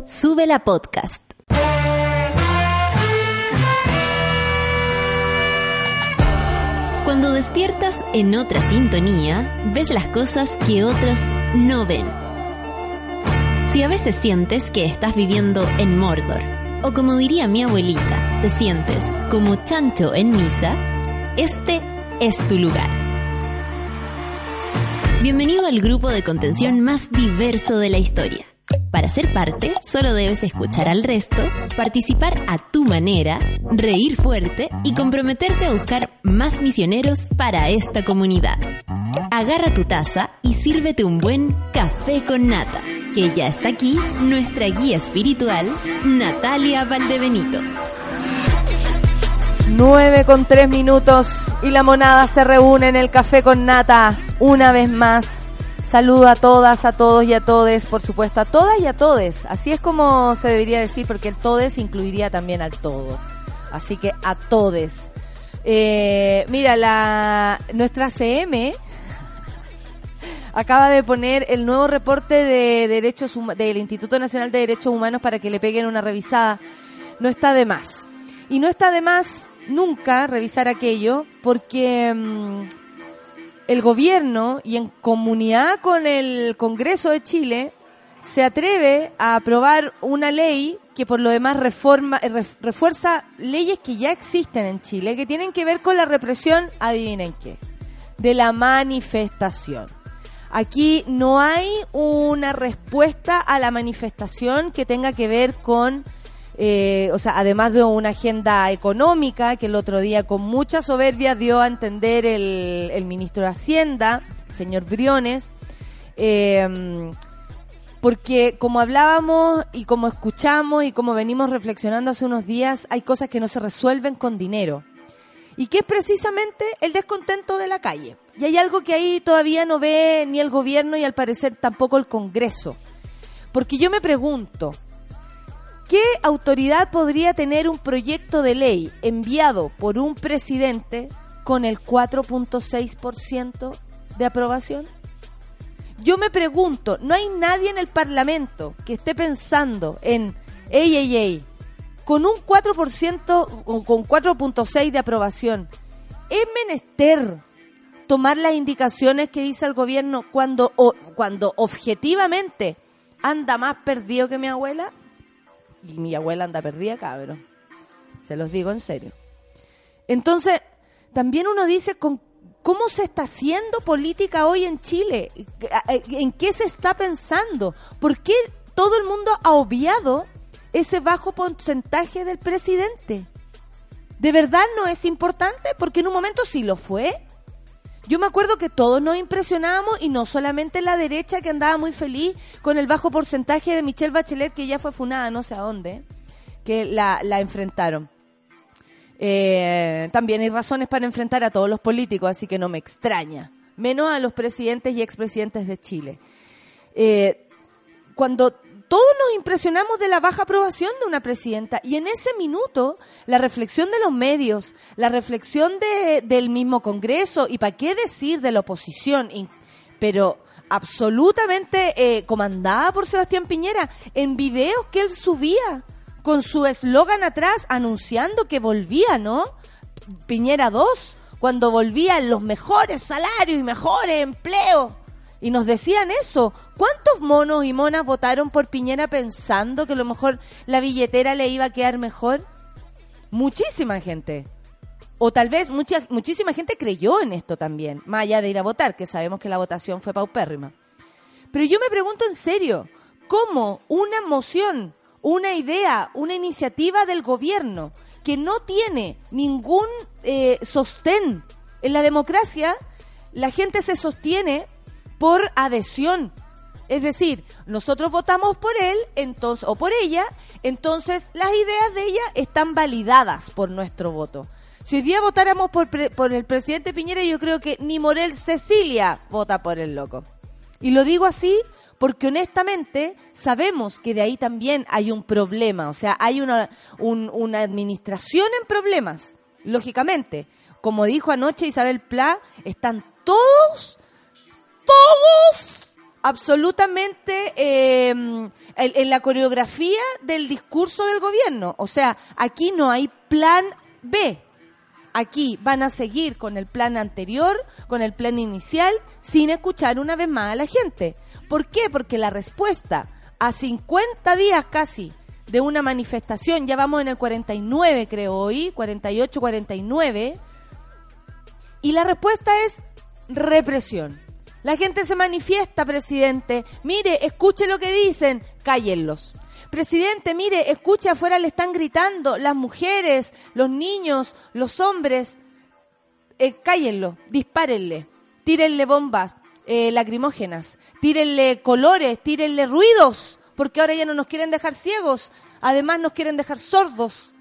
Sube la podcast. Cuando despiertas en otra sintonía, ves las cosas que otros no ven. Si a veces sientes que estás viviendo en Mordor, o como diría mi abuelita, te sientes como chancho en misa, este es tu lugar. Bienvenido al grupo de contención más diverso de la historia. Para ser parte, solo debes escuchar al resto, participar a tu manera, reír fuerte y comprometerte a buscar más misioneros para esta comunidad. Agarra tu taza y sírvete un buen café con nata, que ya está aquí nuestra guía espiritual, Natalia Valdebenito. 9:03 y la monada se reúne en el café con nata una vez más. Saludo a todas, a todos y a todes, por supuesto, a todas y a todes. Así es como se debería decir, porque el todes incluiría también al todo. Así que a todes. Mira, nuestra CM acaba de poner el nuevo reporte de derechos del Instituto Nacional de Derechos Humanos para que le peguen una revisada. No está de más. Y no está de más nunca revisar aquello, porque el gobierno, y en comunidad con el Congreso de Chile, se atreve a aprobar una ley que por lo demás refuerza leyes que ya existen en Chile, que tienen que ver con la represión, adivinen qué, de la manifestación. Aquí no hay una respuesta a la manifestación que tenga que ver con además de una agenda económica que el otro día con mucha soberbia dio a entender el ministro de Hacienda, señor Briones, porque como hablábamos y como escuchamos y como venimos reflexionando hace unos días, hay cosas que no se resuelven con dinero, y que es precisamente el descontento de la calle. Y hay algo que ahí todavía no ve ni el gobierno y al parecer tampoco el Congreso, porque yo me pregunto, ¿qué autoridad podría tener un proyecto de ley enviado por un presidente con el 4.6% de aprobación? Yo me pregunto, ¿no hay nadie en el Parlamento que esté pensando en, con un 4% o con 4.6% de aprobación, es menester tomar las indicaciones que dice el gobierno cuando objetivamente anda más perdido que mi abuela? Y mi abuela anda perdida, cabrón. Se los digo en serio. Entonces, también uno dice, ¿cómo se está haciendo política hoy en Chile? ¿En qué se está pensando? ¿Por qué todo el mundo ha obviado ese bajo porcentaje del presidente? ¿De verdad no es importante? Porque en un momento sí lo fue. Yo me acuerdo que todos nos impresionábamos, y no solamente la derecha, que andaba muy feliz con el bajo porcentaje de Michelle Bachelet, que ya fue funada no sé a dónde, que la enfrentaron. También hay razones para enfrentar a todos los políticos, así que no me extraña, menos a los presidentes y expresidentes de Chile. Cuando todos nos impresionamos de la baja aprobación de una presidenta, y en ese minuto la reflexión de los medios, la reflexión del mismo Congreso, y para qué decir de la oposición, pero absolutamente comandada por Sebastián Piñera, en videos que él subía con su eslogan atrás anunciando que volvía, ¿no? Piñera 2, cuando volvían los mejores salarios y mejores empleos. Y nos decían eso. ¿Cuántos monos y monas votaron por Piñera pensando que a lo mejor la billetera le iba a quedar mejor? Muchísima gente. O tal vez muchísima gente creyó en esto también, más allá de ir a votar, que sabemos que la votación fue paupérrima. Pero yo me pregunto en serio, ¿cómo una moción, una idea, una iniciativa del gobierno que no tiene ningún sostén en la democracia, la gente se sostiene por adhesión? Es decir, nosotros votamos por él, entonces, o por ella, entonces las ideas de ella están validadas por nuestro voto. Si hoy día votáramos por el presidente Piñera, yo creo que ni Morel Cecilia vota por el loco. Y lo digo así porque honestamente sabemos que de ahí también hay un problema, o sea, hay una administración en problemas, lógicamente. Como dijo anoche Isabel Pla, están todos absolutamente en la coreografía del discurso del gobierno. O sea, aquí no hay plan B. Aquí van a seguir con el plan anterior, con el plan inicial, sin escuchar una vez más a la gente. ¿Por qué? Porque la respuesta a 50 días casi de una manifestación, ya vamos en el 49 creo hoy, 48, 49, y la respuesta es represión. La gente se manifiesta, presidente, mire, escuche lo que dicen, cállenlos. Presidente, mire, escuche, afuera le están gritando las mujeres, los niños, los hombres, cállenlo, dispárenle, tírenle bombas lacrimógenas, tírenle colores, tírenle ruidos, porque ahora ya no nos quieren dejar ciegos, además nos quieren dejar sordos.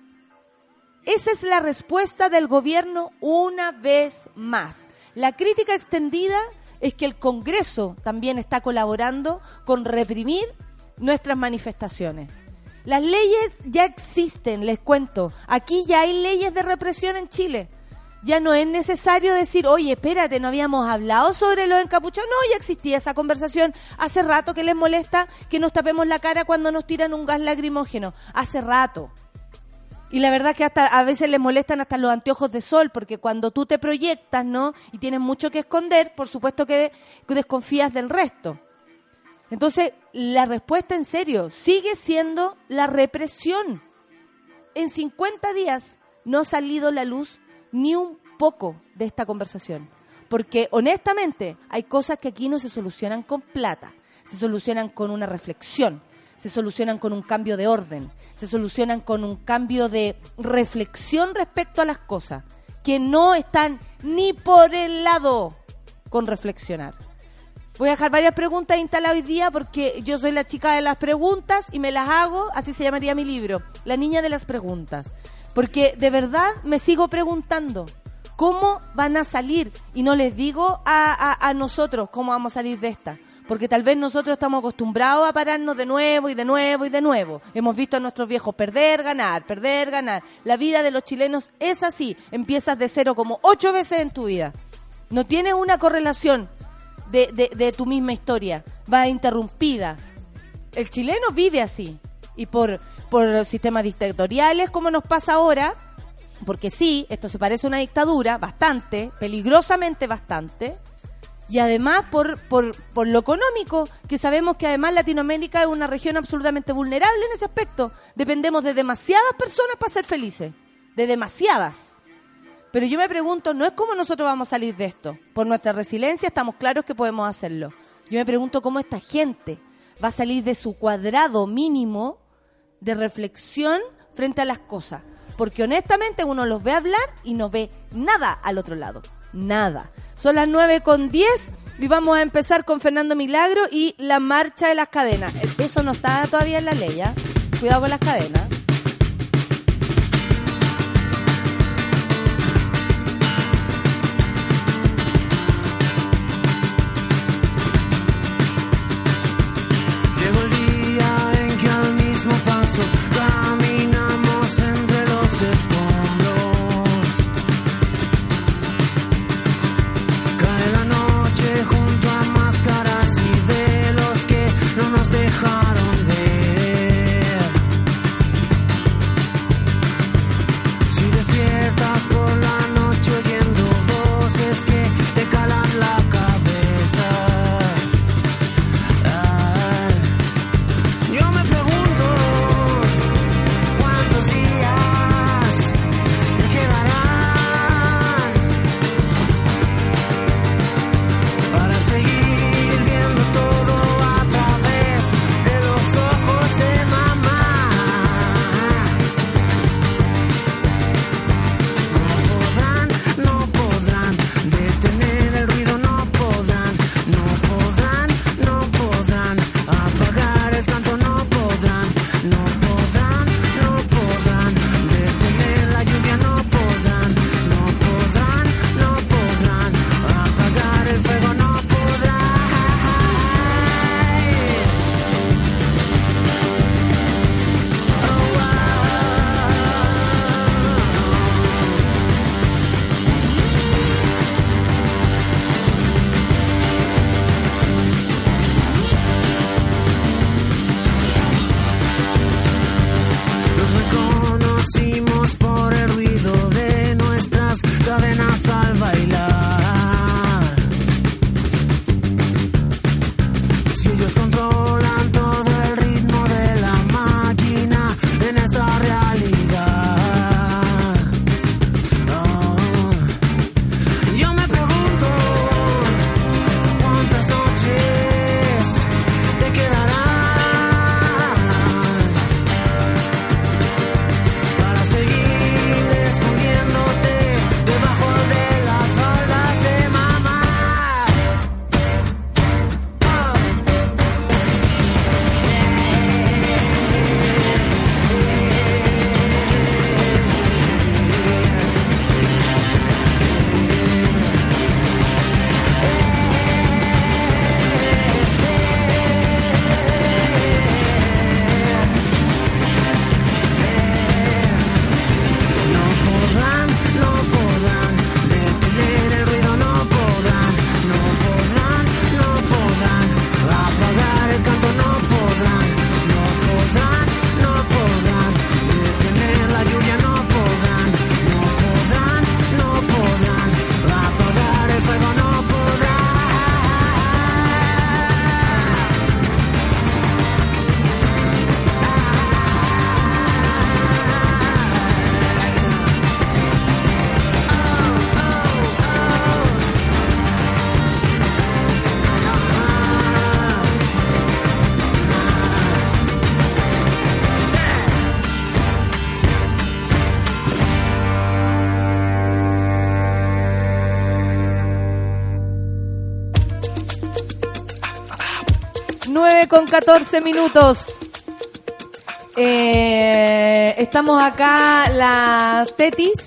Esa es la respuesta del gobierno una vez más. La crítica extendida es que el Congreso también está colaborando con reprimir nuestras manifestaciones. Las leyes ya existen, les cuento. Aquí ya hay leyes de represión en Chile. Ya no es necesario decir, oye, espérate, no habíamos hablado sobre los encapuchados. No, ya existía esa conversación. Hace rato que les molesta que nos tapemos la cara cuando nos tiran un gas lacrimógeno. Hace rato. Y la verdad que hasta a veces les molestan hasta los anteojos de sol, porque cuando tú te proyectas, ¿no? Y tienes mucho que esconder, por supuesto que desconfías del resto. Entonces, la respuesta en serio sigue siendo la represión. En 50 días no ha salido a la luz ni un poco de esta conversación. Porque, honestamente, hay cosas que aquí no se solucionan con plata. Se solucionan con una reflexión. Se solucionan con un cambio de orden. Se solucionan con un cambio de reflexión respecto a las cosas. Que no están ni por el lado con reflexionar. Voy a dejar varias preguntas instaladas hoy día porque yo soy la chica de las preguntas y me las hago, así se llamaría mi libro, La niña de las preguntas. Porque de verdad me sigo preguntando cómo van a salir, y no les digo a nosotros cómo vamos a salir de esta, porque tal vez nosotros estamos acostumbrados a pararnos de nuevo y de nuevo y de nuevo. Hemos visto a nuestros viejos perder, ganar, perder, ganar. La vida de los chilenos es así, empiezas de cero como 8 veces en tu vida. No tienes una correlación de tu misma historia, va interrumpida. El chileno vive así, y por sistemas dictatoriales como nos pasa ahora, porque sí, esto se parece a una dictadura, bastante, peligrosamente bastante, y además por lo económico, que sabemos que además Latinoamérica es una región absolutamente vulnerable en ese aspecto. Dependemos de demasiadas personas para ser felices, de demasiadas. Pero yo me pregunto, no es cómo nosotros vamos a salir de esto. Por nuestra resiliencia estamos claros que podemos hacerlo. Yo me pregunto cómo esta gente va a salir de su cuadrado mínimo de reflexión frente a las cosas. Porque honestamente uno los ve hablar y no ve nada al otro lado. Nada. Son las 9:10 y vamos a empezar con Fernando Milagro y la marcha de las cadenas. Eso no está todavía en la ley, ¿eh? Cuidado con las cadenas. Caminamos entre los escombros. Cae la noche junto a máscaras y velos que no nos dejaron ver. Si despiertas por la noche oyendo voces que te calan la cabeza, yo me pregunto 6:14. Estamos acá, las tetis.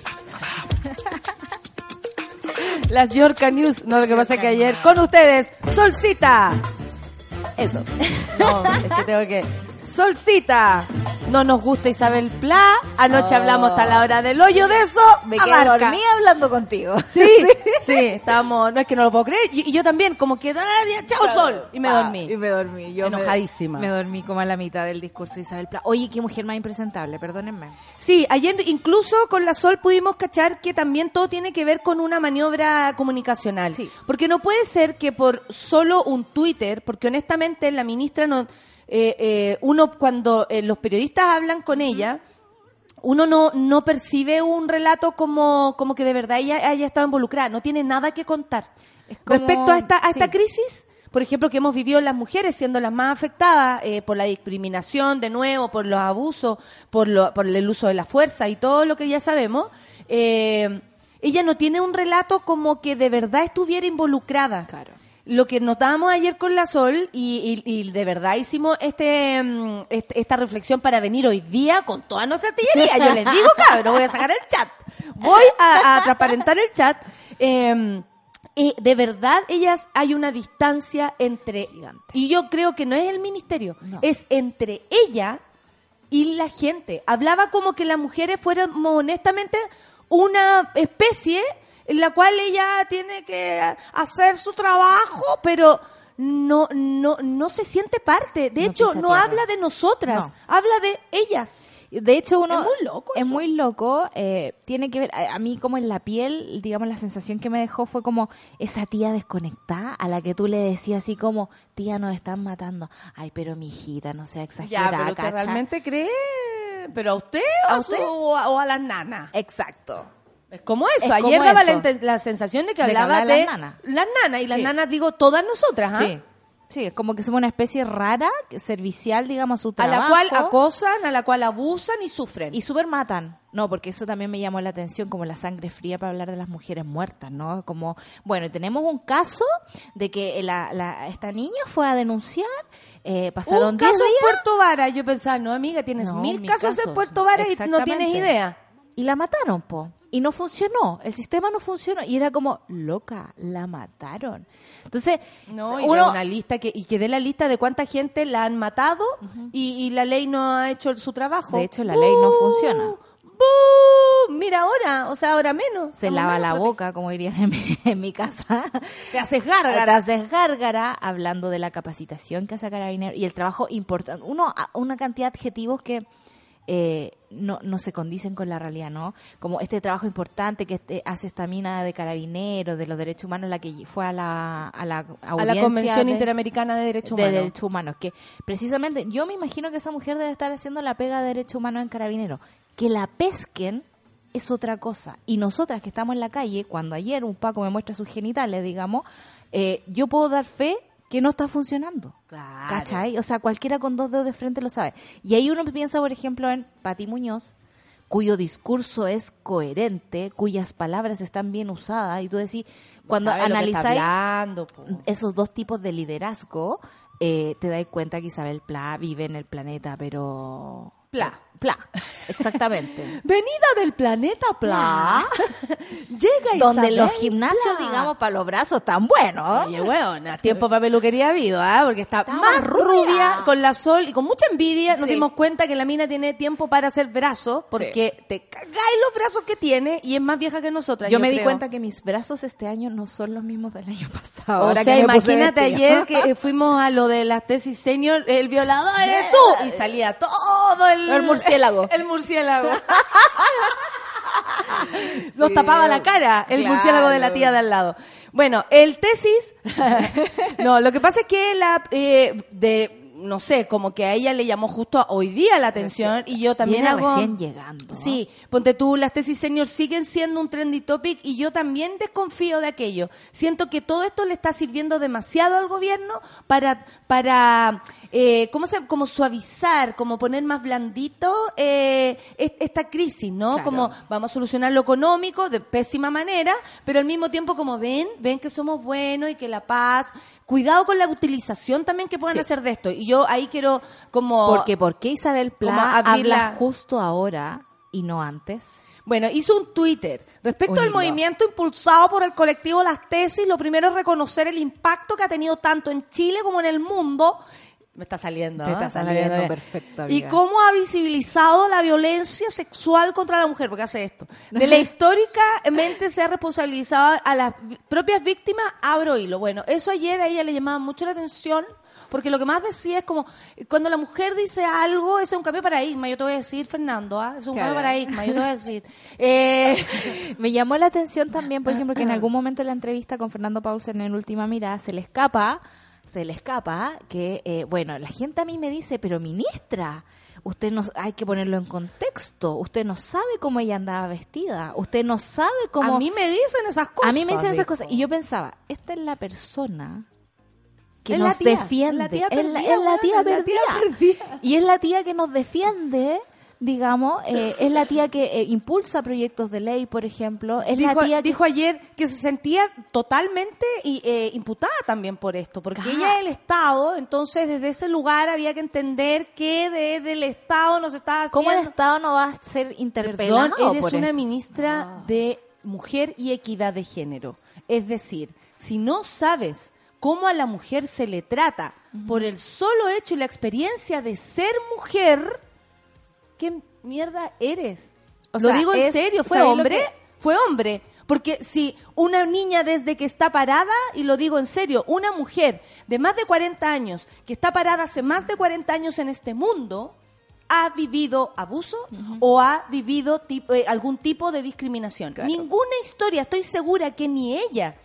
Las Yorka News. No, lo que pasa es que ayer, con ustedes, Solcita. Eso. No, es que tengo que... Solcita. No nos gusta Isabel Pla. Anoche hablamos hasta la hora del hoyo de eso. Me quedé dormida hablando contigo. Sí, estábamos... No es que no lo puedo creer. Y yo también, como que... ¡Chao, Claro. Sol! Y me dormí. Y me dormí. Yo enojadísima. Me dormí como a la mitad del discurso de Isabel Pla. Oye, qué mujer más impresentable, perdónenme. Sí, ayer incluso con la Sol pudimos cachar que también todo tiene que ver con una maniobra comunicacional. Sí. Porque no puede ser que por solo un Twitter, porque honestamente la ministra no... uno cuando los periodistas hablan con ella, uno no percibe un relato como que de verdad ella haya estado involucrada, no tiene nada que contar. Es como- Respecto a esta sí. crisis, por ejemplo, que hemos vivido las mujeres siendo las más afectadas por la discriminación, de nuevo, por los abusos, por el uso de la fuerza y todo lo que ya sabemos, ella no tiene un relato como que de verdad estuviera involucrada. Claro. Lo que notábamos ayer con la Sol y de verdad hicimos esta reflexión para venir hoy día con toda nuestra artillería. Yo les digo, cabrón, voy a sacar el chat. Voy a transparentar el chat. De verdad, hay una distancia entre... Gigante. Y yo creo que no es el ministerio, No. es entre ella y la gente. Hablaba como que las mujeres fuéramos honestamente una especie en la cual ella tiene que hacer su trabajo, pero no se siente parte. De No hecho, pisa no tierra. habla de nosotras, No. habla de ellas. De hecho, uno... Es muy loco Es eso. muy loco. Tiene que ver... A mí como en la piel, digamos, la sensación que me dejó fue como esa tía desconectada a la que tú le decías así como, tía, nos están matando. Ay, pero mi hijita, no sea Ya, exagerada, pero ¿usted ¿cacha? realmente cree? ¿Pero a usted, ¿A o, usted? o a las nanas? Exacto. Es como eso. Es Ayer como daba eso. la sensación de que De que hablaba hablaba de las nanas. las nanas. Y las Sí. nanas, digo, todas nosotras, ¿ah? Sí. Sí, es como que somos una especie rara, servicial, digamos, a su A trabajo. la cual acosan, a la cual abusan y sufren. Y súper matan. No, porque eso también me llamó la atención, como la sangre fría para hablar de las mujeres muertas, ¿no? Como, bueno, tenemos un caso de que esta niña fue a denunciar, pasaron un 10 caso en días Puerto Vara. Yo pensaba, no, amiga, tienes No, 1000 1000 casos en casos. Puerto Vara y no Exactamente. tienes idea. y la mataron, po. Y no funcionó, el sistema no funcionó. Y era como, loca, la mataron. Entonces, No, y uno... de una lista que dé la lista de cuánta gente la han matado y la ley no ha hecho su trabajo. De hecho, la ley no funciona. ¡Bú! Mira ahora, o sea, ahora menos. Se Estamos lava menos, la papi. boca, como dirían en mi casa. Te haces gárgara. Te haces gárgara hablando de la capacitación que hace Carabineros y el trabajo importante. Una cantidad de adjetivos que no se condicen con la realidad, ¿no? Como este trabajo importante que hace esta mina de Carabineros, de los derechos humanos, la que fue a la audiencia A la Convención de- Interamericana de Derechos de Humanos. derechos humanos, que precisamente yo me imagino que esa mujer debe estar haciendo la pega de derechos humanos en Carabineros. Que la pesquen es otra cosa. Y nosotras que estamos en la calle, cuando ayer un Paco me muestra sus genitales, digamos, yo puedo dar fe que no está funcionando. Claro. ¿Cachai? O sea, cualquiera con dos dedos de frente lo sabe. Y ahí uno piensa, por ejemplo, en Pati Muñoz, cuyo discurso es coherente, cuyas palabras están bien usadas, y tú decís, cuando Sabe lo que está analizáis hablando, po. esos dos tipos de liderazgo, te das cuenta que Isabel Pla vive en el planeta, pero... Pla. Pla, exactamente. Venida del planeta Pla. Llega Donde Isabel los gimnasios, Pla. digamos, para los brazos están buenos. Oye, weona, tiempo para peluquería ha habido, ¿ah? Porque está Estaba más rubia. rubia con la Sol y con mucha envidia. Nos Sí. dimos cuenta que la mina tiene tiempo para hacer brazos porque te cagáis los brazos que tiene y es más vieja que nosotras. Yo me di creo. cuenta que mis brazos este año no son los mismos del año pasado. O Ahora sea, que me puse imagínate vestida. ayer que fuimos a lo de las tesis senior, el violador eres tú, y salía todo El murciélago. El murciélago. Nos Sí. tapaba la cara el Claro. murciélago de la tía de al lado. Bueno, el tesis... no, lo que pasa es que no sé, como que a ella le llamó justo hoy día la atención y yo también Viene hago... recién llegando. Sí, ponte tú, las tesis senior siguen siendo un trendy topic y yo también desconfío de aquello. Siento que todo esto le está sirviendo demasiado al gobierno para como suavizar, como poner más blandito esta crisis, ¿no? Claro. Como vamos a solucionar lo económico de pésima manera, pero al mismo tiempo como ven que somos buenos y que la paz, cuidado con la utilización también que puedan Sí. hacer de esto. Y yo ahí quiero como... Porque ¿por qué Isabel como Pla abrirla- habla justo ahora y no antes? Bueno, hizo un Twitter. Respecto Un al hilo. movimiento impulsado por el colectivo Las Tesis, lo primero es reconocer el impacto que ha tenido tanto en Chile como en el mundo. Me está saliendo, Te ¿eh? está Está saliendo bien. perfecto, Y amiga. cómo ha visibilizado la violencia sexual contra la mujer, porque hace esto. De la históricamente se ha responsabilizado a las propias víctimas, abro hilo. Bueno, eso ayer a ella le llamaba mucho la atención, porque lo que más decía es como, cuando la mujer dice algo, eso es un cambio de paradigma. Yo te voy a decir, Fernando, eso es un Claro. cambio de paradigma. Yo te voy a decir. Me llamó la atención también, por ejemplo, que en algún momento en la entrevista con Fernando Paulsen en Última Mirada se le escapa que, bueno, la gente a mí me dice, pero ministra, usted no, hay que ponerlo en contexto, usted no sabe cómo ella andaba vestida, usted no sabe cómo... A mí me dicen esas cosas. A mí me dicen esas dijo. cosas. Y yo pensaba, esta es la persona que Es la nos tía, defiende. es la tía Es la perdida, tía weona, es la tía perdida. perdida. Y es la tía que nos defiende, digamos, es la tía que impulsa proyectos de ley, por ejemplo. Es la tía que... Dijo ayer que se sentía totalmente imputada también por esto, porque Ah. ella es el Estado, entonces desde ese lugar había que entender que desde el Estado nos estaba haciendo... ¿Cómo el Estado no va a ser interpelado Perdón, eres por una esto? ministra de Mujer y Equidad de Género. Es decir, si no sabes cómo a la mujer se le trata por el solo hecho y la experiencia de ser mujer, ¿qué mierda eres? O Lo sea, digo en es- serio, ¿fue ¿sabéis lo hombre? que- Fue hombre. Porque si una niña desde que está parada, y lo digo en serio, una mujer de más de 40 años, que está parada hace más de 40 años en este mundo, ha vivido abuso o ha vivido algún tipo de discriminación. Claro. Ninguna historia, estoy segura que ni ella,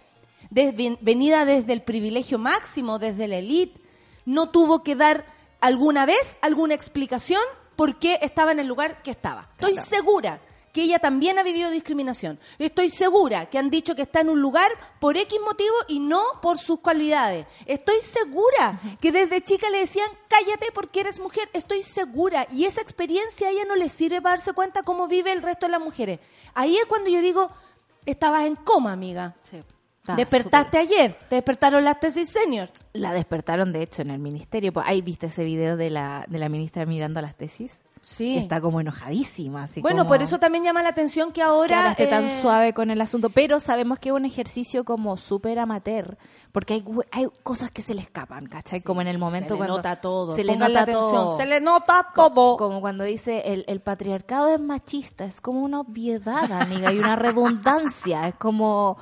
venida desde el privilegio máximo, desde la élite, no tuvo que dar alguna vez alguna explicación por qué estaba en el lugar que estaba. Estoy Claro. segura que ella también ha vivido discriminación. Estoy segura que han dicho que está en un lugar por X motivo y no por sus cualidades. Estoy segura que desde chica le decían, cállate porque eres mujer. Estoy segura. Y esa experiencia a ella no le sirve para darse cuenta cómo vive el resto de las mujeres. Ahí es cuando yo digo, estabas en coma, amiga. Sí. Despertaste ayer, te despertaron las tesis senior. La despertaron, de hecho, en el ministerio. Pues, ahí viste ese video de la ministra mirando las tesis. Sí. Que está como enojadísima. Así Bueno, como por eso también llama la atención que que ahora... ahora esté tan suave con el asunto. Pero sabemos que es un ejercicio como súper amateur. Porque hay cosas que se le escapan, ¿cachai? Como en el momento se le cuando... nota todo. Se le Pónganle nota atención, todo. se le nota todo. Como cuando dice el patriarcado es machista, es como una obviedad, amiga, y una redundancia, es como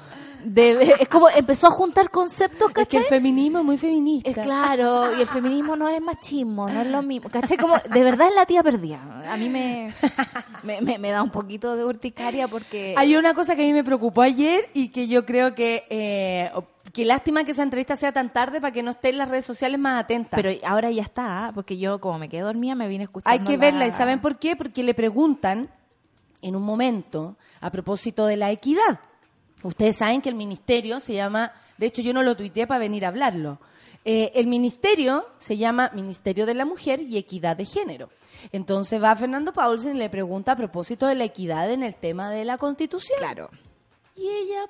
empezó a juntar conceptos, Es que ¿cachai? el feminismo es muy feminista. Es claro, y el feminismo no es machismo, no es lo mismo, ¿cachai? Como de verdad es la tía perdida. A mí me da un poquito de urticaria porque Hay una cosa que a mí me preocupó ayer y que yo creo que lástima que esa entrevista sea tan tarde para que no esté en las redes sociales más atenta. pero ahora ya está, porque yo como me quedé dormida me vine escuchando. Hay que verla. ¿Y saben por qué? Porque le preguntan en un momento a propósito de la equidad. Ustedes saben que el ministerio se llama, de hecho yo no lo tuiteé para venir a hablarlo, el ministerio se llama Ministerio de la Mujer y Equidad de Género. Entonces va Fernando Paulsen y le pregunta a propósito de la equidad en el tema de la Constitución. Claro. Y ella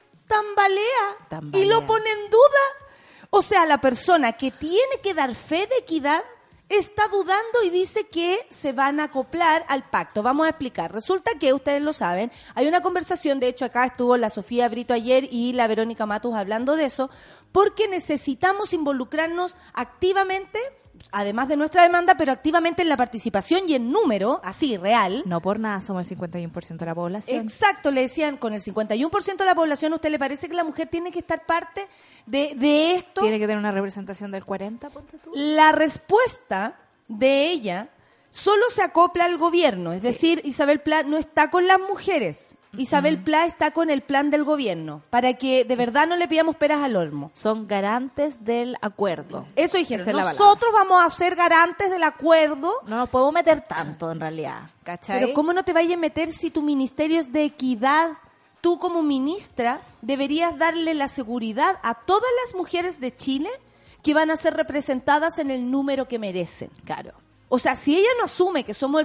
tambalea Tambalea. y lo pone en duda. O sea, la persona que tiene que dar fe de equidad está dudando y dice que se van a acoplar al pacto. Vamos a explicar. Resulta que, ustedes lo saben, hay una conversación, de hecho acá estuvo la Sofía Brito ayer y la Verónica Matus hablando de eso, porque necesitamos involucrarnos activamente, además de nuestra demanda, pero activamente en la participación y en número, así, real. No por nada somos el 51% de la población. Exacto, le decían, con el 51% de la población, ¿usted le parece que la mujer tiene que estar parte de esto? Tiene que tener una representación del 40, ponte tú. La respuesta de ella solo se acopla al gobierno, es decir, Isabel Pla no está con las mujeres. Isabel Pla está con el plan del gobierno, para que de verdad no le pidamos peras al olmo. Son garantes del acuerdo. Eso dijeron, Esa es la nosotros vamos a ser garantes del acuerdo. No nos podemos meter tanto, en realidad, ¿cachai? Pero ¿cómo no te vayas a meter si tu ministerio es de equidad? Tú como ministra deberías darle la seguridad a todas las mujeres de Chile que van a ser representadas en el número que merecen. Claro. O sea, si ella no asume que somos el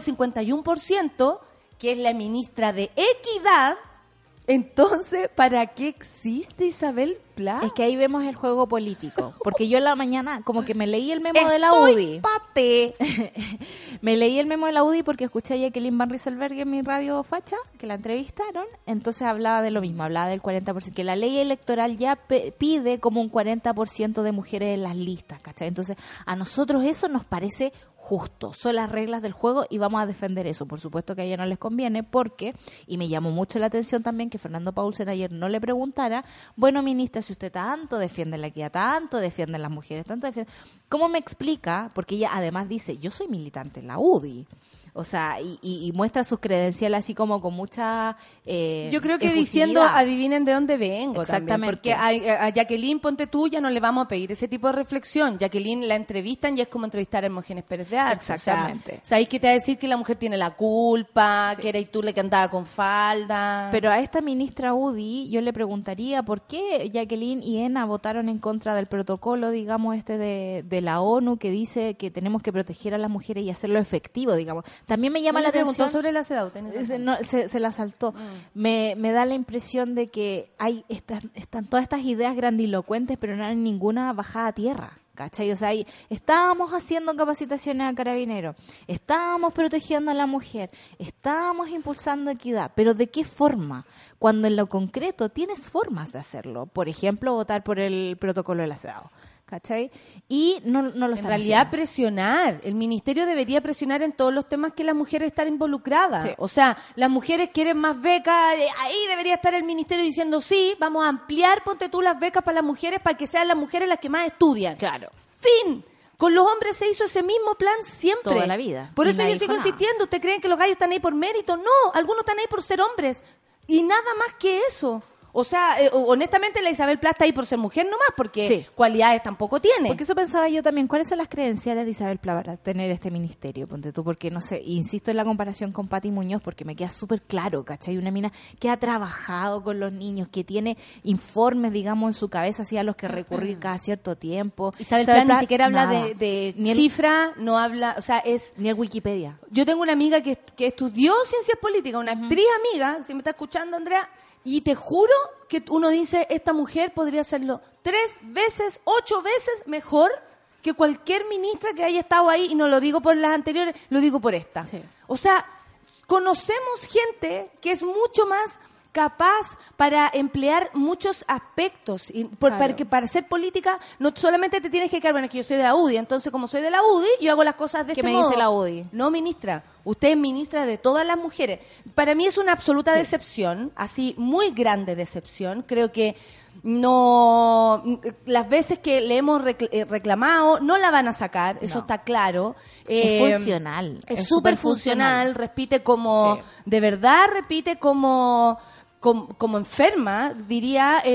51%, que es la ministra de Equidad, entonces, ¿para qué existe Isabel Pla? Es que ahí vemos el juego político. Porque yo en la mañana como que me leí el memo de la UDI. Pate. Me leí el memo de la UDI porque escuché a Jacqueline Van Rieselberg en mi radio Facha, que la entrevistaron. Entonces hablaba de lo mismo, hablaba del 40%. Que la ley electoral ya pide como un 40% de mujeres en las listas, ¿cachai? Entonces, a nosotros eso nos parece justo, son las reglas del juego y vamos a defender eso. Por supuesto que a ella no les conviene porque, y me llamó mucho la atención también que Fernando Paulsen ayer no le preguntara, bueno, ministra, si usted tanto defiende la equidad, tanto defiende las mujeres, tanto defiende, ¿cómo me explica? Porque ella además dice, yo soy militante en la UDI. O sea, y muestra sus credenciales así como con mucha yo creo que efusividad. Diciendo, adivinen de dónde vengo. Exactamente. También, porque a Jacqueline, ponte tú, ya no le vamos a pedir ese tipo de reflexión. Jacqueline la entrevistan y es como entrevistar a Hermógenes Pérez de Arce. Exactamente. O sea, ¿sabéis que te va a decir que la mujer tiene la culpa, que eres tú la que andaba con falda? Pero a esta ministra UDI yo le preguntaría por qué Jacqueline y Ena votaron en contra del protocolo, digamos, de la ONU que dice que tenemos que proteger a las mujeres y hacerlo efectivo, digamos. También me llama la atención sobre la CEDAW. se la saltó. Me da la impresión de que están todas estas ideas grandilocuentes, pero no hay ninguna bajada a tierra. ¿Cachai? O sea, estábamos haciendo capacitaciones a carabineros, estábamos protegiendo a la mujer, estábamos impulsando equidad, pero ¿de qué forma? Cuando en lo concreto tienes formas de hacerlo. Por ejemplo, votar por el protocolo de la CEDAW. ¿Cachai? Y no lo están En realidad haciendo. presionar. El ministerio debería presionar en todos los temas que las mujeres están involucradas. Sí. O sea, las mujeres quieren más becas, ahí debería estar el ministerio diciendo sí, vamos a ampliar, ponte tú las becas para las mujeres para que sean las mujeres las que más estudian. Claro. Fin. Con los hombres se hizo ese mismo plan siempre. Toda la vida. Por Y eso nadie yo sigo dijo nada. insistiendo. ¿Usted creen que los gallos están ahí por mérito? No, algunos están ahí por ser hombres. Y nada más que eso. O sea, honestamente la Isabel Pla está ahí por ser mujer nomás, porque Sí. cualidades tampoco tiene. Porque eso pensaba yo también. ¿Cuáles son las credenciales de Isabel Pla para tener este ministerio? Ponte tú, porque no sé, insisto en la comparación con Pati Muñoz, porque me queda súper claro, ¿cachai? Una mina que ha trabajado con los niños, que tiene informes, digamos, en su cabeza, así a los que recurrir cada cierto tiempo. Isabel Pla ni Pla, siquiera habla nada. de Ni el- cifra, no habla, o sea, es... Ni el Wikipedia. Yo tengo una amiga que estudió ciencias políticas, una actriz amiga, si me está escuchando, Andrea, y te juro que uno dice, esta mujer podría hacerlo 3 veces, 8 veces mejor que cualquier ministra que haya estado ahí, y no lo digo por las anteriores, lo digo por esta. Sí. O sea, conocemos gente que es mucho más capaz para emplear muchos aspectos. Y Claro. para hacer política no solamente te tienes que quedar, bueno, es que yo soy de la UDI, entonces como soy de la UDI, yo hago las cosas de ¿Qué este me modo. dice la UDI? No, ministra, usted es ministra de todas las mujeres. Para mí es una absoluta decepción, así muy grande decepción. Creo que no, las veces que le hemos reclamado no la van a sacar, eso No. está claro. Es funcional. Es súper funcional, repite como, Sí. de verdad repite como enferma, diría,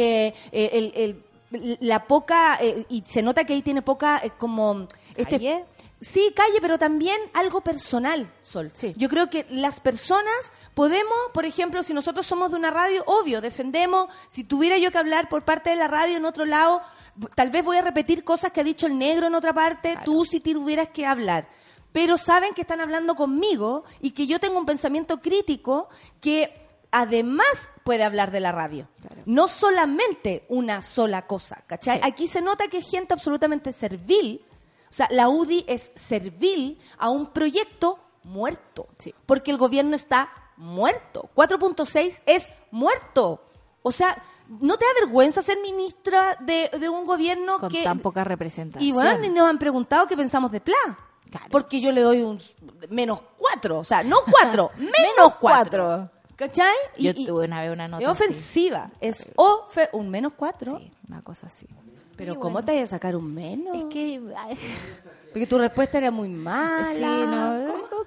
la poca, y se nota que ahí tiene poca, ¿Calle? Sí, calle, pero también algo personal, Sol. Sí. Yo creo que las personas podemos, por ejemplo, si nosotros somos de una radio, obvio, defendemos, si tuviera yo que hablar por parte de la radio en otro lado, tal vez voy a repetir cosas que ha dicho el negro en otra parte, Claro. tú si tuvieras que hablar. Pero saben que están hablando conmigo y que yo tengo un pensamiento crítico que además puede hablar de la radio. Claro. No solamente una sola cosa, ¿cachai? Sí. Aquí se nota que es gente absolutamente servil. O sea, la UDI es servil a un proyecto muerto. Sí. Porque el gobierno está muerto. 4.6 es muerto. O sea, ¿no te da vergüenza ser ministra de un gobierno Con que... tan poca representación. Y bueno, y nos han preguntado qué pensamos de Pla. Claro. Porque yo le doy un -4. O sea, no 4, menos 4. ¿Cachai? Yo tuve una vez una nota Es así. ofensiva. Es un -4. Sí, una cosa así. Pero Y ¿cómo bueno, te vas a sacar un menos? Es que... Porque tu respuesta era muy mala. Sí, no,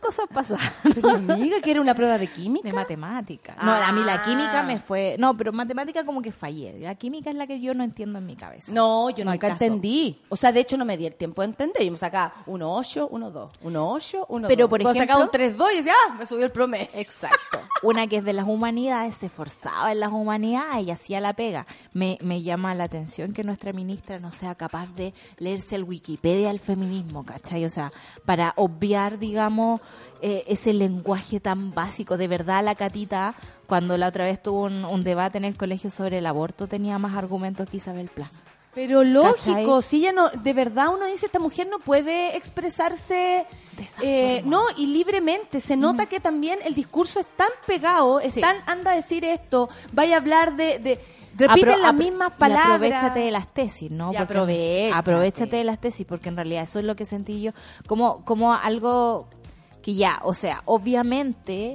cosas pasaron. Pero amiga, que era una prueba de química. De matemática. No, a mí la química me fue... No, pero matemática como que fallé. La química es la que yo no entiendo en mi cabeza. No, yo No hay nunca caso. entendí. O sea, de hecho no me di el tiempo de entender. Yo me sacaba 1,8, 1,2, 1,8, 1,2. Pero, por Cuando ejemplo- sacaba un 3,2 y decía, me subió el promedio. Exacto. Una que es de las humanidades, se esforzaba en las humanidades y hacía la pega. Me llama la atención que nuestra ministra no sea capaz de leerse el Wikipedia del feminismo, ¿cachai? O sea, para obviar, digamos, ese lenguaje tan básico. De verdad, la Catita, cuando la otra vez tuvo un debate en el colegio sobre el aborto, tenía más argumentos que Isabel Pla. Pero lógico, ¿Cachai? si ella no, de verdad uno dice, esta mujer no puede expresarse, De esa forma. no, y libremente. Se nota que también el discurso es tan pegado, es Sí. tan, anda a decir esto, vaya a hablar repiten las mismas Y palabras. aprovechate de las tesis, ¿no? Y Porque aprovechate. de las tesis, porque en realidad eso es lo que sentí yo, como algo que ya, o sea, obviamente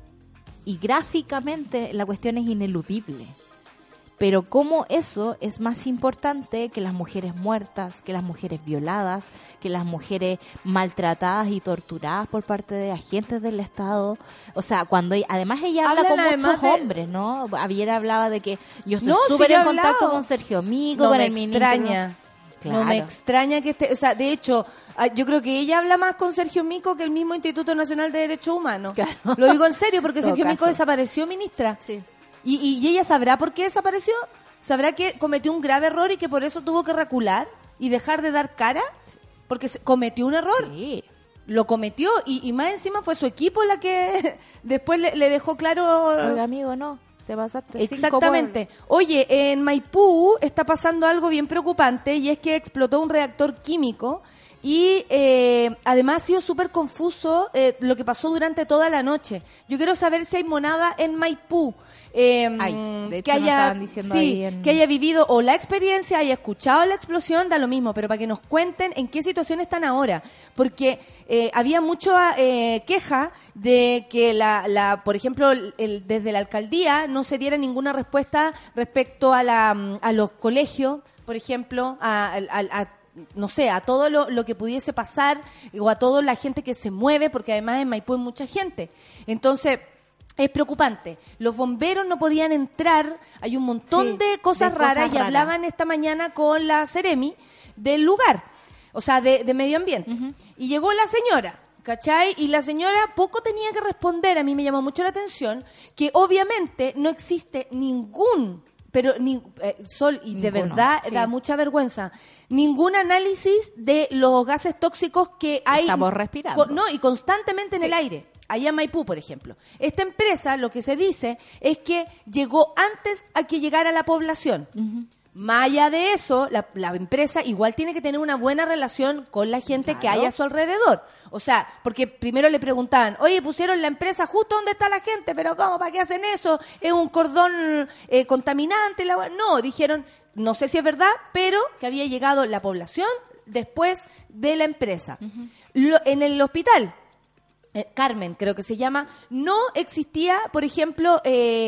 y gráficamente la cuestión es ineludible. Pero cómo eso es más importante que las mujeres muertas, que las mujeres violadas, que las mujeres maltratadas y torturadas por parte de agentes del Estado. O sea, cuando además ella habla Hablan con además muchos de- hombres, ¿no? Ayer hablaba de que yo estoy No, súper sí, yo he en contacto hablado. con Sergio Mico, No con me el ministro. extraña. Claro. No me extraña que esté, o sea, de hecho, yo creo que ella habla más con Sergio Mico que el mismo Instituto Nacional de Derechos Humanos. Claro. Lo digo en serio, porque Todo Sergio Mico caso. desapareció, ministra. Sí. ¿Y ella sabrá por qué desapareció? ¿Sabrá que cometió un grave error y que por eso tuvo que recular y dejar de dar cara? Porque cometió un error. Sí. Lo cometió y más encima fue su equipo la que después le dejó claro. Oiga, amigo, no, te pasaste. Exactamente. Oye, en Maipú está pasando algo bien preocupante y es que explotó un reactor químico y además ha sido súper confuso lo que pasó durante toda la noche. Yo quiero saber si hay monada en Maipú. Hay, de hecho, nos estaban diciendo sí, ahí en- que haya vivido o la experiencia, haya escuchado la explosión, da lo mismo, pero para que nos cuenten en qué situación están ahora, porque había mucha queja de que por ejemplo, desde la alcaldía no se diera ninguna respuesta respecto a los colegios, por ejemplo, no sé, a todo lo que pudiese pasar o a toda la gente que se mueve, porque además en Maipú hay mucha gente. Entonces, es preocupante. Los bomberos no podían entrar, hay un montón Sí, de cosas de raras cosas y raras. hablaban esta mañana con la Seremi del lugar, o sea, de medio ambiente. Y llegó la señora, ¿cachai? Y la señora poco tenía que responder, a mí me llamó mucho la atención, que obviamente no existe Sol, y de Ninguno, verdad sí. da mucha vergüenza, ningún análisis de los gases tóxicos que hay. Estamos respirando. No, y constantemente en Sí. el aire. Allá en Maipú, por ejemplo. Esta empresa, lo que se dice es que llegó antes a que llegara la población. Más allá de eso, la empresa igual tiene que tener una buena relación con la gente que Claro. hay a su alrededor. O sea, porque primero le preguntaban, oye, pusieron la empresa justo donde está la gente, pero ¿cómo? ¿Para qué hacen eso? ¿Es un cordón contaminante? No, dijeron, no sé si es verdad, pero que había llegado la población después de la empresa. En el hospital, Carmen, creo que se llama, no existía, por ejemplo,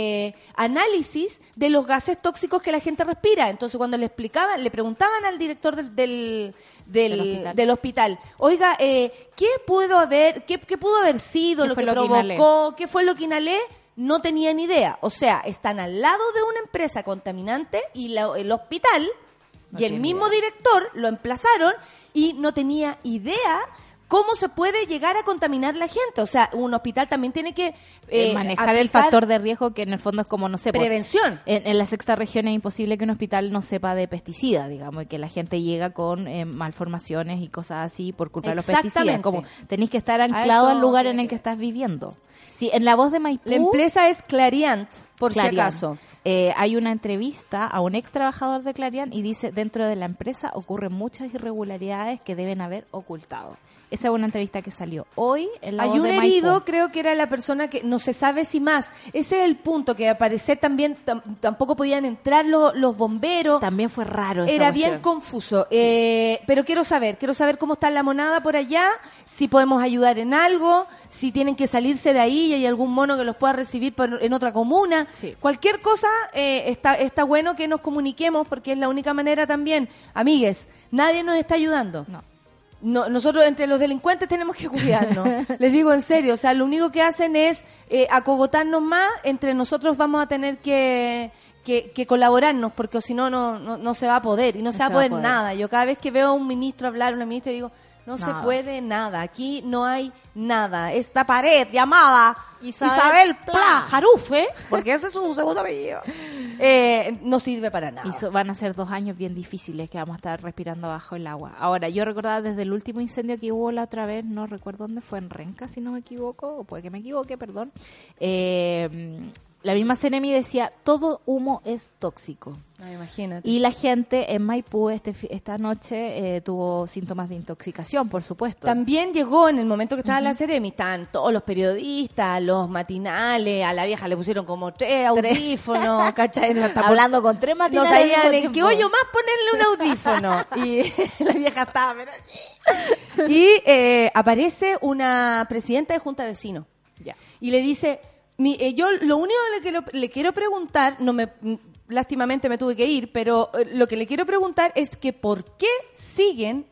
análisis de los gases tóxicos que la gente respira. Entonces, cuando le preguntaban al director del hospital, oiga, ¿qué pudo haber sido ¿Qué lo fue que lo que provocó? ¿Qué fue lo que inhalé? No tenían idea. O sea, están al lado de una empresa contaminante y el hospital No y el tiene mismo idea. director lo emplazaron y no tenía idea cómo se puede llegar a contaminar la gente. O sea, un hospital también tiene que manejar el aplicar factor de riesgo, que en el fondo es como, no sé, prevención. En la sexta región es imposible que un hospital no sepa de pesticidas, digamos, y que la gente llega con malformaciones y cosas así por culpa de los pesticidas. Exactamente. Como tenéis que estar anclado eso al lugar en tiene el que que estás viviendo. Sí, en la voz de Maipú... La empresa es Clariant, por Clariant. si acaso. Hay una entrevista a un ex trabajador de Clariant y dice, dentro de la empresa ocurren muchas irregularidades que deben haber ocultado. Esa es una entrevista que salió hoy en la Hay voz un de herido, Maipú. creo que era la persona que no se sabe si más. Ese es el punto, que al parecer también tampoco podían entrar los bomberos. También fue raro esa Era bien cuestión. confuso. Pero quiero saber cómo está la monada por allá, si podemos ayudar en algo, si tienen que salirse de ahí y hay algún mono que los pueda recibir en otra comuna. Sí. Cualquier cosa, está bueno que nos comuniquemos, porque es la única manera también. Amigues, nadie nos está ayudando. No. No, nosotros entre los delincuentes tenemos que cuidarnos. Les digo en serio, o sea, lo único que hacen es acogotarnos más. Entre nosotros vamos a tener que colaborarnos, porque si no, no se va a poder. Y no se va a poder nada. Yo cada vez que veo a un ministro hablar, una ministra, digo, no se puede nada. Aquí no hay nada. Esta pared llamada Isabel Pla Jarufe, porque ese es su segundo apellido, no sirve para nada. Y van a ser 2 años bien difíciles que vamos a estar respirando bajo el agua. Ahora, yo recordaba desde el último incendio que hubo la otra vez, no recuerdo dónde fue, en Renca, si no me equivoco, o puede que me equivoque, perdón. La misma CNMI decía, todo humo es tóxico. Ay, imagínate. Y la gente en Maipú esta noche tuvo síntomas de intoxicación, por supuesto. También llegó en el momento que estaba la CNMI, estaban todos los periodistas, los matinales, a la vieja le pusieron como 3 audífonos, ¿cachai? Hablando con 3 matinales. No sabían en qué hoyo más ponerle un audífono. Y la vieja estaba... Y aparece una presidenta de Junta de Vecinos. Ya. Y le dice... yo lo único que le quiero preguntar, lástimamente me tuve que ir, pero lo que le quiero preguntar es que ¿por qué siguen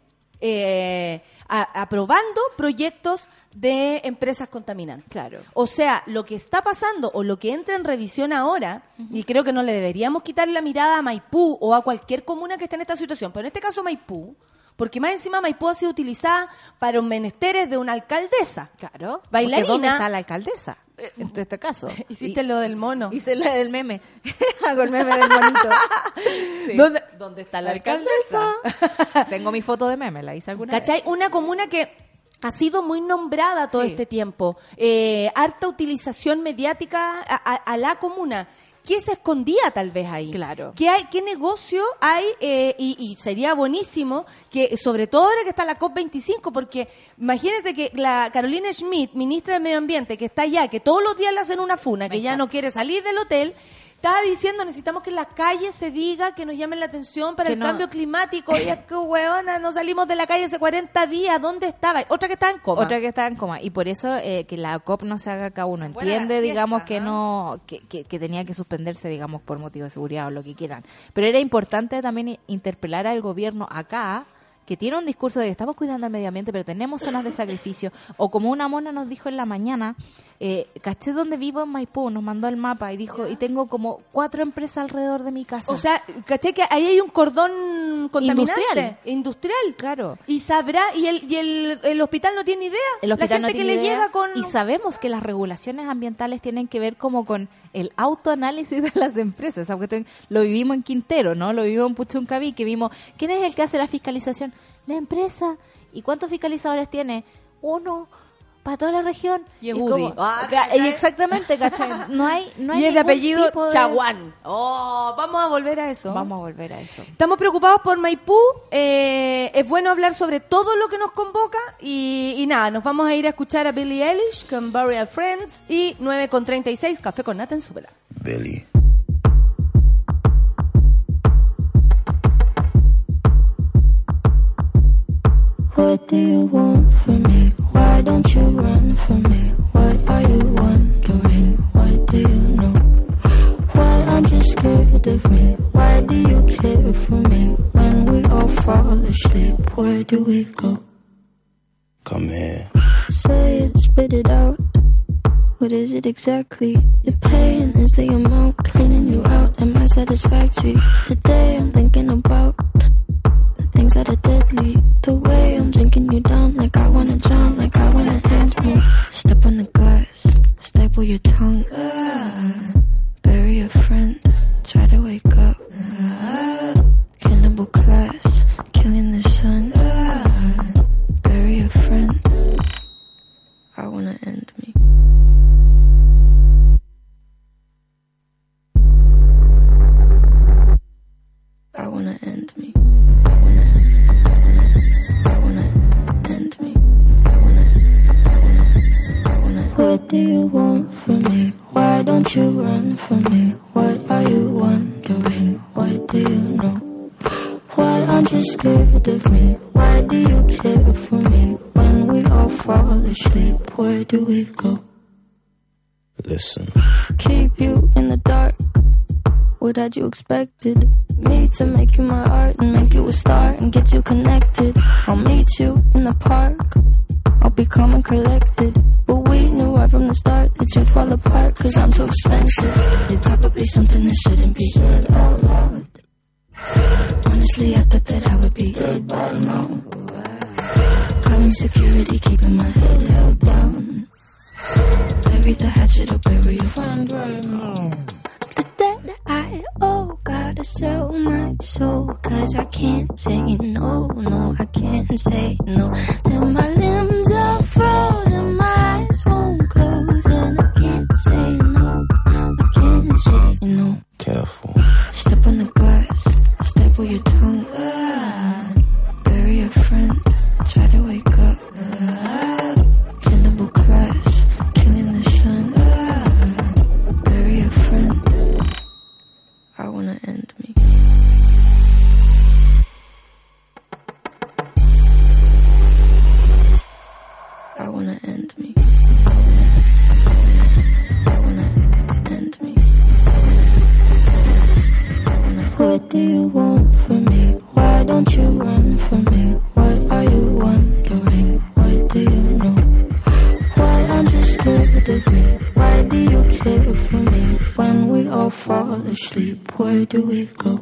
aprobando proyectos de empresas contaminantes? Claro. O sea, lo que está pasando o lo que entra en revisión ahora, y creo que no le deberíamos quitar la mirada a Maipú o a cualquier comuna que esté en esta situación, pero en este caso Maipú, porque más encima Maipú ha sido utilizada para los menesteres de una alcaldesa. Claro. Bailarina. ¿Dónde está la alcaldesa? En este caso. Hiciste lo del mono. Hice lo del meme. Hago el meme del monito. Sí. ¿Dónde está la alcaldesa? Tengo mi foto de meme, la hice alguna ¿Cachai? vez. Una comuna que ha sido muy nombrada todo este tiempo. Harta utilización mediática a la comuna. ¿Qué se escondía tal vez ahí? Claro. ¿Qué negocio hay? Y sería buenísimo que, sobre todo ahora que está la COP25, porque imagínense que la Carolina Schmidt, ministra del Medio Ambiente, que está allá, que todos los días le hacen una funa, que ya no quiere salir del hotel, estaba diciendo, necesitamos que en las calles se diga, que nos llamen la atención para el cambio climático. Y es que, huevona, no salimos de la calle hace 40 días. ¿Dónde estaba? Otra que estaba en coma. Y por eso que la COP no se haga acá, uno entiende, digamos, que no que tenía que suspenderse, digamos, por motivo de seguridad o lo que quieran. Pero era importante también interpelar al gobierno acá, que tiene un discurso de que estamos cuidando el medio ambiente, pero tenemos zonas de sacrificio. O como una mona nos dijo en la mañana, caché donde vivo en Maipú, nos mandó el mapa y dijo, y tengo como 4 empresas alrededor de mi casa. O sea, caché que ahí hay un cordón contaminante. Industrial. Claro. Y sabrá, y el hospital no tiene idea. El hospital la gente no tiene que le idea, llega con... Y sabemos que las regulaciones ambientales tienen que ver como con el autoanálisis de las empresas. Aunque lo vivimos en Quintero, ¿no? Lo vivimos en Puchuncaví, que vimos, ¿quién es el que hace la fiscalización? La empresa. ¿Y cuántos fiscalizadores tiene? 1 para toda la región. Y es Woody. Y exactamente, ¿cachai? No hay y es de apellido tipo de... Chaguán. Vamos a volver a eso. Vamos a volver a eso. Estamos preocupados por Maipú. Es bueno hablar sobre todo lo que nos convoca. Y nada, nos vamos a ir a escuchar a Billie Eilish con Burial Friends. Y 9:36, Café con Nata en Súbela. Billie. What do you want from me? Why don't you run from me? What are you wondering? What do you know? Why aren't you scared of me? Why do you care for me? When we all fall asleep, where do we go? Come here. Say it, spit it out. What is it exactly? Your pain is the amount cleaning you out. Am I satisfactory? Today I'm thinking about things that are deadly. The way I'm drinking you down, like I wanna drown, like I wanna end me. Step on the glass, staple your tongue. Bury a friend, try to wake up. Cannibal class, killing the sun. Bury a friend, I wanna end me. I wanna end me. What do you want from me? Why don't you run from me? What are you wondering? What do you know? Why aren't you scared of me? Why do you care for me? When we all fall asleep, where do we go? Listen. Keep you in the dark. what had you expected? Me to make you my art and make you a star and get you connected. I'll meet you in the park. I'll be calm and collected. But we knew right from the start that you'd fall apart, cause I'm too expensive. You're probably something that shouldn't be said out loud. Honestly, I thought that I would be dead by now. Calling security, keeping my head held down. Bury the hatchet or bury your friend right now. The debt I owe, gotta sell my soul, cause I can't say no, no, I can't say no. Then my limbs are frozen, my eyes won't close, and I can't say no, I can't say no. Careful. Step on the glass, staple your tongue, bury a friend, try to wake up, cannibal class, killing the sun, bury a friend. I wanna end me. I wanna end me. I wanna end me. What do you want from me? Why don't you run from me? What are you wondering? What do you know? Why aren't you scared of me? Why do you care for me? When we all fall asleep, where do we go?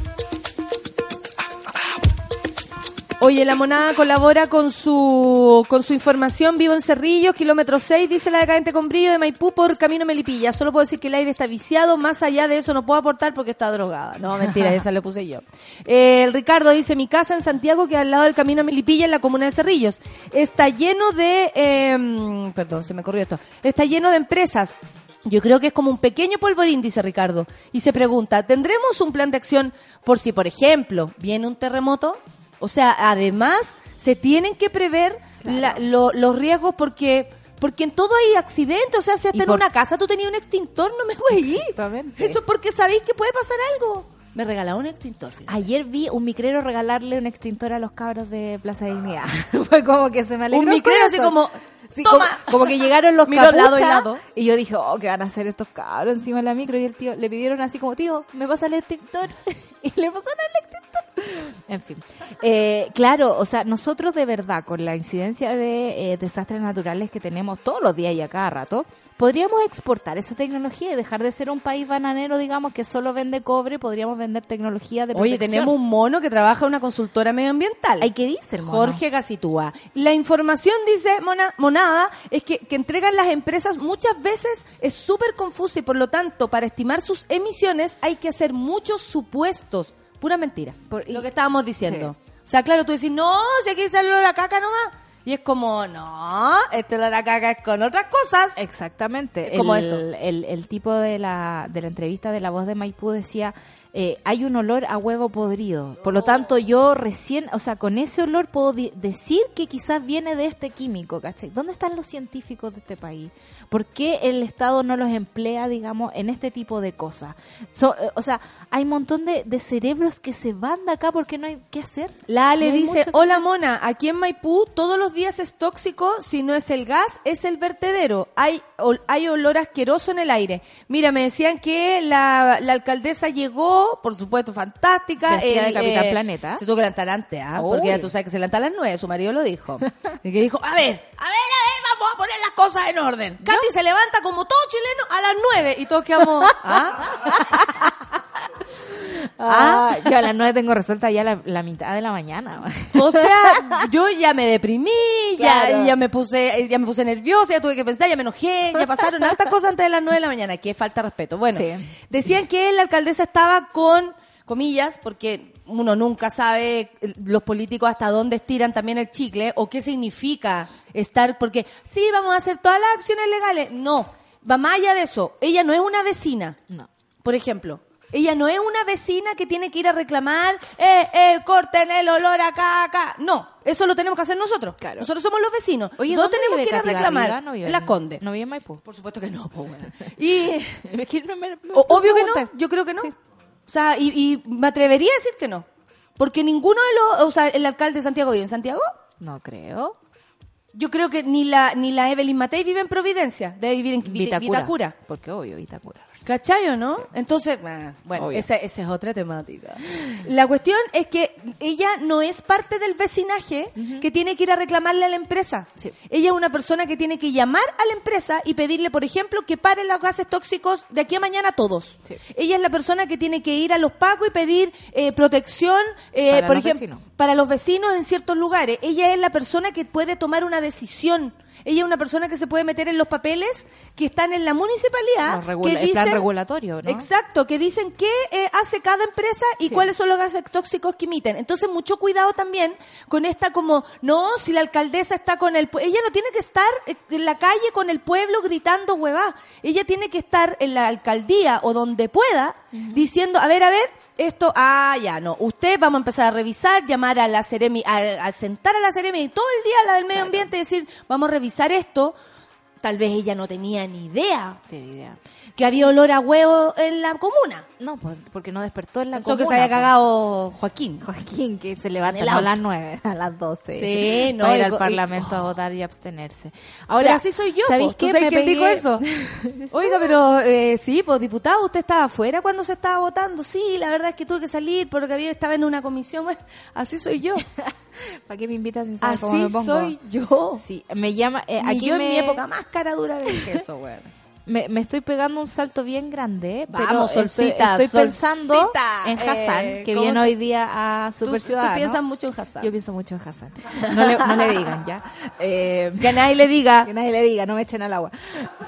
Oye, la monada colabora con su información. Vivo en Cerrillos, kilómetro 6, dice la decadente con brillo de Maipú por camino Melipilla. Solo puedo decir que el aire está viciado, más allá de eso no puedo aportar porque está drogada. No, mentira, esa le puse yo. El Ricardo dice, mi casa en Santiago, que al lado del camino Melipilla, en la comuna de Cerrillos. Está lleno de... perdón, se me corrió esto. Está lleno de empresas. Yo creo que es como un pequeño polvorín, dice Ricardo. Y se pregunta, ¿tendremos un plan de acción por si, por ejemplo, viene un terremoto? O sea, además, se tienen que prever los riesgos porque en todo hay accidentes. O sea, si hasta en una casa tú tenías un extintor, no me voy a ir. Exactamente. Eso porque sabéis que puede pasar algo. Me regalaron un extintor. Fíjate. Ayer vi un micrero regalarle un extintor a los cabros de Plaza Dignidad. Fue como que se me alegró. Un micrero así como... Sí, ¡toma! como que llegaron los Miró capuchas lado y lado. y yo dije, oh, ¿qué van a hacer estos cabros encima de la micro? Y el tío le pidieron así como, tío, ¿me pasa el extintor? Y le pasaron el extintor. En fin. Claro, o sea, nosotros de verdad, con la incidencia de desastres naturales que tenemos todos los días y a cada rato, podríamos exportar esa tecnología y dejar de ser un país bananero, digamos, que solo vende cobre. Podríamos vender tecnología de protección. Oye, tenemos un mono que trabaja en una consultora medioambiental. Hay que decir, mono. Jorge Gacitúa. La información, dice Monada, es que entregan las empresas muchas veces es súper confusa y por lo tanto, para estimar sus emisiones hay que hacer muchos supuestos. Pura mentira. Lo que estábamos diciendo. Sí. O sea, claro, tú decís, no, si aquí sale la caca nomás. Y es como, no, esto de la caca es con otras cosas. Exactamente. Es como eso. El tipo de la entrevista de La Voz de Maipú decía, hay un olor a huevo podrido. Por lo tanto, yo recién, o sea, con ese olor puedo decir que quizás viene de este químico, ¿cachai? ¿Dónde están los científicos de este país? ¿Por qué el Estado no los emplea, digamos, en este tipo de cosas? O sea, hay un montón de cerebros que se van de acá porque no hay qué hacer. La Ale no dice, hola Mona, aquí en Maipú todos los días es tóxico, si no es el gas, es el vertedero. Hay olor asqueroso en el aire. Mira, me decían que la alcaldesa llegó, por supuesto, fantástica. Vestida de Capitán Planeta. Se tuvo que levantar antes, porque ya tú sabes que se levanta a las 9, su marido lo dijo. Y que dijo, a ver, vamos a poner las cosas en orden. ¿No? Katy se levanta como todo chileno a las 9 y todos quedamos... Yo a las 9 tengo resuelta ya la mitad de la mañana. O sea, yo ya me deprimí, claro. ya me puse nerviosa, ya tuve que pensar, ya me enojé, ya pasaron hartas cosas antes de las 9 de la mañana. Qué falta de respeto. Bueno, sí. Decían que la alcaldesa estaba con comillas, porque uno nunca sabe los políticos hasta dónde estiran también el chicle o qué significa estar, porque sí, vamos a hacer todas las acciones legales. No, va más allá de eso. Ella no es una vecina, no. Por ejemplo. Ella no es una vecina que tiene que ir a reclamar, corten el olor acá. No, eso lo tenemos que hacer nosotros. Claro. Nosotros somos los vecinos. Oye, nosotros tenemos que ir a Katy reclamar Garriga? No vive en Las Condes. ¿No vive en Maipú? Por supuesto que no, pues bueno. Y obvio que no, yo creo que no. Sí. O sea, y me atrevería a decir que no. Porque ninguno de los... O sea, ¿el alcalde de Santiago vive en Santiago? No creo. Yo creo que ni la Evelyn Matei vive en Providencia, debe vivir en Vitacura. Porque obvio, Vitacura. ¿Cachai o no? Entonces, bueno, Obvio. esa es otra temática. La cuestión es que ella no es parte del vecinaje que tiene que ir a reclamarle a la empresa. Sí. Ella es una persona que tiene que llamar a la empresa y pedirle, por ejemplo, que paren los gases tóxicos de aquí a mañana todos. Sí. Ella es la persona que tiene que ir a los pacos y pedir protección, Para por los ejemplo, vecinos. para los vecinos en ciertos lugares. Ella es la persona que puede tomar una decisión. Ella es una persona que se puede meter en los papeles que están en la municipalidad. El plan regulatorio, ¿no? Exacto, que dicen qué hace cada empresa y Sí. cuáles son los gases tóxicos que emiten. Entonces, mucho cuidado también con esta como, no, si la alcaldesa está con el... Ella no tiene que estar en la calle con el pueblo gritando huevá. Ella tiene que estar en la alcaldía o donde pueda diciendo, a ver, esto, ya no. Usted vamos a empezar a revisar, llamar a la Seremi, a sentar a la Seremi todo el día, la del medio ambiente, y decir, vamos a revisar esto. Tal vez ella no tenía ni idea Tiene idea. que había olor a huevo en la comuna. No, pues porque no despertó en la Pensó comuna. que se había pues. cagado Joaquín. Joaquín, que se levanta En el no a auto. las 9, a las 12. Sí, no, Va a ir y al co- Parlamento y- a votar y abstenerse. Ahora, Ahora, así soy yo. ¿sabéis po. ¿Tú qué? sabes Me quién dijo pegué- eso? Oiga, pero sí, pues diputado, usted estaba afuera cuando se estaba votando. Sí, la verdad es que tuve que salir porque estaba en una comisión. Bueno, así soy yo. ¿Para qué me invitas sin saber cómo me Así pongo? soy yo. Sí, me llama... Ni aquí yo me, en mi época más cara dura de eso, güey. me estoy pegando un salto bien grande, Vamos, pero solcita, estoy pensando solcita. en Hassan, que ¿cómo viene se- hoy día a Tú Super Ciudadano. piensas mucho en Hassan. Yo pienso mucho en Hassan. No le digan, ¿ya? Que nadie le diga. Que nadie le diga, no me echen al agua.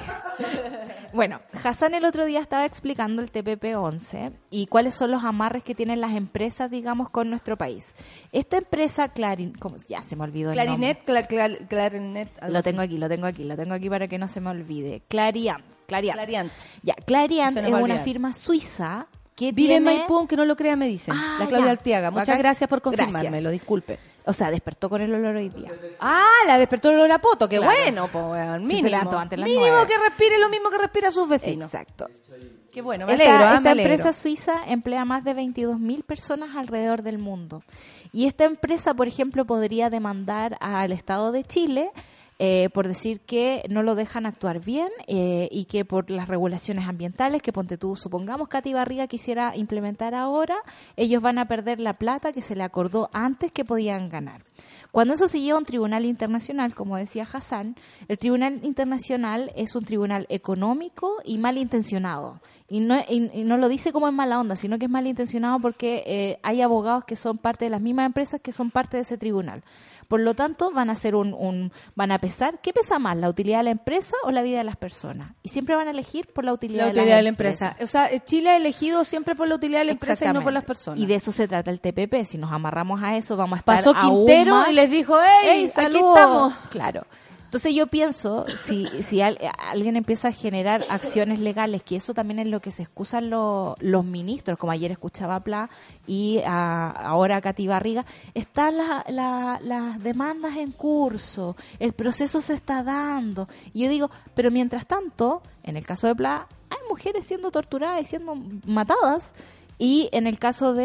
Bueno, Hassan el otro día estaba explicando el TPP-11 y cuáles son los amarres que tienen las empresas, digamos, con nuestro país. Esta empresa, ¿cómo? Ya se me olvidó el nombre. Clarinet. algo Lo tengo aquí para que no se me olvide. Clariant. Clariant. Ya, Clariant Se nos es va a una olvidar. firma suiza que Vive en tiene... Maipú, aunque no lo crea, me dicen. Ah, La Claudia ya. Arteaga. Muchas Bacán. gracias por confirmármelo, Gracias. disculpe. O sea, despertó con el olor hoy día. La despertó el olor a poto. Qué Claro. bueno, pues, weón. Se Mínimo. levantó antes de las Mínimo 9. que respire lo mismo que respira sus vecinos. Exacto. Qué bueno, me Esta, alegro. esta me alegro. empresa suiza emplea más de 22.000 personas alrededor del mundo. Y esta empresa, por ejemplo, podría demandar al Estado de Chile por decir que no lo dejan actuar bien y que por las regulaciones ambientales que ponte tú, supongamos Katy Barriga quisiera implementar ahora, ellos van a perder la plata que se le acordó antes que podían ganar. Cuando eso se lleva a un tribunal internacional, como decía Hassan, el tribunal internacional es un tribunal económico y malintencionado. Y no lo dice como en mala onda, sino que es malintencionado porque hay abogados que son parte de las mismas empresas que son parte de ese tribunal. Por lo tanto, van a hacer van a pesar, ¿qué pesa más, la utilidad de la empresa o la vida de las personas? Y siempre van a elegir por la utilidad, La utilidad de la empresa. O sea, Chile ha elegido siempre por la utilidad de la empresa y no por las personas. Y de eso se trata el TPP. Si nos amarramos a eso, vamos a estar Pasó aún Quintero más... y les dijo, ¡Ey, aquí saludos! estamos! Claro. Entonces yo pienso, si alguien empieza a generar acciones legales, que eso también es lo que se excusan los ministros, como ayer escuchaba a Pla y ahora a Katy Barriga, están las demandas en curso, el proceso se está dando. Y yo digo, pero mientras tanto, en el caso de Pla, hay mujeres siendo torturadas y siendo matadas. Y en el caso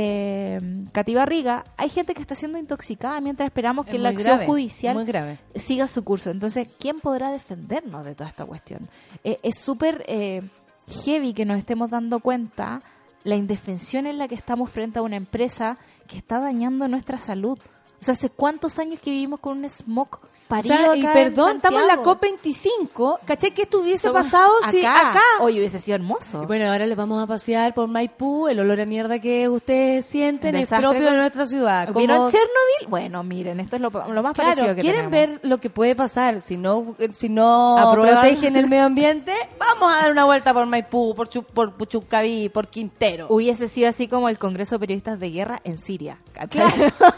de Katy Barriga, hay gente que está siendo intoxicada mientras esperamos que Es la muy acción grave, judicial muy grave. siga su curso. Entonces, ¿quién podrá defendernos de toda esta cuestión? Es súper heavy que nos estemos dando cuenta la indefensión en la que estamos frente a una empresa que está dañando nuestra salud. O sea, ¿hace cuántos años que vivimos con un smog O parido sea, y acá perdón, en estamos en la Santiago? COP25. ¿Cachai que esto hubiese Somos pasado si acá? Hoy hubiese sido hermoso. Bueno, ahora les vamos a pasear por Maipú. El olor a mierda que ustedes sienten es Desastre propio de con- nuestra ciudad. ¿Vieron Como- Chernobyl? Bueno, miren, esto es lo más Claro, parecido que quieren tenemos. ver lo que puede pasar si no Aprueban. protegen el medio ambiente. Vamos a dar una vuelta por Maipú, por Puchuncaví, por Quintero. Hubiese sido así como el Congreso de Periodistas de Guerra en Siria. ¿cachai?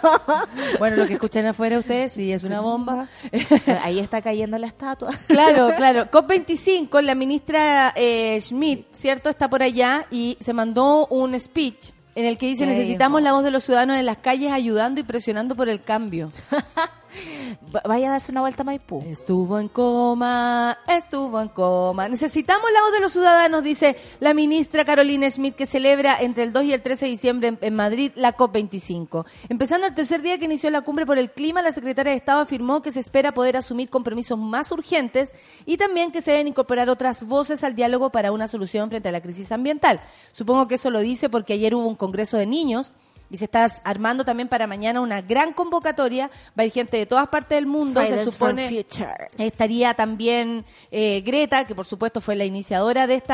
Bueno, lo que escuchan afuera ustedes sí es una bomba. Ahí está cayendo la estatua. Claro, claro. COP25, la ministra Schmidt, ¿cierto? Está por allá y se mandó un speech en el que dice: ¿Qué necesitamos dijo? la voz de los ciudadanos en las calles ayudando y presionando por el cambio. Vaya a darse una vuelta a Maipú. Estuvo en coma. Necesitamos la voz de los ciudadanos, dice la ministra Carolina Schmidt, que celebra entre el 2 y el 13 de diciembre en Madrid la COP25. Empezando el tercer día que inició la cumbre por el clima, la secretaria de Estado afirmó que se espera poder asumir compromisos más urgentes y también que se deben incorporar otras voces al diálogo para una solución frente a la crisis ambiental. Supongo que eso lo dice porque ayer hubo un congreso de niños y se está armando también para mañana una gran convocatoria. Va a ir gente de todas partes del mundo. Fridays se supone for Future. estaría también Greta, que por supuesto fue la iniciadora de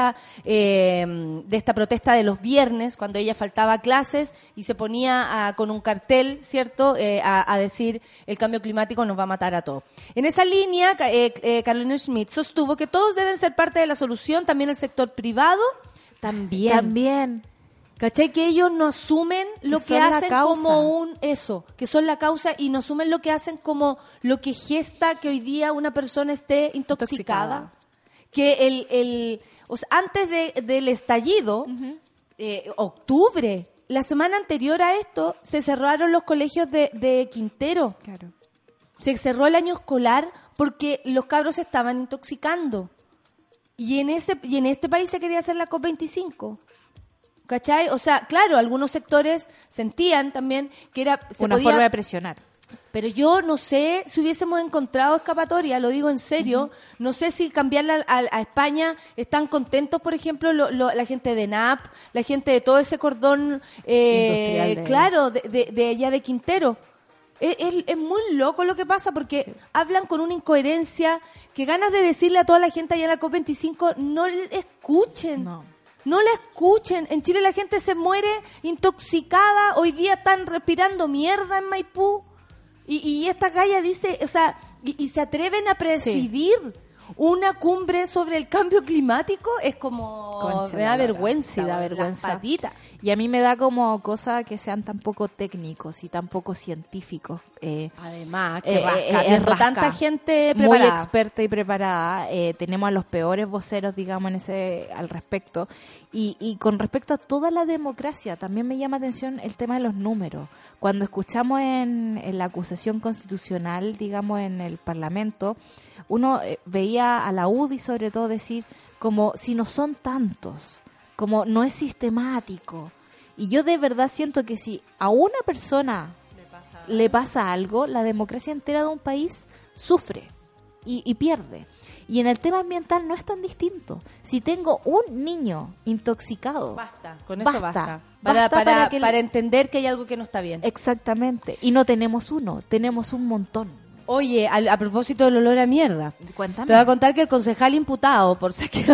esta protesta de los viernes, cuando ella faltaba a clases y se ponía con un cartel, ¿cierto?, a decir el cambio climático nos va a matar a todos. En esa línea, Carolina Schmidt sostuvo que todos deben ser parte de la solución, también el sector privado. También. ¿Cachai? Que ellos no asumen lo que hacen como que son la causa, y no asumen lo que hacen como lo que gesta que hoy día una persona esté intoxicada. Que o sea, antes del estallido, octubre, la semana anterior a esto, se cerraron los colegios de Quintero. Claro. Se cerró el año escolar porque los cabros se estaban intoxicando. Y en este país se quería hacer la COP25. ¿Cachai? O sea, claro, algunos sectores sentían también que era una forma de presionar. Pero yo no sé si hubiésemos encontrado escapatoria, lo digo en serio. No sé si cambiarla a España están contentos, por ejemplo, la gente de NAP, la gente de todo ese cordón, claro, de allá de Quintero. Es muy loco lo que pasa porque hablan con una incoherencia que ganas de decirle a toda la gente allá en la COP25, no le escuchen. No la escuchen. En Chile la gente se muere intoxicada. Hoy día están respirando mierda en Maipú. Y esta galla dice, o sea, y se atreven a presidir una cumbre sobre el cambio climático. Es como, Concha, me da vergüenza. sí, da vergüenza. Las patitas. Y a mí me da como cosa que sean tan poco técnicos y tan poco científicos. Además, que rasca, tanta gente muy preparada. experta y preparada. Tenemos a los peores voceros, digamos, al respecto. Y con respecto a toda la democracia, también me llama atención el tema de los números. Cuando escuchamos en la acusación constitucional, digamos, en el Parlamento, uno veía a la UDI sobre todo decir como si no son tantos, como no es sistemático. Y yo de verdad siento que si a una persona le pasa algo, la democracia entera de un país sufre y pierde. Y en el tema ambiental no es tan distinto. Si tengo un niño intoxicado, Con eso basta. Para entender que hay algo que no está bien. Exactamente. Y no tenemos uno, tenemos un montón. Oye, a propósito del olor a mierda, Cuéntame. te voy a contar que el concejal imputado por saqueo...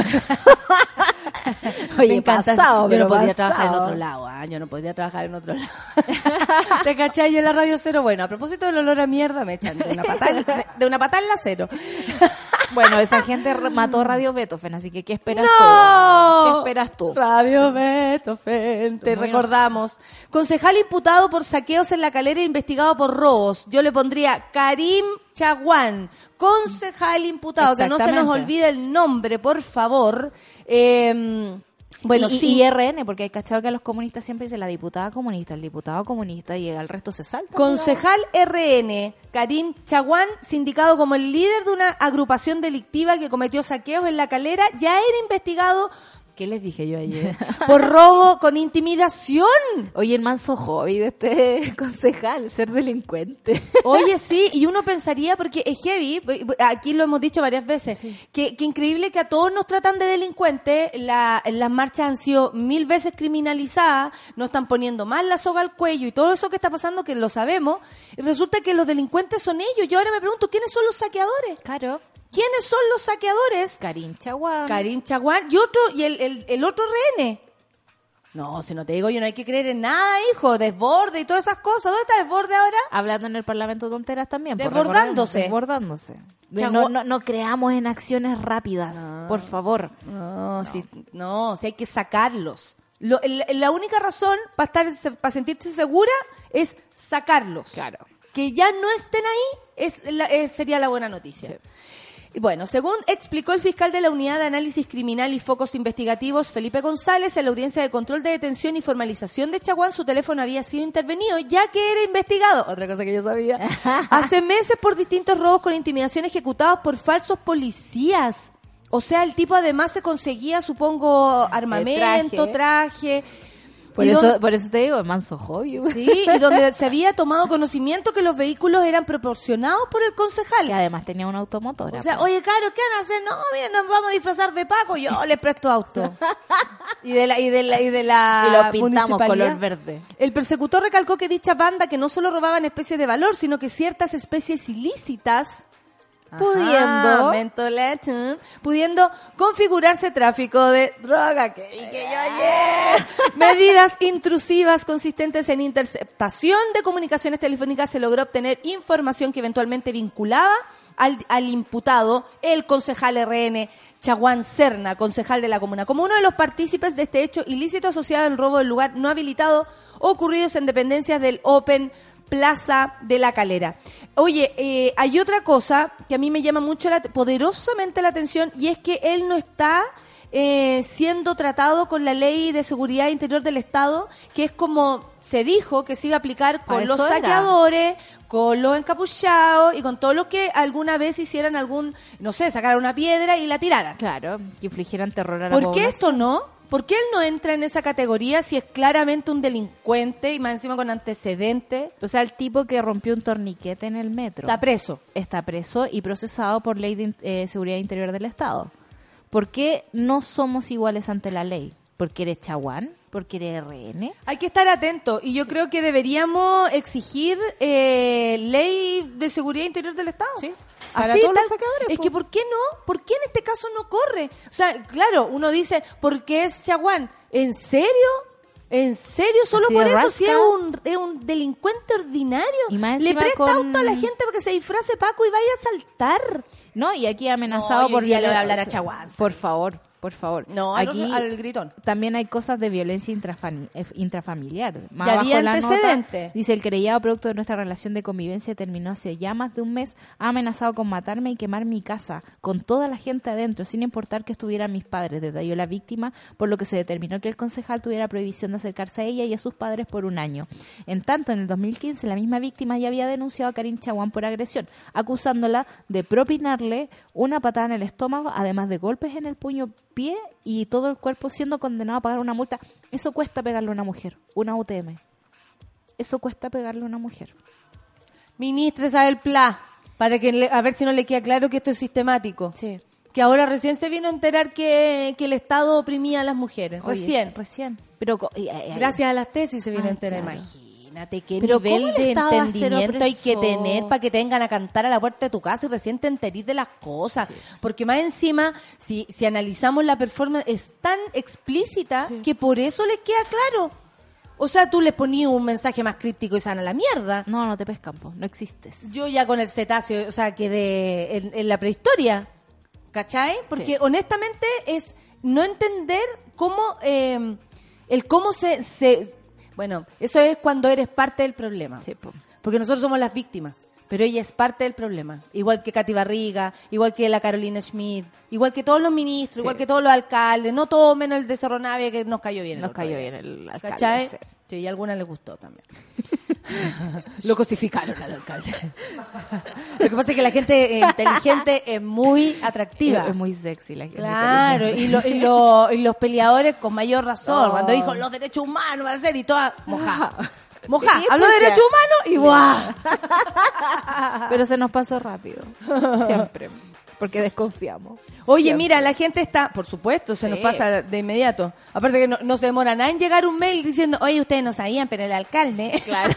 Oye, Me encanta. pasado, Yo pero no podía pasado. trabajar en otro lado. Yo no podía trabajar en otro lado. ¿Te cachai? Yo en la Radio Cero. Bueno, a propósito del olor a mierda, me echan de una patada en la cero. Bueno, esa gente mató Radio Beethoven, así que ¿qué esperas ¡No! tú? ¿Qué esperas tú? Radio Beethoven, te Muy recordamos. Concejal imputado por saqueos en La Calera e investigado por robos. Yo le pondría Karim Chaguán, concejal imputado, que no se nos Exactamente. olvide el nombre, por favor. Bueno, y, sí. y RN, porque hay cachado que a los comunistas siempre dice la diputada comunista, el diputado comunista, y al resto se salta. Concejal RN, Karim Chaguán, sindicado como el líder de una agrupación delictiva que cometió saqueos en La Calera, ya era investigado, ¿qué les dije yo ayer? Por robo con intimidación. Oye, el manso hobby de este concejal, ser delincuente. Oye, sí, y uno pensaría, porque es heavy, aquí lo hemos dicho varias veces, que increíble que a todos nos tratan de delincuentes, las marchas han sido 1000 veces criminalizadas, nos están poniendo más la soga al cuello y todo eso que está pasando, que lo sabemos, y resulta que los delincuentes son ellos. Yo ahora me pregunto, ¿quiénes son los saqueadores? Claro. ¿Quiénes son los saqueadores? Karim Chaguán. Karim Chaguán y el otro rehén. No, si no te digo yo, no hay que creer en nada, hijo. Desborde y todas esas cosas. ¿Dónde está Desborde ahora? Hablando en el Parlamento tonteras también. por Desbordándose. recordemos, Desbordándose. No creamos en acciones rápidas, por favor. No, si hay que sacarlos. La única razón para sentirse segura es sacarlos. Claro. Que ya no estén ahí sería la buena noticia. Sí. Y bueno, según explicó el fiscal de la Unidad de Análisis Criminal y Focos Investigativos, Felipe González, en la audiencia de control de detención y formalización de Chaguán, su teléfono había sido intervenido ya que era investigado, otra cosa que yo sabía, hace meses por distintos robos con intimidación ejecutados por falsos policías. O sea, el tipo además se conseguía, supongo, armamento, traje. Por eso te digo, manso hobby. Sí, y donde se había tomado conocimiento que los vehículos eran proporcionados por el concejal. Que además tenía una automotora. O sea, oye, Caro, ¿qué van a hacer? No, miren, nos vamos a disfrazar de Paco, yo les presto auto. Y lo pintamos municipalidad. color verde. El persecutor recalcó que dicha banda que no solo robaban especies de valor, sino que ciertas especies ilícitas pudiendo configurarse tráfico de droga medidas intrusivas consistentes en interceptación de comunicaciones telefónicas. Se logró obtener información que eventualmente vinculaba al imputado, el concejal RN Chaguán Serna, concejal de la comuna, como uno de los partícipes de este hecho ilícito asociado al robo del lugar no habilitado ocurridos en dependencias del Open Plaza de la Calera. Oye, hay otra cosa que a mí me llama mucho poderosamente la atención, y es que él no está siendo tratado con la Ley de Seguridad Interior del Estado, que es como se dijo que se iba a aplicar con los saqueadores, con los encapuchados y con todos los que alguna vez hicieran sacaran una piedra y la tiraran. Claro, que infligieran terror a la ¿Por población. qué esto no? ¿Por qué él no entra en esa categoría si es claramente un delincuente y más encima con antecedentes? O sea, el tipo que rompió un torniquete en el metro. Está preso y procesado por Ley de Seguridad Interior del Estado. ¿Por qué no somos iguales ante la ley? ¿Porque eres Chaguán? ¿Porque eres RN? Hay que estar atento, y yo creo que deberíamos exigir Ley de Seguridad Interior del Estado. Sí. Así, Para todos los saqueadores, es que ¿por qué no? ¿Por qué en este caso no corre? O sea, claro, uno dice, porque es Chaguán. ¿En serio? ¿En serio? Solo Así por de eso, rasca. si es un delincuente ordinario. Y más le encima presta con- auto a la gente para que se disfrace Paco y vaya a saltar. No, y aquí amenazado No, yo por ya le voy a violencia. hablar a Chaguán. Por favor. No, aquí al gritón. también hay cosas de violencia intrafamiliar. Más Ya abajo había en la nota, antecedentes. dice: el querellado, producto de nuestra relación de convivencia, terminó hace ya más de un mes, ha amenazado con matarme y quemar mi casa, con toda la gente adentro, sin importar que estuvieran mis padres, detalló la víctima, por lo que se determinó que el concejal tuviera prohibición de acercarse a ella y a sus padres por un año. En tanto, en el 2015, la misma víctima ya había denunciado a Karin Chaguán por agresión, acusándola de propinarle una patada en el estómago, además de golpes en el puño, pie y todo el cuerpo, siendo condenado a pagar una multa. Eso cuesta pegarle a una mujer, una UTM. Eso cuesta pegarle a una mujer. Ministre Isabel Pla, para que a ver si no le queda claro que esto es sistemático. Sí. Que ahora recién se vino a enterar que el Estado oprimía a las mujeres. Recién. Pero Gracias a las tesis se vino a Ay, enterar. claro. Imagínate qué Pero nivel ¿cómo el de Estado va a ser entendimiento hay que opresor? tener para que te vengan a cantar a la puerta de tu casa y recién te enterís de las cosas. Porque más encima, si analizamos la performance, es tan explícita que por eso les queda claro. O sea, tú les ponías un mensaje más críptico y se van a la mierda. No te pescan, po. No existes. Yo ya con el cetáceo, o sea, quedé en la prehistoria, ¿cachai? Porque Sí. honestamente es no entender cómo, cómo bueno, eso es cuando eres parte del problema. Sí, po. Porque nosotros somos las víctimas, pero ella es parte del problema. Igual que Katy Barriga, igual que la Carolina Schmidt, igual que todos los ministros, Sí. igual que todos los alcaldes, no todos menos el de Cerro Navia que nos cayó bien. el Nos otro cayó día. bien el alcalde. ¿Cachai? Sí. Sí, y a algunas les gustó también. Lo cosificaron al alcalde. Lo que pasa es que la gente inteligente es muy atractiva. Es muy sexy la gente. Claro, y los peleadores con mayor razón. Oh. Cuando dijo los derechos humanos va a ser y toda mojada. Y Mojada. después Habló de ya. derechos humanos y ¡guau! Pero se nos pasó rápido. Siempre. Porque desconfiamos. Oye, Siempre. mira, la gente está, por supuesto, se Sí. nos pasa de inmediato. Aparte que no se demora nada en llegar un mail diciendo, oye, ustedes no sabían, pero el alcalde... Claro.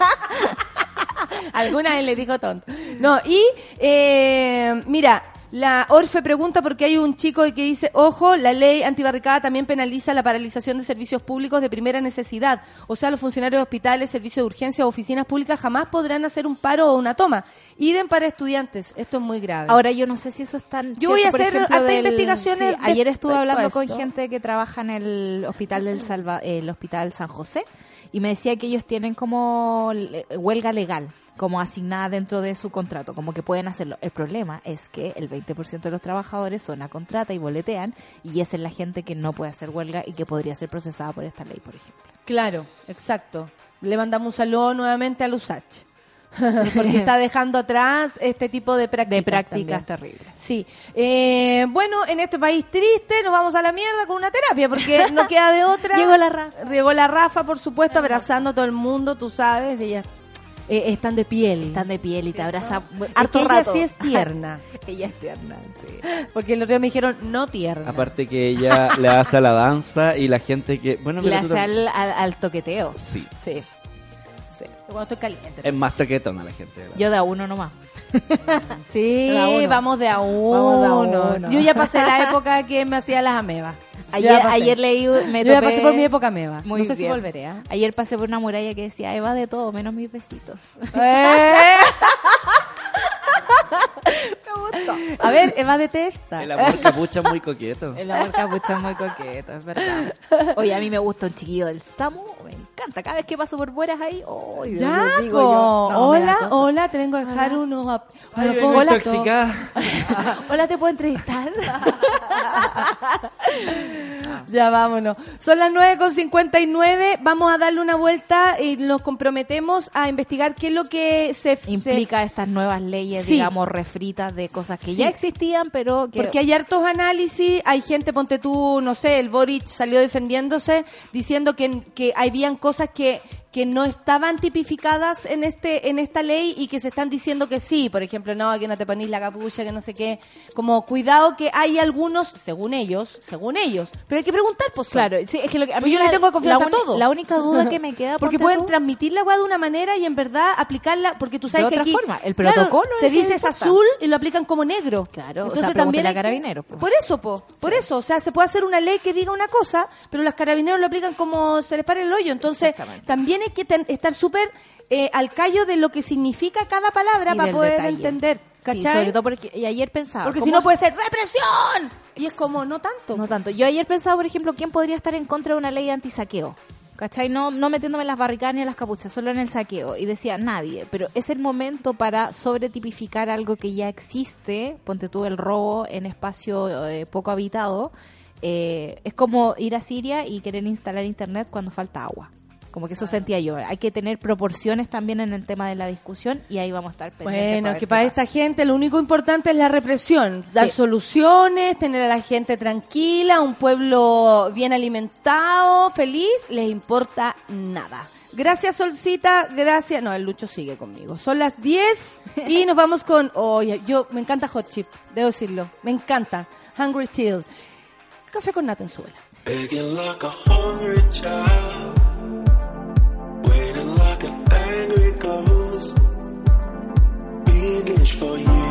Alguna vez le dijo tonto. No, y mira, la Orfe pregunta porque hay un chico que dice, ojo, la ley antibarricada también penaliza la paralización de servicios públicos de primera necesidad. O sea, los funcionarios de hospitales, servicios de urgencia o oficinas públicas jamás podrán hacer un paro o una toma. Idem para estudiantes. Esto es muy grave. Ahora, yo no sé si eso es tan... Yo voy a cierto, por hacer ejemplo, hartas investigaciones sí, ayer estuve respecto hablando a con esto. gente que trabaja en el hospital el hospital San José, y me decía que ellos tienen como huelga legal. como asignada dentro de su contrato, como que pueden hacerlo. El problema es que el 20% de los trabajadores son a contrata y boletean, y esa es la gente que no puede hacer huelga y que podría ser procesada por esta ley, por ejemplo. Claro, exacto. Le mandamos un saludo nuevamente a Lusach. Porque está dejando atrás este tipo de prácticas. De prácticas también. terribles. Sí. Bueno, en este país triste nos vamos a la mierda con una terapia porque no queda de otra. Llegó la Rafa. Llegó la Rafa, por supuesto, abrazando a todo el mundo, tú sabes. Ella están de piel. Están de piel y te abraza Es harto que ella rato. sí es tierna. Ella es tierna, sí. Porque el otro día me dijeron no tierna. Aparte que ella le hace a la danza y la gente que... Bueno, Le pero tú hace también- al toqueteo. Sí, Sí. Cuando estoy caliente. es más toquetona la gente. ¿verdad? Yo de a uno nomás. Sí, De a uno. vamos de a uno. Vamos de a uno. Yo ya pasé la época que me hacía las amebas. Ayer leí, me Yo ya topé- pasé por mi época ameba. Muy No sé si bien. volveré, ¿ah? Ayer pasé por una muralla que decía, Eva de todo, menos mis besitos. Me gustó. A ver, Eva detesta. El amor capucha es muy coqueto. El amor capucha es muy coqueto, es verdad. Oye, a mí me gusta un chiquillo del Samu, me encanta. Cada vez que paso por buenas ahí, oh, Ya, digo po. yo, no, me da Hola, cosa. hola, te vengo a dejar unos... Ay, unos vengo hola, intoxicada. Hola, ¿te puedo entrevistar? Ya vámonos. Son las 9:59. Vamos a darle una vuelta y nos comprometemos a investigar qué es lo que se Implica estas nuevas leyes, Sí. digamos, refritas de cosas que Sí. ya existían, pero que... Porque hay hartos análisis, hay gente, ponte tú, no sé, el Boric salió defendiéndose diciendo que habían cosas que no estaban tipificadas en esta ley y que se están diciendo que sí, por ejemplo, no, que no te ponís la capucha, que no sé qué, como cuidado que hay algunos, según ellos, pero hay que preguntar, pues. Claro, sí, es que lo que a Pues yo le tengo confianza a todo. La única duda que me queda, Porque ponte pueden tú, transmitir la weá de una manera y en verdad aplicarla, porque tú sabes De que otra aquí forma, el claro, protocolo se es el que dice es importa. azul y lo aplican como negro. Claro, o entonces sea, también pregúntale a hay que- Carabineros, po. Por eso, o sea, se puede hacer una ley que diga una cosa, pero los carabineros lo aplican como se les pare el hoyo. Entonces, Exactamente. también hay que estar súper al callo de lo que significa cada palabra Y para del poder detalle. entender, Sí, ¿cachai? sobre todo porque y ayer pensaba... Porque ¿cómo- si no puede ser represión y es como no tanto. No tanto. Yo ayer pensaba, por ejemplo, ¿quién podría estar en contra de una ley antisaqueo? ¿Cachai? No metiéndome en las barricadas ni en las capuchas, solo en el saqueo. Y decía, nadie. Pero es el momento para sobretipificar algo que ya existe. Ponte tú el robo en espacio poco habitado. Es como ir a Siria y querer instalar internet cuando falta agua. Como que eso sentía yo. Hay que tener proporciones también en el tema de la discusión y ahí vamos a estar pendientes. Bueno, ver que qué para pasa. esta gente lo único importante es la represión, dar Sí. soluciones, tener a la gente tranquila, un pueblo bien alimentado, feliz, les importa nada. Gracias, Solcita, gracias. No, el Lucho sigue conmigo. Son las 10 y nos vamos con... Oye, me encanta Hot Chip, debo decirlo. Me encanta. Hungry Chills. Café con nata en suela. Begging like a hungry child, waiting like an angry ghost. English for you.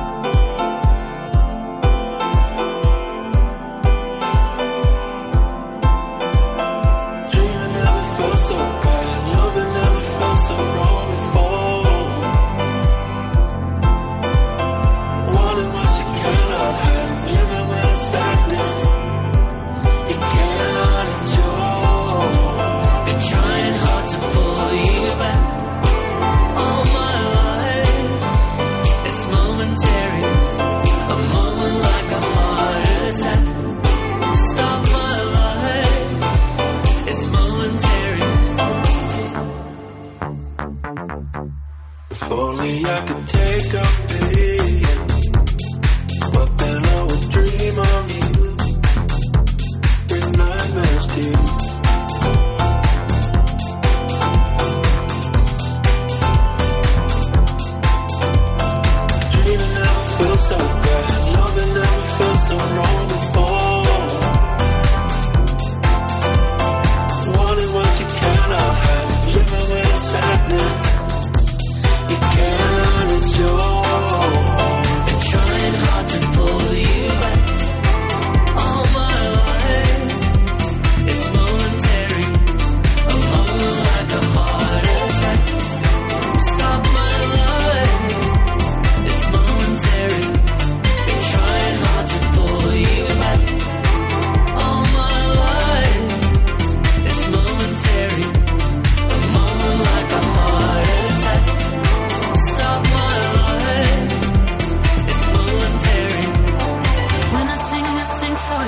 Dreaming never felt so bad, loving never felt so wrong before. Wanting what you cannot have, living with sadness you cannot enjoy.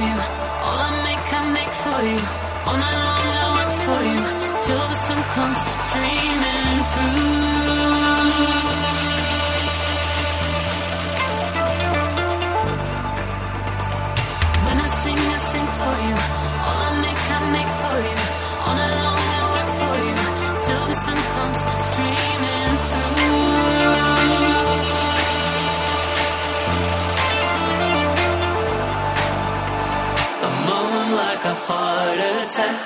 you. All I make for you. All night long I work for you. Till the sun comes streaming through. When I sing for you. All I make for you. All night long I work for you. Till the sun comes streaming through. A moment like a heart attack.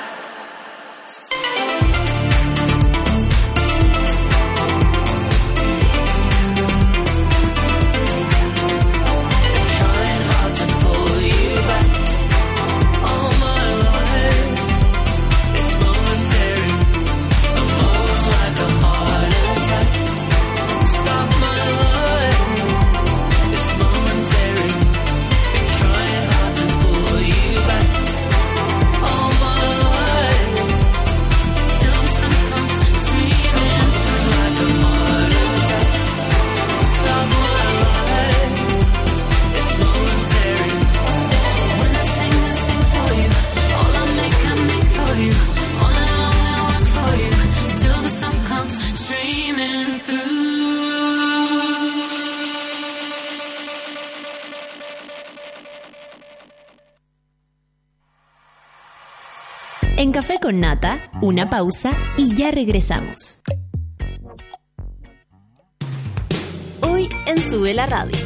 En Café con Nata, una pausa y ya regresamos. Hoy en Sube la Radio.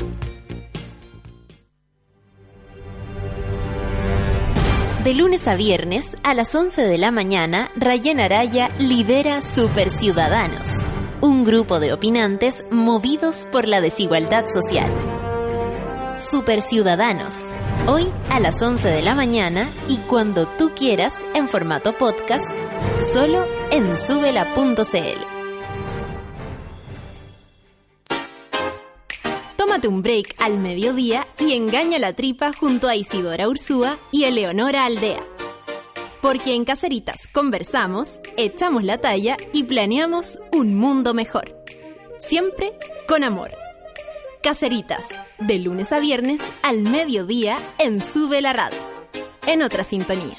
De lunes a viernes, a las 11 de la mañana, Rayén Araya lidera Super Ciudadanos, un grupo de opinantes movidos por la desigualdad social. Super Ciudadanos, hoy a las 11 de la mañana y cuando tú quieras en formato podcast, solo en subela.cl. Tómate un break al mediodía y engaña la tripa junto a Isidora Ursúa y Eleonora Aldea. Porque en Caseritas conversamos, echamos la talla y planeamos un mundo mejor. Siempre con amor. Caseritas, de lunes a viernes al mediodía en Sube la Radio. En otra sintonía.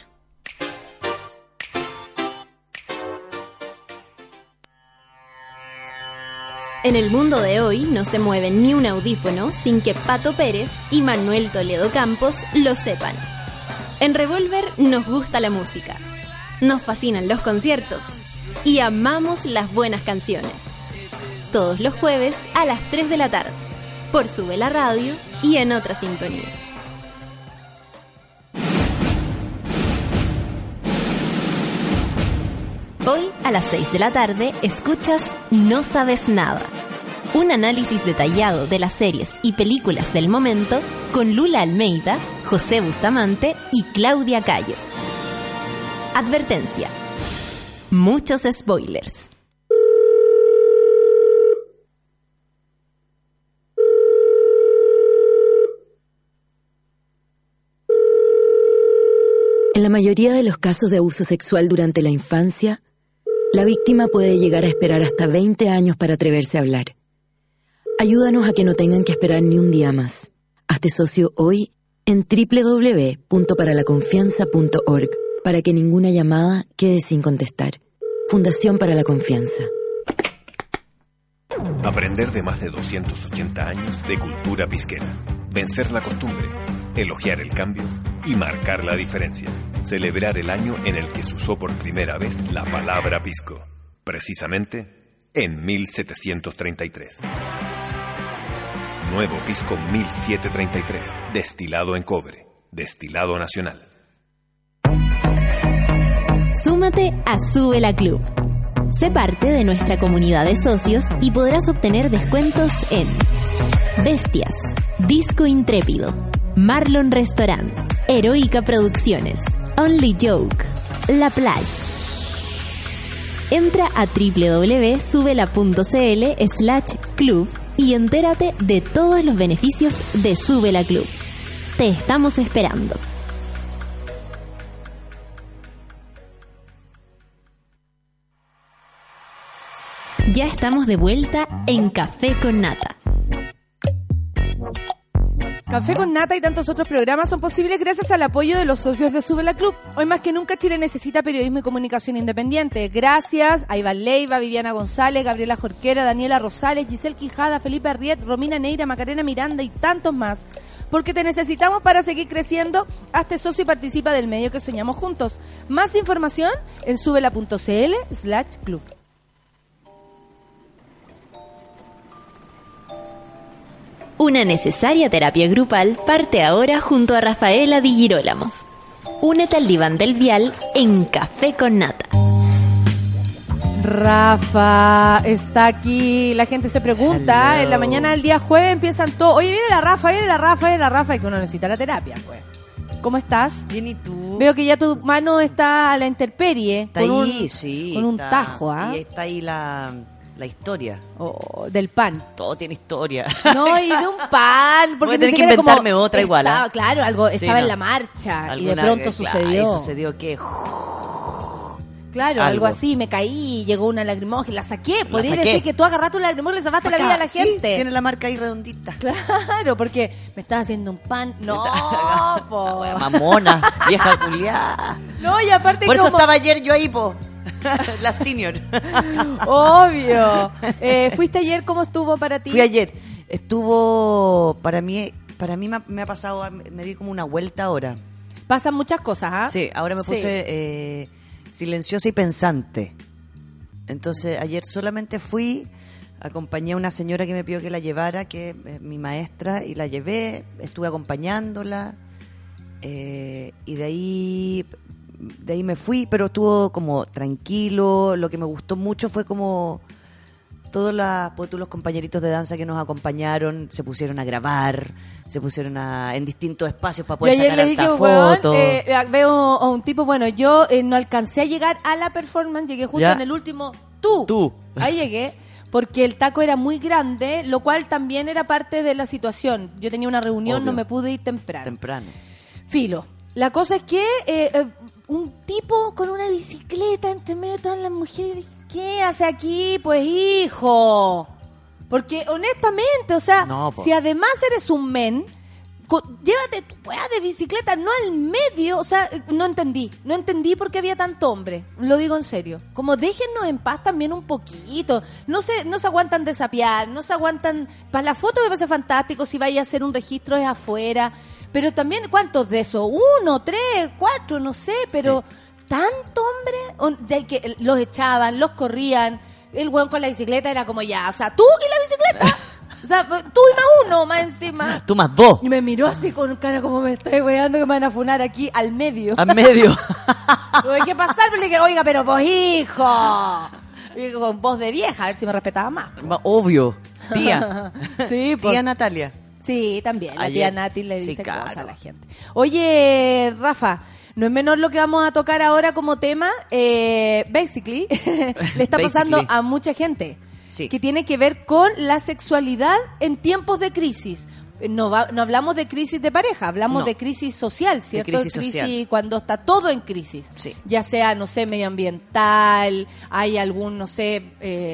En el mundo de hoy no se mueve ni un audífono sin que Pato Pérez y Manuel Toledo Campos lo sepan. En Revolver nos gusta la música, nos fascinan los conciertos y amamos las buenas canciones. Todos los jueves a las 3 de la tarde, por Sube la Radio y en otra sintonía. Hoy a las 6 de la tarde escuchas No Sabes Nada, un análisis detallado de las series y películas del momento con Lula Almeida, José Bustamante y Claudia Cayo. Advertencia: muchos spoilers. En la mayoría de los casos de abuso sexual durante la infancia, la víctima puede llegar a esperar hasta 20 años para atreverse a hablar. Ayúdanos a que no tengan que esperar ni un día más. Hazte socio hoy en www.paralaconfianza.org para que ninguna llamada quede sin contestar. Fundación para la Confianza. Aprender de más de 280 años de cultura pisquera. Vencer la costumbre, elogiar el cambio y marcar la diferencia. Celebrar el año en el que se usó por primera vez la palabra pisco. Precisamente en 1733. Nuevo pisco 1733, destilado en cobre, destilado nacional. Súmate a Sube la Club. Sé parte de nuestra comunidad de socios y podrás obtener descuentos en Bestias, Disco Intrépido, Marlon Restaurant, Heroica Producciones, Only Joke, La Plage. Entra a www.subela.cl/club y entérate de todos los beneficios de Sube la Club. Te estamos esperando. Ya estamos de vuelta en Café con Nata. Café con Nata y tantos otros programas son posibles gracias al apoyo de los socios de Súbela Club. Hoy más que nunca Chile necesita periodismo y comunicación independiente. Gracias a Iván Leiva, Viviana González, Gabriela Jorquera, Daniela Rosales, Giselle Quijada, Felipe Arriet, Romina Neira, Macarena Miranda y tantos más. Porque te necesitamos para seguir creciendo. Hazte socio y participa del medio que soñamos juntos. Más información en subela.cl/club. Una necesaria terapia grupal parte ahora junto a Rafaela Di Girolamo. Únete al diván del Vial en Café con Nata. Rafa está aquí, la gente se pregunta, Hello. en la mañana del día jueves empiezan todos, oye, viene la Rafa, y que uno necesita la terapia, pues. ¿Cómo estás? Bien, ¿y tú? Veo que ya tu mano está a la intemperie. Está con ahí, un, sí. con un está- tajo, ¿ah? Y está ahí la historia. Del pan. Todo tiene historia. No, y de un pan. Porque Voy a ni tener que siquiera como inventarme otra igual, ¿ah? estaba, claro, algo Sí, estaba en no. la marcha y de Alguna- pronto claro, sucedió. ¿y sucedió qué? Claro, algo algo. así, me caí, llegó una lagrimógena, la saqué. La Podría saqué. decir que tú agarraste una lagrimógena y le salvaste la vida a la Sí, gente. tiene la marca ahí redondita. Claro, porque me estaba haciendo un pan. No, po. Mamona, vieja culiada. No, y aparte Por eso como... estaba ayer yo ahí, po. La senior. Obvio. ¿Fuiste ayer? ¿Cómo estuvo para ti? Fui ayer. Estuvo, para mí me ha pasado, me di como una vuelta ahora. Pasan muchas cosas, ¿ah? Sí, ahora me Sí. puse silenciosa y pensante. Entonces, ayer solamente fui, acompañé a una señora que me pidió que la llevara, que es mi maestra, y la llevé, estuve acompañándola, y de ahí me fui, pero estuvo como tranquilo. Lo que me gustó mucho fue como todos los compañeritos de danza que nos acompañaron se pusieron a grabar, se pusieron en distintos espacios para Yo poder ayer sacar le dije, alta weón, foto. veo a un tipo, bueno, yo no alcancé a llegar a la performance, llegué justo Ya. en el último, tú. Ahí llegué, porque el taco era muy grande, lo cual también era parte de la situación. Yo tenía una reunión, Obvio. no me pude ir temprano. Temprano. Filo. La cosa es que un tipo con una bicicleta entre medio de todas las mujeres, ¿qué hace aquí? Pues hijo. Porque honestamente, o sea, No, po. si además eres un men, llévate tu weá de bicicleta, no al medio. O sea, no entendí por qué había tanto hombre. Lo digo en serio. Como déjennos en paz también un poquito. No se aguantan desapiar, no se aguantan. Para la foto me parece fantástico, si vaya a hacer un registro es afuera. Pero también, ¿cuántos de esos? 1, 3, 4, no sé, pero tanto hombre, de que los echaban, los corrían. El weón con la bicicleta era como ya, o sea, tú y la bicicleta. O sea, tú y más uno, más encima. Tú más dos. Y me miró así con cara como me estoy weando que me van a funar aquí al medio. Al medio. Tuve que pasar, pero le dije, oiga, pero pues hijo. Y con voz de vieja, a ver si me respetaba más. Obvio. Tía. Sí, pues. Tía Natalia. Sí, también. La Ayer. tía Nati le Sí, dice claro. cosas a la gente. Oye, Rafa, no es menor lo que vamos a tocar ahora como tema. Basically, le está pasando Basically. a mucha gente. Sí. Que tiene que ver con la sexualidad en tiempos de crisis. No hablamos de crisis de pareja, hablamos No. de crisis social, ¿cierto? crisis social. Cuando está todo en crisis. Sí. Ya sea, no sé, medioambiental, hay algún, no sé,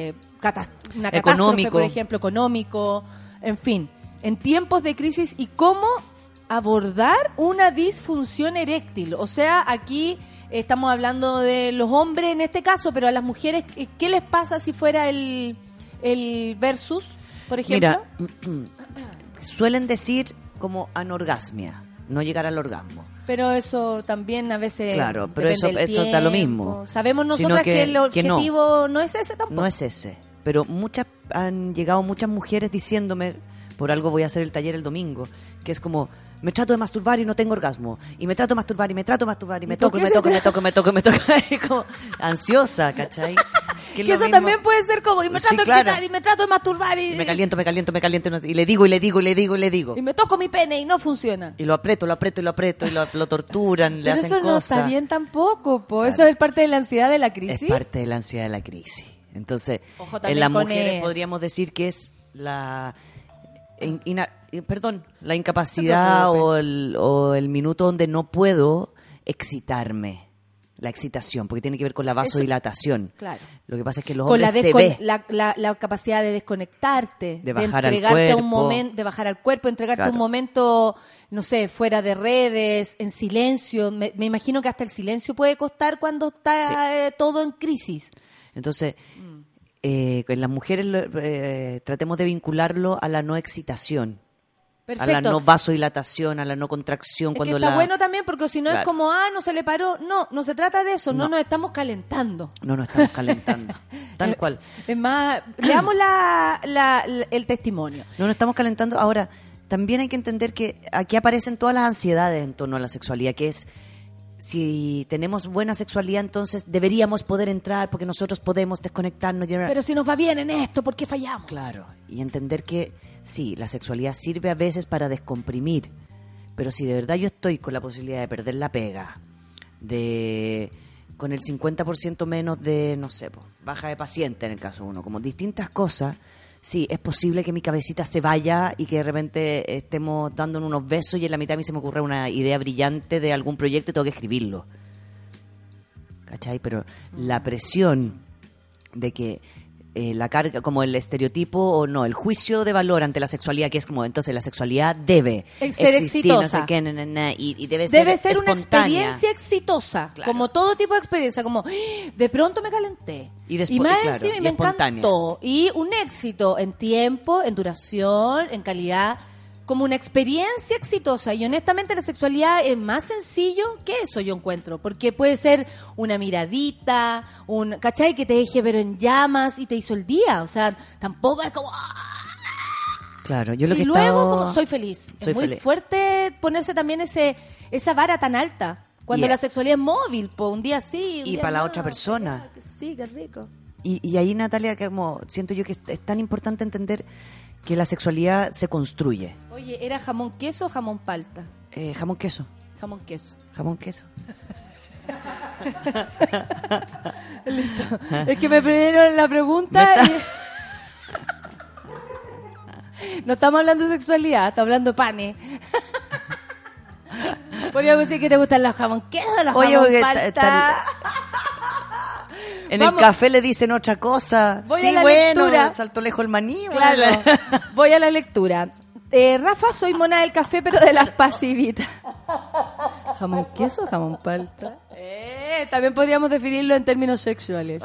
una catástrofe, Económico. por ejemplo, económico, en fin. En tiempos de crisis y cómo abordar una disfunción eréctil. O sea, aquí estamos hablando de los hombres en este caso, pero a las mujeres, ¿qué les pasa si fuera el versus, por ejemplo? Mira, suelen decir como anorgasmia, no llegar al orgasmo. Pero eso también a veces Claro, pero depende eso del da lo tiempo. mismo. Sabemos Sino nosotras que el que no. objetivo no es ese tampoco. No es ese. Pero han llegado muchas mujeres diciéndome, por algo voy a hacer el taller el domingo, que es como, me trato de masturbar y no tengo orgasmo. Y me trato de masturbar y me trato de masturbar y me por toco, y qué me se toco, y me trata? toco, me toco, me toco. Y como ansiosa, ¿cachai? Que es lo eso mismo. también puede ser como, y me Sí, trato de claro. excitar, y me trato de masturbar, Y me caliento, y le digo, y le digo, y le digo, y le digo. y me toco mi pene y no funciona. Y lo aprieto, y lo torturan, le Pero hacen eso no cosas. está bien tampoco, po. Eso es parte de la ansiedad de la crisis. Es parte de la ansiedad de la crisis. Entonces, Ojo en también las con mujeres eso. podríamos decir que es la la incapacidad No te o el minuto donde no puedo excitarme. la excitación, porque tiene que ver con la vasodilatación. Claro. Lo que pasa es que los Con hombres se ve. la capacidad de desconectarte, De bajar al entregarte a un cuerpo. momento, de bajar al cuerpo, entregarte Claro. un momento, no sé, fuera de redes, en silencio. Me imagino que hasta el silencio puede costar cuando está todo en crisis. Entonces, con las mujeres tratemos de vincularlo a la no excitación. Perfecto. A la no vasodilatación, a la no contracción. Es Cuando que está bueno también porque si no Claro. es como, no se le paró. No se trata de eso, no No. nos estamos calentando. No nos estamos calentando. Tal cual. Es más, leamos el testimonio. No nos estamos calentando. Ahora, también hay que entender que aquí aparecen todas las ansiedades en torno a la sexualidad, que es, si tenemos buena sexualidad, entonces deberíamos poder entrar porque nosotros podemos desconectarnos. Pero si nos va bien en esto, ¿por qué fallamos? Claro, y entender que sí, la sexualidad sirve a veces para descomprimir, pero si de verdad yo estoy con la posibilidad de perder la pega, con el 50% menos de, no sé, baja de paciente en el caso de uno, como distintas cosas, sí, es posible que mi cabecita se vaya y que de repente estemos dándonos unos besos y en la mitad a mí se me ocurre una idea brillante de algún proyecto y tengo que escribirlo. ¿Cachai? Pero la presión de que la carga, como el estereotipo o no, el juicio de valor ante la sexualidad, que es como, entonces la sexualidad debe ser existir, no sé exitosa. qué, y debe Debe ser ser una espontánea. experiencia exitosa, Claro. como todo tipo de experiencia, como de pronto me calenté Y después, más claro, encima y me espontánea. encantó y un éxito en tiempo, en duración, en calidad, como una experiencia exitosa. Y honestamente la sexualidad es más sencillo que eso, yo encuentro, porque puede ser una miradita, ¿cachai? Que te deje pero en llamas y te hizo el día, o sea, tampoco es como Claro, yo lo que y he luego estado- como soy feliz. Soy Es muy feliz. fuerte ponerse también esa vara tan alta. Cuando Y- la sexualidad es móvil, un día sí, un Y día para la no, otra persona. que sí, qué rico. Y ahí, Natalia, que como siento yo que es tan importante entender que la sexualidad se construye. Oye, ¿era jamón queso o jamón palta? Jamón queso. Jamón queso. Jamón queso. Listo. Es que me pidieron la pregunta y... No estamos hablando de sexualidad, estamos hablando de panes. Podríamos decir que te gustan los jamón queso o los Oye, jamón porque palta. En Vamos. el café le dicen otra cosa. Voy sí, a la bueno, lectura. saltó lejos el maní. Claro, bueno. voy a la lectura. Rafa, soy mona del café, pero de las pasivitas. ¿Jamón queso o jamón palta? También podríamos definirlo en términos sexuales.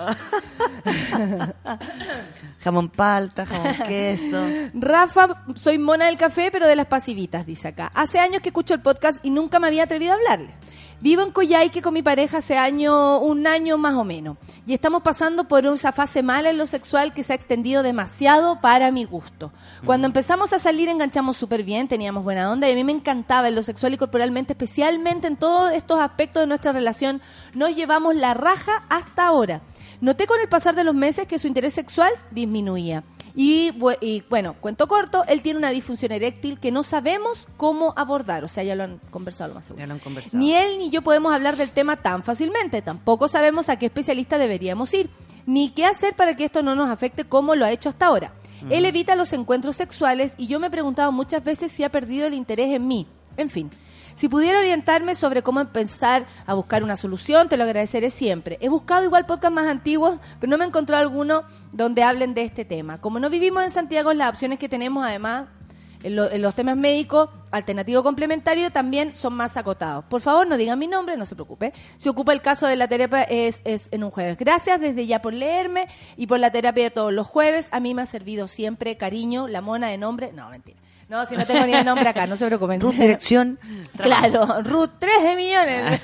Jamón palta, jamón queso. Rafa, soy mona del café, pero de las pasivitas, dice acá. Hace años que escucho el podcast y nunca me había atrevido a hablarles. Vivo en Coyhaique con mi pareja hace un año más o menos. Y estamos pasando por esa fase mala en lo sexual que se ha extendido demasiado para mi gusto. Cuando empezamos a salir enganchamos súper bien, teníamos buena onda y a mí me encantaba en lo sexual y corporalmente, especialmente en todos estos aspectos de nuestra relación. Nos llevamos la raja hasta ahora. Noté con el pasar de los meses que su interés sexual disminuía. Y bueno, cuento corto, él tiene una disfunción eréctil que no sabemos cómo abordar. O sea, ya lo han conversado lo más seguro. Ya lo han conversado. Ni él ni yo podemos hablar del tema tan fácilmente. Tampoco sabemos a qué especialista deberíamos ir, ni qué hacer para que esto no nos afecte como lo ha hecho hasta ahora. Él evita los encuentros sexuales y yo me he preguntado muchas veces si ha perdido el interés en mí. En fin, si pudiera orientarme sobre cómo empezar a buscar una solución, te lo agradeceré siempre. He buscado igual podcasts más antiguos, pero no me encontré alguno donde hablen de este tema. Como no vivimos en Santiago, las opciones que tenemos, además, en los temas médicos, alternativo complementario, también son más acotados. Por favor, no digan mi nombre, no se preocupe. Se ocupa el caso de la terapia es en un jueves. Gracias desde ya por leerme y por la terapia de todos los jueves. A mí me ha servido siempre cariño, la mona de nombre. No, mentira. No, si no tengo ni el nombre acá, no se preocupen. Ruth, dirección. Claro, Ruth, 3 de millones.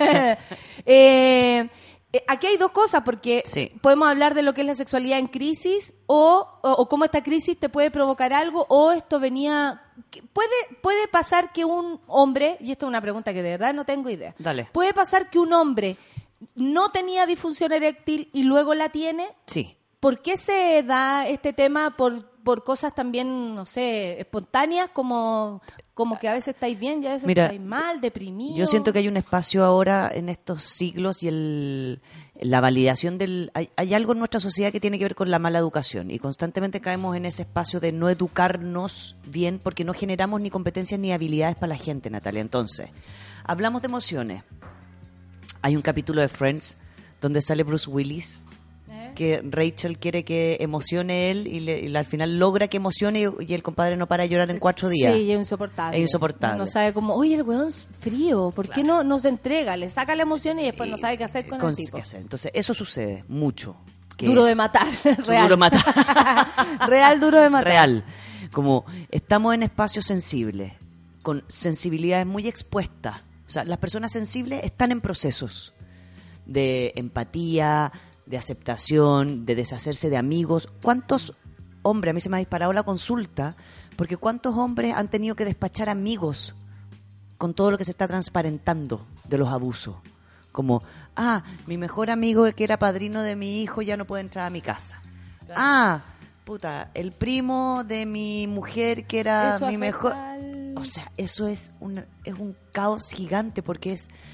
Aquí hay dos cosas, porque Sí. podemos hablar de lo que es la sexualidad en crisis o cómo esta crisis te puede provocar algo, o esto venía... Puede pasar que un hombre, y esto es una pregunta que de verdad no tengo idea, Dale. puede pasar que un hombre no tenía disfunción eréctil y luego la tiene. Sí. ¿Por qué se da este tema por cosas también, no sé, espontáneas, como que a veces estáis bien y a veces Mira, estáis mal, deprimidos? Yo siento que hay un espacio ahora en estos siglos y la validación hay algo en nuestra sociedad que tiene que ver con la mala educación y constantemente caemos en ese espacio de no educarnos bien porque no generamos ni competencias ni habilidades para la gente, Natalia. Entonces, hablamos de emociones, Hay un capítulo de Friends donde sale Bruce Willis, que Rachel quiere que emocione él y al final logra que emocione y el compadre no para de llorar en 4 días. Sí, es insoportable. Es insoportable. No sabe cómo, oye, el weón es frío, ¿por qué no se entrega? Le saca la emoción y después no sabe qué hacer con el tipo. ¿Qué hacer? Entonces, eso sucede mucho. que Duro es de matar, real. Duro de matar. Real duro de matar. Real. Como estamos en espacios sensibles, con sensibilidades muy expuestas. O sea, las personas sensibles están en procesos de empatía, de aceptación, de deshacerse de amigos. ¿Cuántos hombres, a mí se me ha disparado la consulta, porque cuántos hombres han tenido que despachar amigos con todo lo que se está transparentando de los abusos? Como, mi mejor amigo, el que era padrino de mi hijo, ya no puede entrar a mi casa. Claro. El primo de mi mujer, que era eso mi mejor... al... O sea, eso es un caos gigante, porque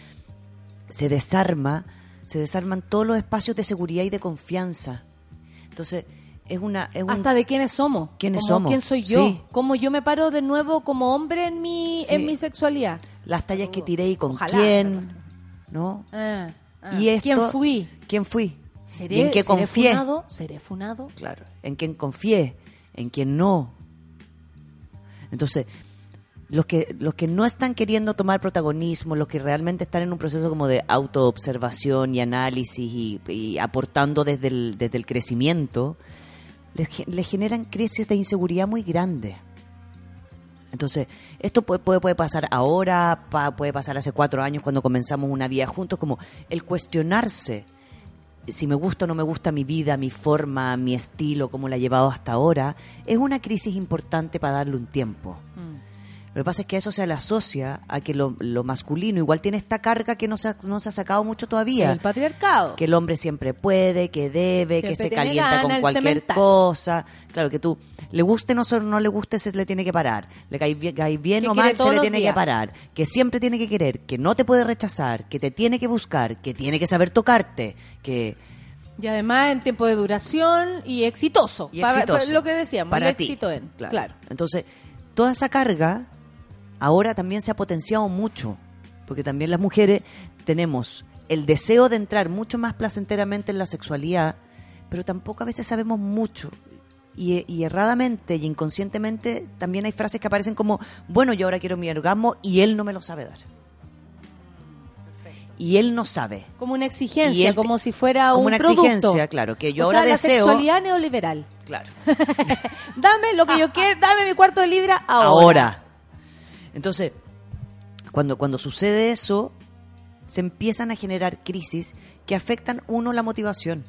se desarman todos los espacios de seguridad y de confianza. Entonces, hasta de quiénes somos. ¿Quiénes somos? ¿Quién soy yo? Sí. ¿Cómo yo me paro de nuevo como hombre en mi sexualidad? Las tallas que tiré y con Ojalá, quién, ¿no? Y esto, ¿Quién fui? ¿Y en qué confié? ¿Seré funado? Claro, en quién confié, en quién no. Entonces, los que no están queriendo tomar protagonismo, los que realmente están en un proceso como de autoobservación y análisis y aportando desde el crecimiento, les generan crisis de inseguridad muy grandes. Entonces, esto puede pasar ahora, puede pasar hace 4 años cuando comenzamos una vida juntos, como el cuestionarse si me gusta o no me gusta mi vida, mi forma, mi estilo, cómo la he llevado hasta ahora, es una crisis importante para darle un tiempo. Lo que pasa es que a eso se le asocia a que lo masculino igual tiene esta carga que no se ha sacado mucho todavía. El patriarcado. Que el hombre siempre puede, que debe, siempre que se tiene calienta ganas, con el cualquier cemental. cosa. Claro, que tú, le guste o no le guste, se le tiene que parar. Le cae bien Que o quiere mal, todos se le los tiene días. que parar. Que siempre tiene que querer, que no te puede rechazar, que te tiene que buscar, que tiene que saber tocarte, que... Y además en tiempo de duración y exitoso. Y exitoso. Lo que decíamos, Para el ti. éxito en. Claro. Entonces, toda esa carga ahora también se ha potenciado mucho, porque también las mujeres tenemos el deseo de entrar mucho más placenteramente en la sexualidad, pero tampoco a veces sabemos mucho. Y erradamente y inconscientemente también hay frases que aparecen como, bueno, yo ahora quiero mi orgasmo y él no me lo sabe dar. Y él no sabe. Como una Y exigencia, él como si fuera como un una producto. exigencia, claro, que yo O ahora sea, deseo... la sexualidad neoliberal. Claro. Dame lo que yo quiero, dame mi cuarto de libra ahora. Ahora. Entonces, cuando sucede eso, se empiezan a generar crisis que afectan, la motivación.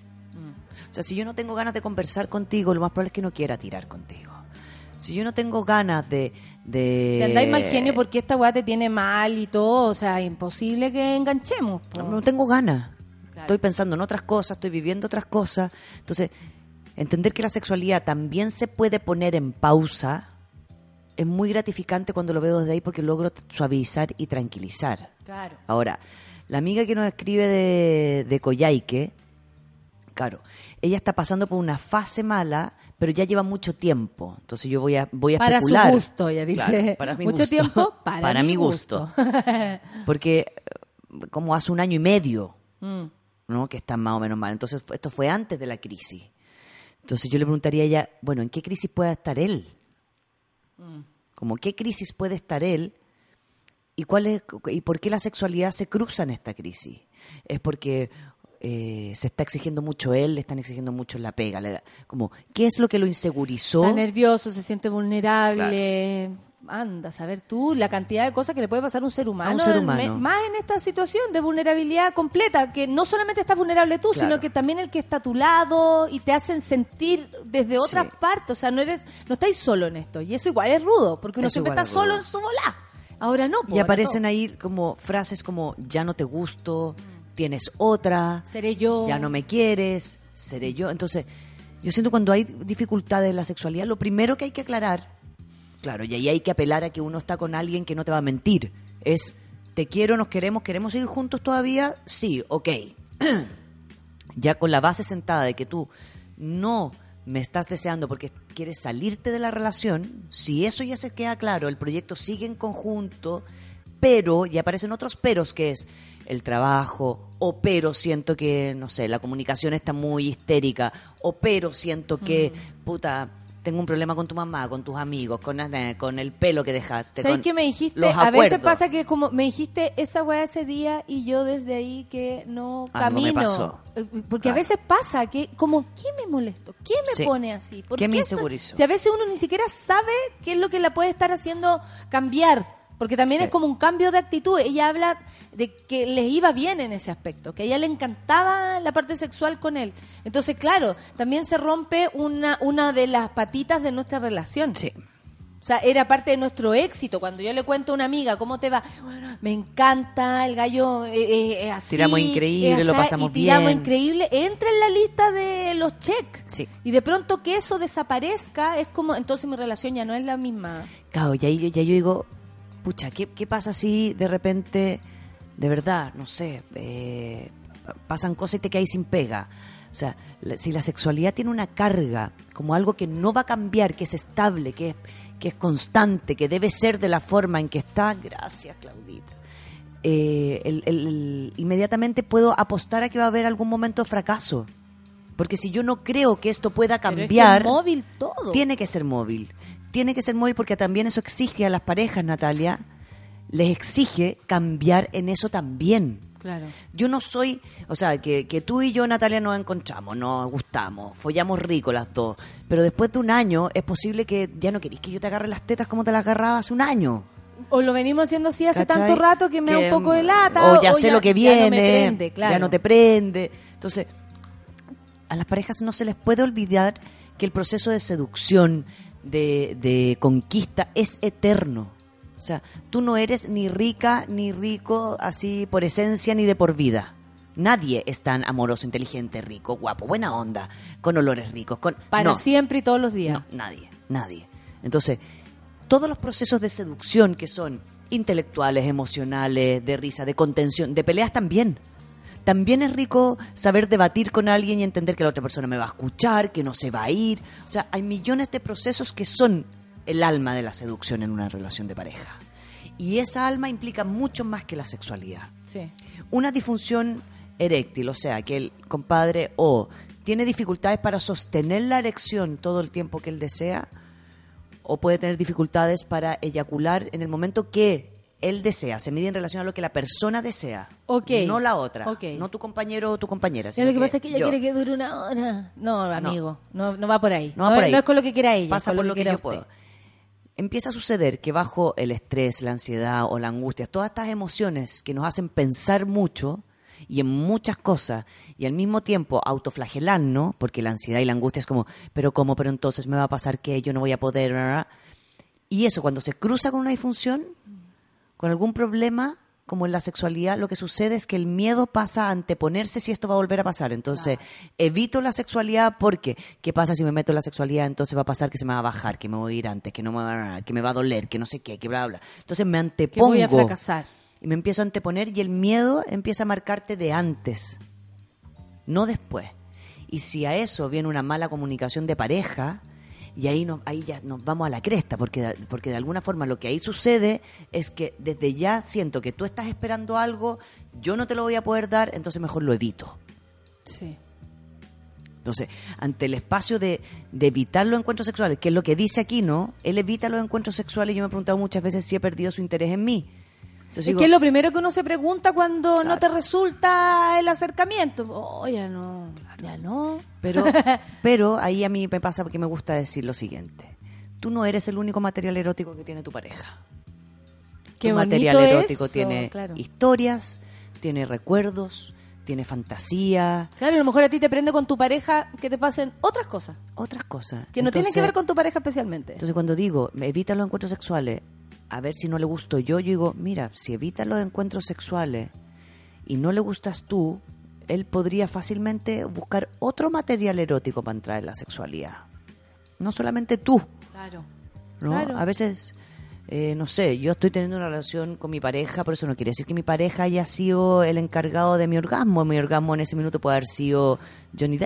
O sea, si yo no tengo ganas de conversar contigo, lo más probable es que no quiera tirar contigo. Si yo no tengo ganas de... Si andáis mal genio porque esta weá te tiene mal y todo, o sea, imposible que enganchemos. Po. No tengo ganas. Claro. Estoy pensando en otras cosas, estoy viviendo otras cosas. Entonces, entender que la sexualidad también se puede poner en pausa es muy gratificante cuando lo veo desde ahí, porque logro suavizar y tranquilizar. Claro. Ahora, la amiga que nos escribe de Coyhaique, claro, ella está pasando por una fase mala, pero ya lleva mucho tiempo. Entonces yo voy a Para especular. su gusto, ella dice. Claro, para mi Mucho gusto. tiempo para mi gusto. Porque como hace 1 año y medio, ¿no? Que está más o menos mal. Entonces esto fue antes de la crisis. Entonces yo le preguntaría a ella, bueno, ¿en qué crisis puede estar él? Como, ¿qué crisis puede estar él? ¿Y por qué la sexualidad se cruza en esta crisis? Es porque se está exigiendo mucho él, le están exigiendo mucho la pega. Como, ¿qué es lo que lo insegurizó? Está nervioso, se siente vulnerable. Claro. Anda, a saber tú la cantidad de cosas que le puede pasar a un ser humano. Más en esta situación de vulnerabilidad completa, que no solamente estás vulnerable tú, claro, sino que también el que está a tu lado y te hacen sentir desde otras partes. O sea, no estáis solo en esto. Y eso igual es rudo, porque uno Eso siempre está solo en su volá. Ahora no. Y aparecen ahí como frases como, ya no te gusto, tienes otra, seré yo, ya no me quieres, seré yo. Entonces, yo siento cuando hay dificultades en la sexualidad, lo primero que hay que aclarar, claro, y ahí hay que apelar a que uno está con alguien que no te va a mentir, es, te quiero, nos queremos ir juntos todavía, sí, ok. Ya con la base sentada de que tú no me estás deseando porque quieres salirte de la relación, si eso ya se queda claro, el proyecto sigue en conjunto, pero, y aparecen otros peros, que es el trabajo, o pero siento que, no sé, la comunicación está muy histérica, o pero siento que, puta, tengo un problema con tu mamá, con tus amigos, con el pelo que dejaste. ¿Sabes con qué me dijiste? los A veces acuerdos. pasa que como me dijiste esa weá ese día y yo desde ahí que no Algo camino. me pasó. Porque a Claro. veces pasa que como, ¿qué me molesto? ¿Qué me Sí. pone así? ¿Por ¿Qué me esto? insegurizó? Si a veces uno ni siquiera sabe qué es lo que la puede estar haciendo cambiar. Porque también Sí. es como un cambio de actitud. Ella habla de que les iba bien en ese aspecto, que a ella le encantaba la parte sexual con él. Entonces, claro, también se rompe una de las patitas de nuestra relación. Sí. O sea, era parte de nuestro éxito. Cuando yo le cuento a una amiga, ¿cómo te va? Bueno, me encanta, el gallo así. Tiramos increíble, lo pasamos y tiramos bien. increíble. Entra en la lista de los check. Sí. Y de pronto que eso desaparezca, es como, entonces mi relación ya no es la misma. Claro, ya yo digo, pucha, ¿qué pasa si de repente, de verdad, no sé, pasan cosas y te caes sin pega? O sea, si la sexualidad tiene una carga como algo que no va a cambiar, que es estable, que es constante, que debe ser de la forma en que está, gracias, Claudita, inmediatamente puedo apostar a que va a haber algún momento de fracaso. Porque si yo no creo que esto pueda cambiar... Pero es que es móvil todo. Tiene que ser móvil. Tiene que ser móvil porque también eso exige a las parejas, Natalia. Les exige cambiar en eso también. Claro. Yo no soy... O sea, que tú y yo, Natalia, nos encontramos, nos gustamos, follamos rico las dos. Pero después de un año es posible que ya no querís que yo te agarre las tetas como te las agarraba hace un año. O lo venimos haciendo así hace ¿Cachai? tanto rato que me da un poco de lata. O ya sé lo que ya viene, no me prende, claro. ya no te prende. Entonces, a las parejas no se les puede olvidar que el proceso de seducción, de conquista, es eterno. O sea, tú no eres ni rica ni rico así por esencia ni de por vida. Nadie es tan amoroso, inteligente, rico, guapo, buena onda, con olores ricos. Para No. siempre y todos los días. No, nadie. Entonces, todos los procesos de seducción que son intelectuales, emocionales, de risa, de contención, de peleas también. También es rico saber debatir con alguien y entender que la otra persona me va a escuchar, que no se va a ir. O sea, hay millones de procesos que son el alma de la seducción en una relación de pareja. Y esa alma implica mucho más que la sexualidad. Sí. Una disfunción eréctil, o sea, que el compadre o tiene dificultades para sostener la erección todo el tiempo que él desea, o puede tener dificultades para eyacular en el momento que él desea. Se mide en relación a lo que la persona desea, Ok. no la otra, Ok. no tu compañero o tu compañera. Ya sino lo que pasa es que ella yo. quiere que dure una hora. No, amigo, no va por ahí. No va por ahí. No es con lo que quiera ella. Pasa es con por lo que quiera yo usted. puedo. Empieza a suceder que bajo el estrés, la ansiedad o la angustia, todas estas emociones que nos hacen pensar mucho y en muchas cosas y al mismo tiempo autoflagelarnos, porque la ansiedad y la angustia es como, pero ¿cómo? Pero entonces me va a pasar que yo no voy a poder... bla, bla, bla. Y eso cuando se cruza con una disfunción, con algún problema, como en la sexualidad, lo que sucede es que el miedo pasa a anteponerse si esto va a volver a pasar. Entonces, evito la sexualidad porque, ¿qué pasa si me meto en la sexualidad? Entonces va a pasar que se me va a bajar, que me voy a ir antes, que no me va a, que me va a doler, que no sé qué, que bla, bla. Entonces me Que antepongo. voy a fracasar. Y me empiezo a anteponer y el miedo empieza a marcarte de antes, no después. Y si a eso viene una mala comunicación de pareja, y ahí ya nos vamos a la cresta, porque de alguna forma lo que ahí sucede es que desde ya siento que tú estás esperando algo, yo no te lo voy a poder dar, entonces mejor lo evito. Sí. Entonces, ante el espacio de evitar los encuentros sexuales, que es lo que dice aquí, ¿no? Él evita los encuentros sexuales y yo me he preguntado muchas veces si he perdido su interés en mí. Entonces Es digo, que es lo primero que uno se pregunta cuando Claro. no te resulta el acercamiento. Oh, ya no. Pero ahí a mí me pasa que me gusta decir lo siguiente. Tú no eres el único material erótico que tiene tu pareja. Qué Tu bonito material erótico eso, tiene claro. historias, tiene recuerdos, tiene fantasía, Claro, a lo mejor a ti te prende con tu pareja que te pasen otras cosas. otras cosas. Que no tienen que Entonces- ver con tu pareja especialmente. Entonces cuando digo, evita los encuentros sexuales, a ver si no le gusto yo digo, mira, si evitas los encuentros sexuales y no le gustas tú, él podría fácilmente buscar otro material erótico para entrar en la sexualidad. No solamente tú, Claro. ¿no? Claro. A veces, no sé, yo estoy teniendo una relación con mi pareja, pero eso no quiere decir que mi pareja haya sido el encargado de mi orgasmo. Mi orgasmo en ese minuto puede haber sido Johnny Depp.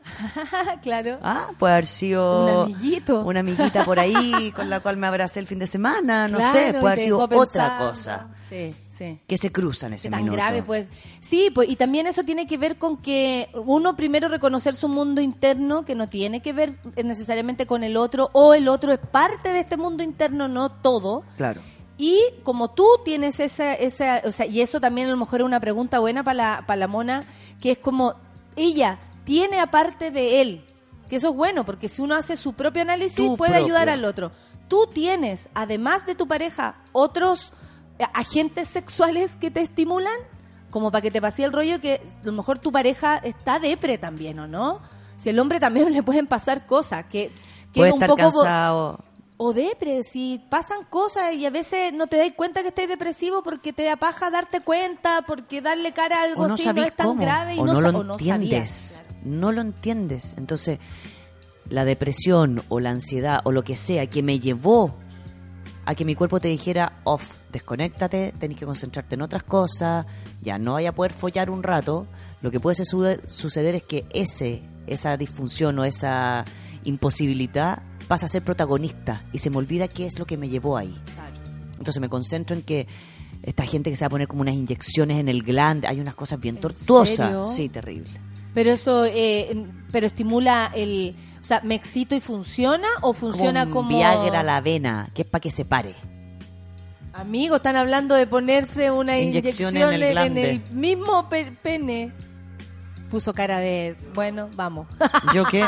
Claro. Ah, puede haber sido Un amiguito. una amiguita por ahí con la cual me abracé el fin de semana, no Claro, sé, y puede haber te sido dejó otra pensando. cosa Sí, sí. que se cruza en ese Qué tan minuto. grave, pues. Sí, pues, y también eso tiene que ver con que uno primero reconocer su mundo interno, que no tiene que ver necesariamente con el otro, o el otro es parte de este mundo interno, no todo. Claro. Y como tú tienes esa, o sea, y eso también a lo mejor es una pregunta buena para la mona, que es como, ella tiene aparte de él, que eso es bueno, porque si uno hace su propio análisis, Tu puede propio. ayudar al otro. Tú tienes, además de tu pareja, otros agentes sexuales que te estimulan, como para que te pase el rollo que a lo mejor tu pareja está depre también, ¿o no? Si al hombre también le pueden pasar cosas, que Puede un estar poco cansado. o depre, si pasan cosas y a veces no te das cuenta que estás depresivo porque te da paja darte cuenta, porque darle cara a algo O no así no sabís es tan cómo, grave y o no, no sa- lo o no entiendes, sabías. no lo entiendes. Entonces, la depresión o la ansiedad o lo que sea que me llevó a que mi cuerpo te dijera, off, desconéctate, tenés que concentrarte en otras cosas, ya no vaya a poder follar un rato, lo que puede suceder es que esa disfunción o esa imposibilidad pasa a ser protagonista y se me olvida qué es lo que me llevó ahí. Entonces me concentro en que esta gente que se va a poner como unas inyecciones en el glande, hay unas cosas bien tortuosas. serio? Sí, terrible. Pero eso, pero estimula o sea, ¿me excito y funciona o funciona como un como Viagra a la avena, que es para que se pare. Amigo, están hablando de ponerse una Inyección inyección en el glande. el mismo pene. Puso cara de, bueno, vamos. ¿Yo qué?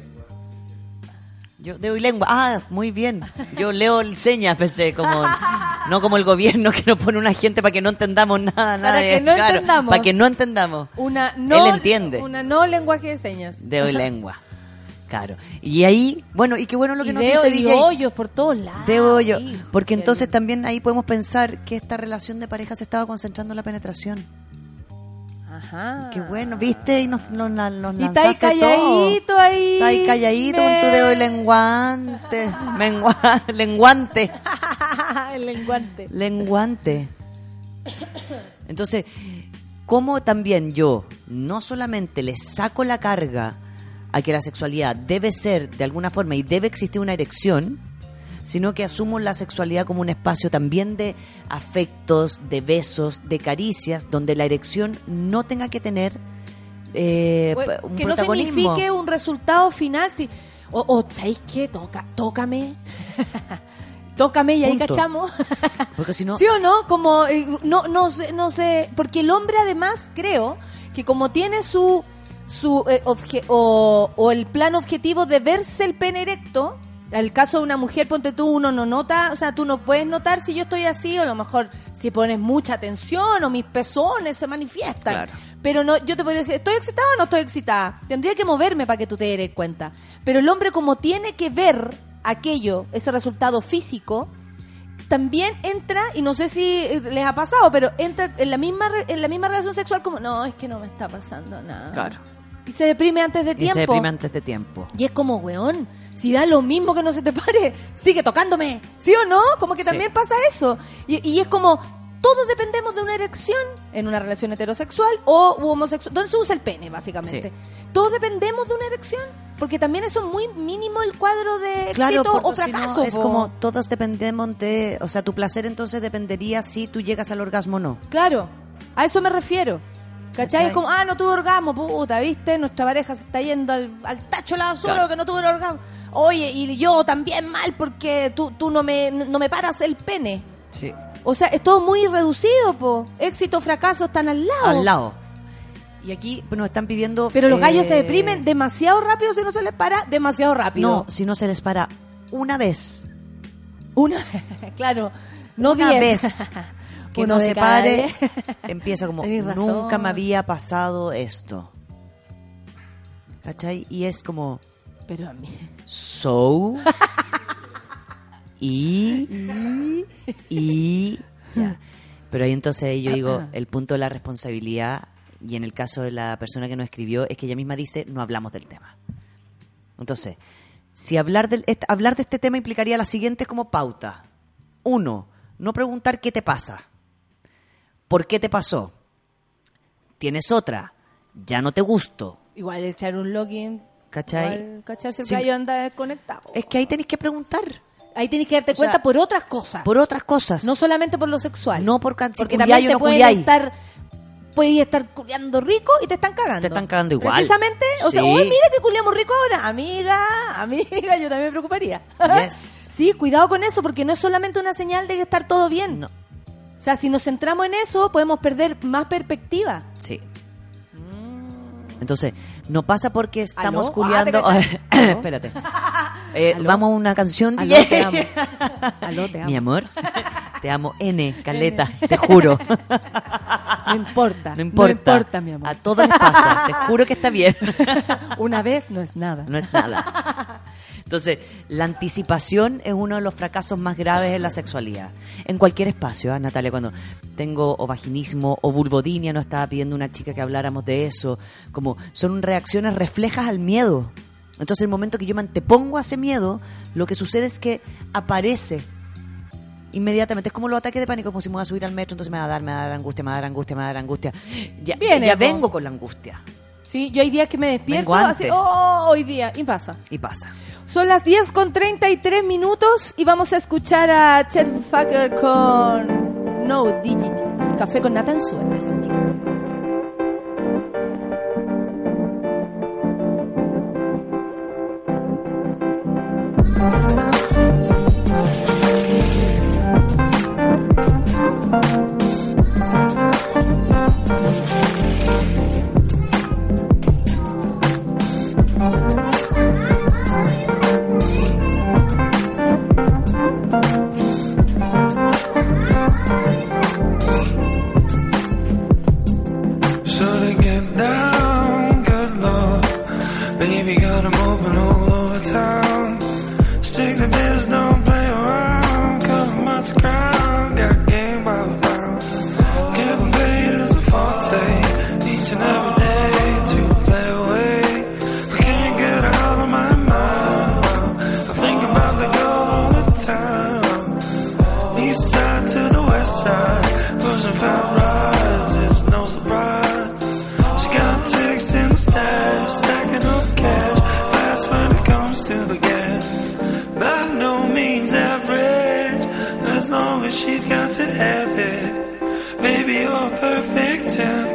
Yo leo lengua. Ah, muy bien. Yo leo señas, pensé, como no como el gobierno que nos pone una gente para que no entendamos nada. Para que no entendamos. Para que no entendamos. Una no, Él entiende. Una no lenguaje de señas. Leo lengua. Claro. Y ahí, bueno, y qué bueno lo que Y nos veo dice y DJ. hoyos por todos lados. De hoyo. hijo, Porque qué entonces lindo. también ahí podemos pensar que esta relación de pareja se estaba concentrando en la penetración. Ajá. Qué bueno, ¿viste? Y nos Y está ahí lanzaste todo. calladito ahí. Está ahí calladito con tu dedo lenguante. Lenguante. El lenguante. Lenguante. Entonces, ¿cómo también yo no solamente le saco la carga a que la sexualidad debe ser de alguna forma y debe existir una erección, sino que asumo la sexualidad como un espacio también de afectos, de besos, de caricias, donde la erección no tenga que tener un Que no protagonismo. signifique un resultado final. Si, o ¿sabéis qué? Tócame. Tócame y ahí Punto. cachamos. Porque si no, ¿Sí o no? Como, no sé. Porque el hombre además, creo, que como tiene o el plan objetivo de verse el pene erecto, al caso de una mujer, ponte tú, uno no nota, o sea, tú no puedes notar si yo estoy así, o a lo mejor si pones mucha atención o mis pezones se manifiestan. Claro. Pero no, yo te podría decir, ¿estoy excitada o no estoy excitada? Tendría que moverme para que tú te des cuenta. Pero el hombre, como tiene que ver aquello, ese resultado físico, también entra, y no sé si les ha pasado, pero entra en la misma relación sexual como, no, es que no me está pasando nada. claro, Y se deprime antes de y tiempo. se deprime antes de tiempo. Y es como, weón, si da lo mismo que no se te pare, sigue tocándome. ¿Sí o no? Como que también Sí. pasa eso. Y es como, todos dependemos de una erección en una relación heterosexual o homosexual, donde se usa el pene, básicamente. Sí. Todos dependemos de una erección, porque también eso es muy mínimo el cuadro de Claro, éxito o porque si no, fracaso. es po. como todos dependemos de, o sea, tu placer entonces dependería si tú llegas al orgasmo o no. Claro, a eso me refiero. ¿Cachai? ¿Cachai? Es como, no tuve orgasmo, puta, ¿viste? Nuestra pareja se está yendo al tacho de la basura Claro. porque no tuve el orgasmo. Oye, y yo también mal porque tú no me paras el pene. Sí. O sea, es todo muy reducido, po. Éxito, fracaso están al lado. Al lado. Y aquí nos están pidiendo... Pero los gallos se deprimen demasiado rápido si no se les para demasiado rápido. No, si no se les para una vez. Una, claro, no una 10. vez que Uno no de se cada pare, 10. empieza como, Tenés razón. nunca me había pasado esto. ¿Cachai? Y es como, Pero a mí... so... y ya. Pero ahí entonces yo digo, el punto de la responsabilidad, y en el caso de la persona que nos escribió, es que ella misma dice, no hablamos del tema. Entonces, si hablar de este tema implicaría la siguiente como pauta. 1, no preguntar qué te pasa. ¿Por qué te pasó? ¿Tienes otra? ¿Ya no te gusto? Igual echar un login. ¿Cachai? Igual, ¿cachai? Si el Sí. gallo anda desconectado. Es que ahí tenéis que preguntar. Ahí tenés que darte O sea, cuenta por otras cosas. Por otras cosas. No solamente por lo sexual. No por can- si Porque culiáis también o te no pueden culiáis. puedes estar culiando rico y te están cagando. Te están cagando igual. Precisamente, o sea, Sí. uy, mira que culiamos rico ahora. Amiga, yo también me preocuparía. Yes. Sí, cuidado con eso, porque no es solamente una señal de que estar todo bien. No. O sea, si nos centramos en eso, podemos perder más perspectiva. Sí. Entonces, no pasa porque estamos ¿Aló? culiando. Ah, Espérate. ¿Aló? Vamos a una canción. Aló, DJ. te amo. Aló, te amo. Mi amor, te amo N, caleta, te juro. No importa. No importa. No importa, mi amor. A todos les pasa, te juro que está bien. Una vez no es nada. No es nada. Entonces, la anticipación es uno de los fracasos más graves en la sexualidad. En cualquier espacio, ¿eh, Natalia? Cuando tengo o vaginismo o vulvodinia, nos estaba pidiendo una chica que habláramos de eso. Como son reacciones reflejas al miedo. Entonces, el momento que yo me antepongo a ese miedo, lo que sucede es que aparece inmediatamente. Es como los ataques de pánico, como si me voy a subir al metro, entonces me va a dar angustia, me va a dar angustia, me va a dar angustia. Ya, Viene, ya po. vengo con la angustia. Sí, yo hay días que me despierto Vengo así, antes. hoy día, y pasa. Y pasa. Son las 10:33 y vamos a escuchar a Chet Facker con No Digit. Café con nata en suela. So to get down, good lord, baby got 'em open all over town. Strictly biz, don't play around, cover much ground, got game by the pound. Getting paid is a forte, each and every day to play away. I can't get her out of my mind, I think about the girl all the time. East side to the west side, pushing fat rides, it's no surprise. She got ticks in the stash, stacking up cash, fast when it comes to the gas. By no means average, as long as she's got to have it. Baby, you're a perfect 10.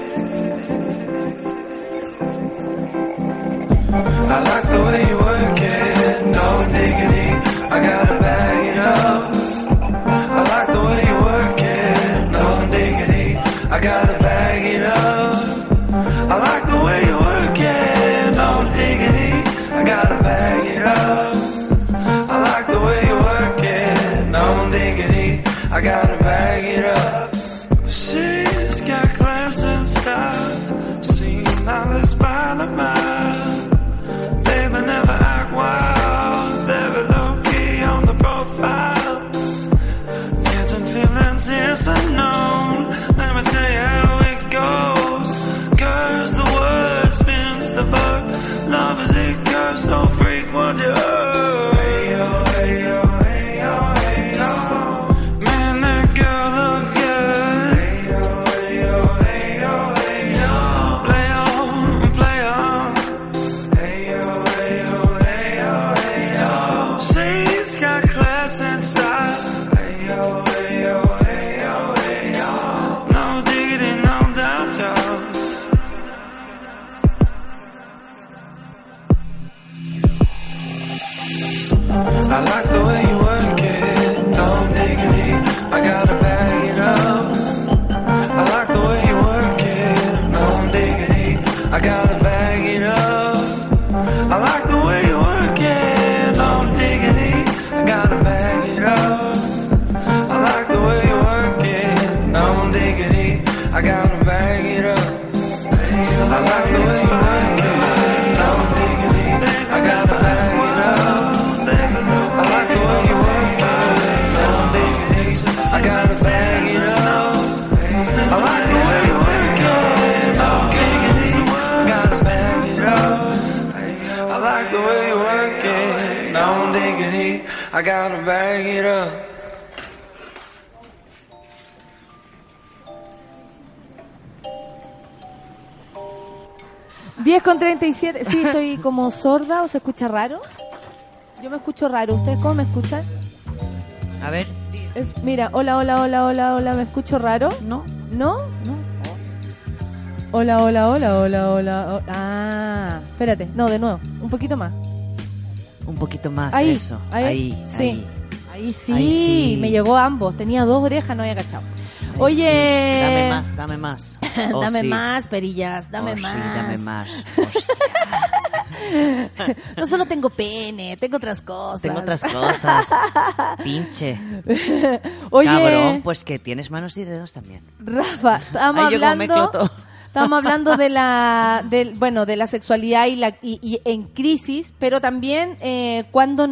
I like the way you work it, no diggity, I gotta bag it up. I like the way you work it, no diggity, I gotta bag it up. I like the way you work it, no diggity, I gotta bag it up. I like the way you work it, no diggity, I gotta bag it up. She's got class and style, seen knowledge by the mile. Baby, never act wild, very low key on the profile. Catching feelings is unknown, let me tell you how it goes. Curves the word, spins the buck, love is a curve, so freak what you heard. Hey yo, hey yo, hey yo, hey yo. Man, that girl look good. Hey yo, hey yo, hey yo, hey yo. Play on, play on. Hey yo, hey yo, hey yo, hey yo. She's got class and style. Hey yo, hey yo, hey yo, hey yo. No diggity, no doubt, y'all. I like the way you work it, no diggity, I gotta bag it up. I like the way you work it, no diggity, I gotta bag it up. I like the way you work it, no diggity, I gotta bag it up. I like the way you work it, no diggity, I gotta bag it up. I like the way you work it, no diggity, I gotta bag it up. I like the way you work it, no diggity, I gotta bag it up. I like the way you work it, no diggity, I gotta bag it up. I like the way you work it, no diggity, I gotta bag it up. 10:37. Sí, estoy como sorda o se escucha raro. Yo me escucho raro. ¿Ustedes cómo me escuchan? A ver. Mira, hola, ¿me escucho raro? No. ¿No? No. Hola. Ah, espérate. No, de nuevo. Un poquito más. Un poquito más, Ahí, eso. ahí, sí. Ahí. Ahí sí. Ahí sí. Me llegó ambos. Tenía 2 orejas, no había cachado. Ahí Oye. sí. Dame más. Oh, dame sí. más, perillas, dame Oh, más. Sí, dame más. Hostia. No solo tengo pene, tengo otras cosas. Tengo otras cosas. Pinche. Oye, Cabrón, pues que tienes manos y dedos también. Rafa, estábamos Ay, yo como mezclo todo. Estábamos hablando de la sexualidad y en crisis, pero también cuando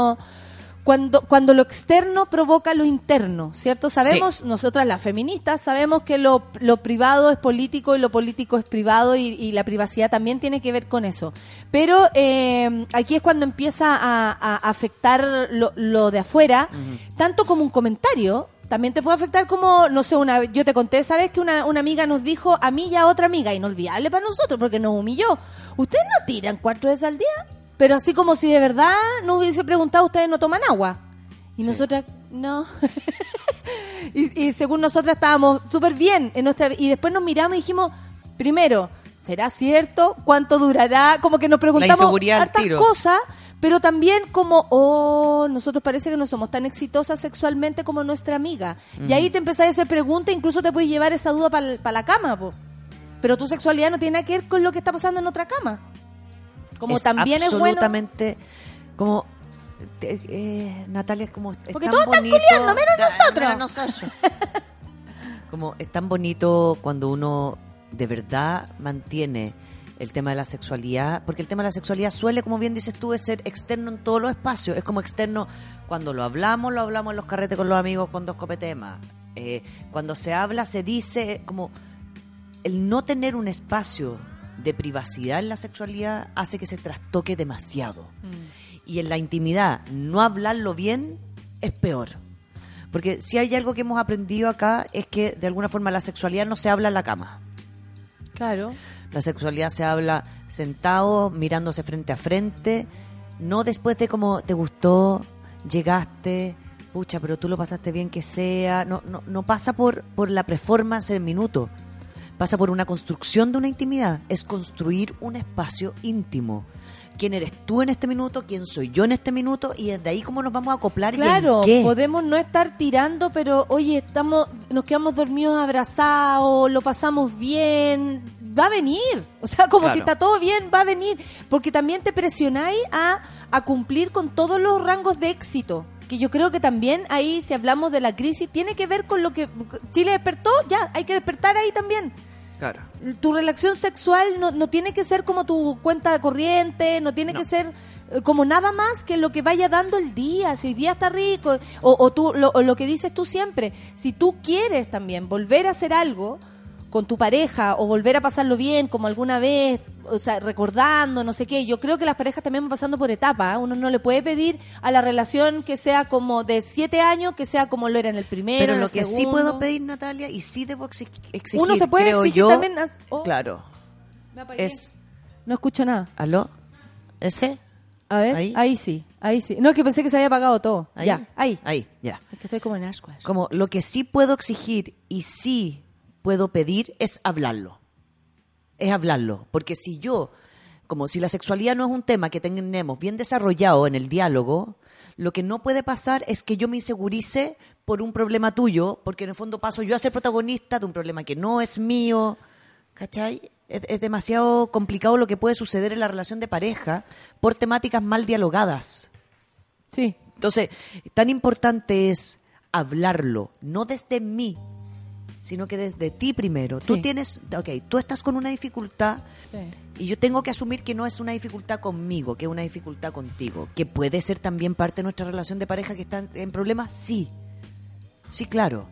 lo externo provoca lo interno, ¿cierto? Sabemos, nosotras las feministas, sabemos que lo privado es político y lo político es privado y la privacidad también tiene que ver con eso. Pero aquí es cuando empieza a afectar lo de afuera, tanto como un comentario. También te puede afectar como, no sé, yo te conté, ¿sabes? Que una amiga nos dijo a mí y a otra amiga, inolvidable para nosotros porque nos humilló. ¿Ustedes no tiran 4 veces al día? Pero así como si de verdad nos hubiese preguntado, ¿ustedes no toman agua? Y nosotras, no. y según nosotras estábamos súper bien en nuestra. Y después nos miramos y dijimos, primero, ¿será cierto? ¿Cuánto durará? Como que nos preguntamos hartas cosas, pero también como, nosotros parece que no somos tan exitosas sexualmente como nuestra amiga. Y ahí te empezás a hacer preguntas, incluso te puedes llevar esa duda para la cama, po. Pero tu sexualidad no tiene nada que ver con lo que está pasando en otra cama. Como también es bueno. Absolutamente, como Natalia, como es porque tan todos bonito, están culiando, menos nosotros. Como es tan bonito cuando uno de verdad mantiene el tema de la sexualidad, porque el tema de la sexualidad suele, como bien dices tú, es ser externo en todos los espacios. Es como externo cuando lo hablamos en los carretes con los amigos con 2 copetes más. Cuando se habla, se dice, como el no tener un espacio de privacidad en la sexualidad hace que se trastoque demasiado. Y en la intimidad, no hablarlo bien es peor. Porque si hay algo que hemos aprendido acá es que de alguna forma la sexualidad no se habla en la cama. Claro. La sexualidad se habla sentado, mirándose frente a frente, no después de como te gustó, llegaste, pucha, pero tú lo pasaste bien que sea. No pasa por la performance del minuto. Pasa por una construcción de una intimidad. Es construir un espacio íntimo. ¿Quién eres tú en este minuto? ¿Quién soy yo en este minuto? Y desde ahí cómo nos vamos a acoplar. Claro, ¿y en qué? podemos no estar tirando, pero oye, nos quedamos dormidos abrazados, lo pasamos bien, va a venir. O sea, como Claro. si está todo bien, va a venir. Porque también te presionáis a cumplir con todos los rangos de éxito. Que yo creo que también ahí, si hablamos de la crisis, tiene que ver con lo que Chile despertó, ya, hay que despertar ahí también. Claro. Tu relación sexual no tiene que ser como tu cuenta corriente, no tiene que ser como nada más que lo que vaya dando el día. Si hoy día está rico, o lo que dices tú siempre, si tú quieres también volver a hacer algo con tu pareja o volver a pasarlo bien como alguna vez, o sea, recordando, no sé qué. Yo creo que las parejas también van pasando por etapas. Uno no le puede pedir a la relación que sea como de 7 años, que sea como lo era en el primero. Pero en lo el que sí segundo. puedo pedir, Natalia, y sí debo exigir, Uno se puede creo exigir yo, también. claro, Me apagué. es... No escucho nada. ¿Aló? ¿Ese? A ver, ahí sí. No, es que pensé que se había apagado todo. ¿Ahí? Ya, ahí. Ahí, ya. Es que estoy como en Ashquash. Como lo que sí puedo exigir y sí puedo pedir es hablarlo. Es hablarlo. Porque si como si la sexualidad no es un tema que tenemos bien desarrollado en el diálogo, lo que no puede pasar es que yo me insegurice por un problema tuyo, porque en el fondo paso yo a ser protagonista de un problema que no es mío. ¿Cachai? Es demasiado complicado lo que puede suceder en la relación de pareja por temáticas mal dialogadas. Sí. Entonces, tan importante es hablarlo, no desde mí, sino que desde ti primero. Sí. Tú estás con una dificultad Sí. y yo tengo que asumir que no es una dificultad conmigo, que es una dificultad contigo, que puede ser también parte de nuestra relación de pareja que está en problemas, sí, claro.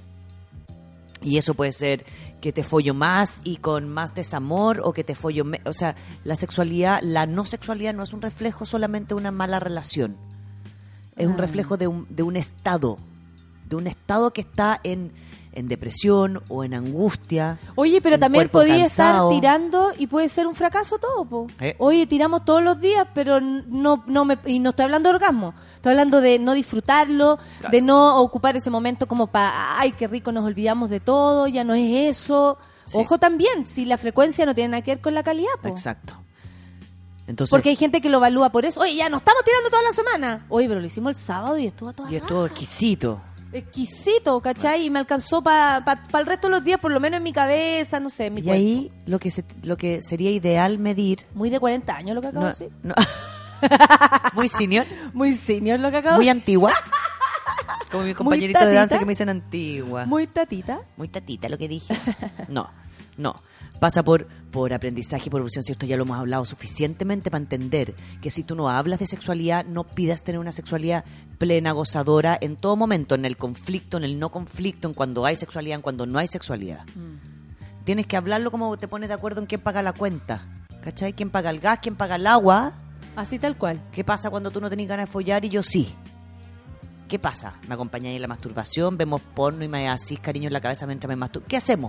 Y eso puede ser que te follo más y con más desamor, o que te follo o sea, la sexualidad, la no sexualidad no es un reflejo solamente de una mala relación. Es un reflejo de un estado que está en en depresión o en angustia. Oye, pero un también cuerpo podía cansado. estar tirando y puede ser un fracaso todo, po. ¿Eh? Oye, tiramos todos los días, pero y no estoy hablando de orgasmo, estoy hablando de no disfrutarlo, Claro. de no ocupar ese momento como para, ay, qué rico, nos olvidamos de todo, ya no es eso. Sí. Ojo también, si la frecuencia no tiene nada que ver con la calidad, po. Exacto. Entonces, Porque hay gente que lo evalúa por eso. Oye, ya no estamos tirando toda la semana. Oye, pero lo hicimos el sábado y estuvo a toda y es raja. todo exquisito. Exquisito, ¿cachai? Y me alcanzó para el resto de los días, por lo menos en mi cabeza, no sé, en mi Y cuerpo. ahí lo que sería ideal medir... Muy de 40 años lo que acabo No, de decir. no. Muy senior, Muy senior lo que acabo muy de antigua. Como mi compañerito de tatita. danza que me dicen antigua. Muy tatita. Muy tatita lo que dije. No. Pasa por aprendizaje y por evolución, si esto ya lo hemos hablado suficientemente para entender que si tú no hablas de sexualidad, no pidas tener una sexualidad plena, gozadora, en todo momento, en el conflicto, en el no conflicto, en cuando hay sexualidad, en cuando no hay sexualidad. Tienes que hablarlo como te pones de acuerdo en quién paga la cuenta. ¿Cachai? ¿Quién paga el gas? ¿Quién paga el agua? Así tal cual. ¿Qué pasa cuando tú no tenés ganas de follar y yo sí? ¿Qué pasa? ¿Me acompañáis en la masturbación? ¿Vemos porno y me hacís cariño en la cabeza mientras me masturbo? ¿Qué hacemos?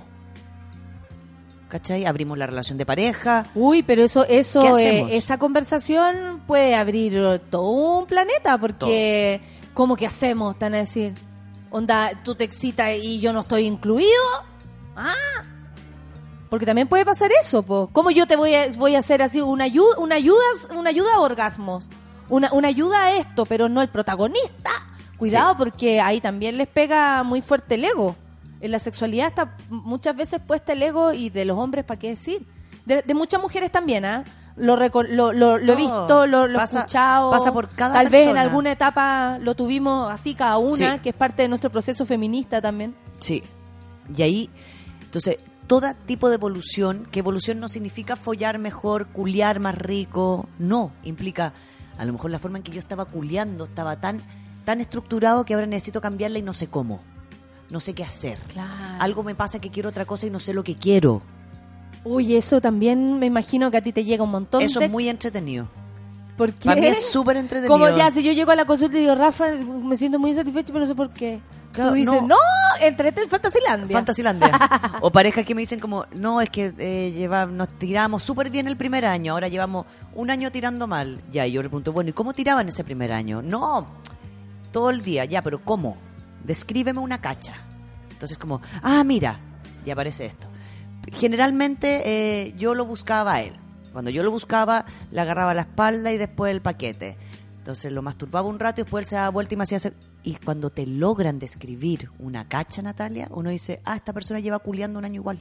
¿Cachai? Abrimos la relación de pareja. Uy, pero eso ¿Qué hacemos? esa conversación puede abrir todo un planeta, porque ¿cómo que hacemos? Están a decir, onda, tú te excitas y yo no estoy incluido. Ah, porque también puede pasar eso, po. ¿Cómo yo te voy a hacer así una ayuda a orgasmos? Una ayuda a esto, pero no el protagonista. Cuidado, Sí. porque ahí también les pega muy fuerte el ego. En la sexualidad está muchas veces puesta el ego, y de los hombres, ¿para qué decir? De muchas mujeres también, ¿ah? Lo he visto, lo he escuchado. Pasa por cada Tal vez en persona. alguna etapa lo tuvimos así cada una, Sí. que es parte de nuestro proceso feminista también. Sí. Y ahí, entonces, todo tipo de evolución, que evolución no significa follar mejor, culiar más rico, no, implica, a lo mejor la forma en que yo estaba culiando estaba tan estructurado que ahora necesito cambiarla y no sé cómo, no sé qué hacer. Claro. Algo me pasa que quiero otra cosa y no sé lo que quiero. Uy, eso también me imagino que a ti te llega un montón Eso de... es muy entretenido. ¿Por qué? Para mí es súper entretenido. Como ya, si yo llego a la consulta y digo, Rafa, me siento muy insatisfecho, pero no sé por qué. Claro, Tú dices, no. no, entrete en Fantasilandia. Fantasilandia. O parejas que me dicen como, no, es que nos tiramos súper bien el primer año, ahora llevamos un año tirando mal. Ya, y yo le pregunto, bueno, ¿y cómo tiraban ese primer año? No, todo el día, ya, pero ¿cómo? Descríbeme una cacha. Entonces como, mira, ya aparece esto. Generalmente yo lo buscaba a él. Cuando yo lo buscaba, le agarraba la espalda y después el paquete. Entonces lo masturbaba un rato y después él se daba vuelta y me hacía hacer... Y cuando te logran describir una cacha, Natalia, uno dice, esta persona lleva culiando un año igual.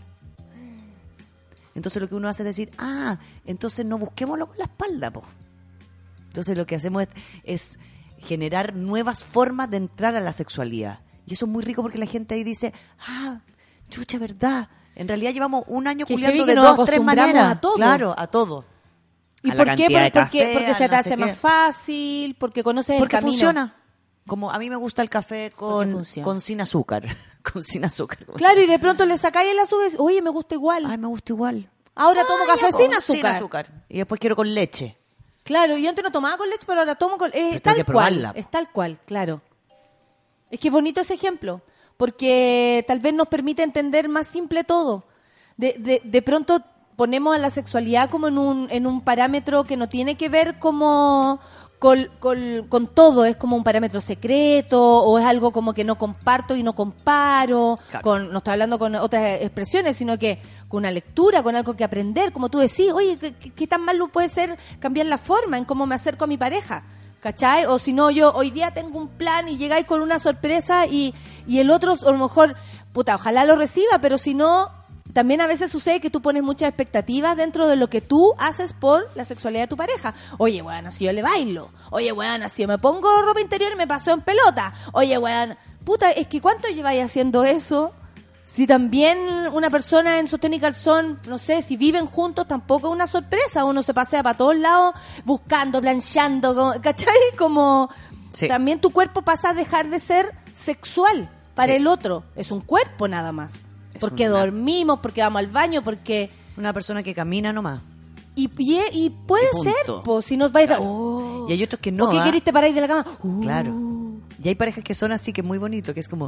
Entonces lo que uno hace es decir, entonces no busquémoslo con la espalda, po. Entonces lo que hacemos es generar nuevas formas de entrar a la sexualidad. Y eso es muy rico porque la gente ahí dice, chucha, ¿verdad? En realidad llevamos un año Qué culiando heavy que de nos 2, 3 acostumbramos maneras. a todo. Claro, a todo. ¿Y a la por qué? cantidad de café, Porque se al te no hace sé más qué. fácil, porque conoces Porque el camino. funciona. Como a mí me gusta el café Porque funciona. con sin azúcar. Con sin azúcar. Claro, y de pronto le sacáis el azúcar y dices, oye, me gusta igual. Ay, me gusta igual. Ahora tomo café Ya, sin po, azúcar. Sin azúcar. Y después quiero con leche. Claro, yo antes no tomaba con leche, pero ahora tomo con... tengo tal que cual, probarla. es tal cual, claro. Es que es bonito ese ejemplo, porque tal vez nos permite entender más simple todo. De pronto ponemos a la sexualidad como en un parámetro que no tiene que ver como con todo, es como un parámetro secreto, o es algo como que no comparto y no comparo, Claro. no estoy hablando con otras expresiones, sino que con una lectura, con algo que aprender, como tú decís, oye, ¿qué tan malo puede ser cambiar la forma en cómo me acerco a mi pareja? ¿Cachai? O si no, yo hoy día tengo un plan y llegáis con una sorpresa y el otro a lo mejor, ojalá lo reciba, pero si no, también a veces sucede que tú pones muchas expectativas dentro de lo que tú haces por la sexualidad de tu pareja. Oye, weón, si yo le bailo. Oye, weón, si yo me pongo ropa interior y me paso en pelota. Oye, weón, es que ¿cuánto lleváis haciendo eso? Si también una persona en sostén y calzón, no sé, si viven juntos, tampoco es una sorpresa. Uno se pasea para todos lados buscando, planchando, ¿cachai? Como Sí. también tu cuerpo pasa a dejar de ser sexual para Sí. el otro. Es un cuerpo nada más. Es Porque una- dormimos, porque vamos al baño, porque... Una persona que camina nomás. Y puede Y ser, punto. pues, si nos vais a... Y hay otros que no. ¿O qué queriste para ir de la cama? Claro. Y hay parejas que son así, que es muy bonito, que es como...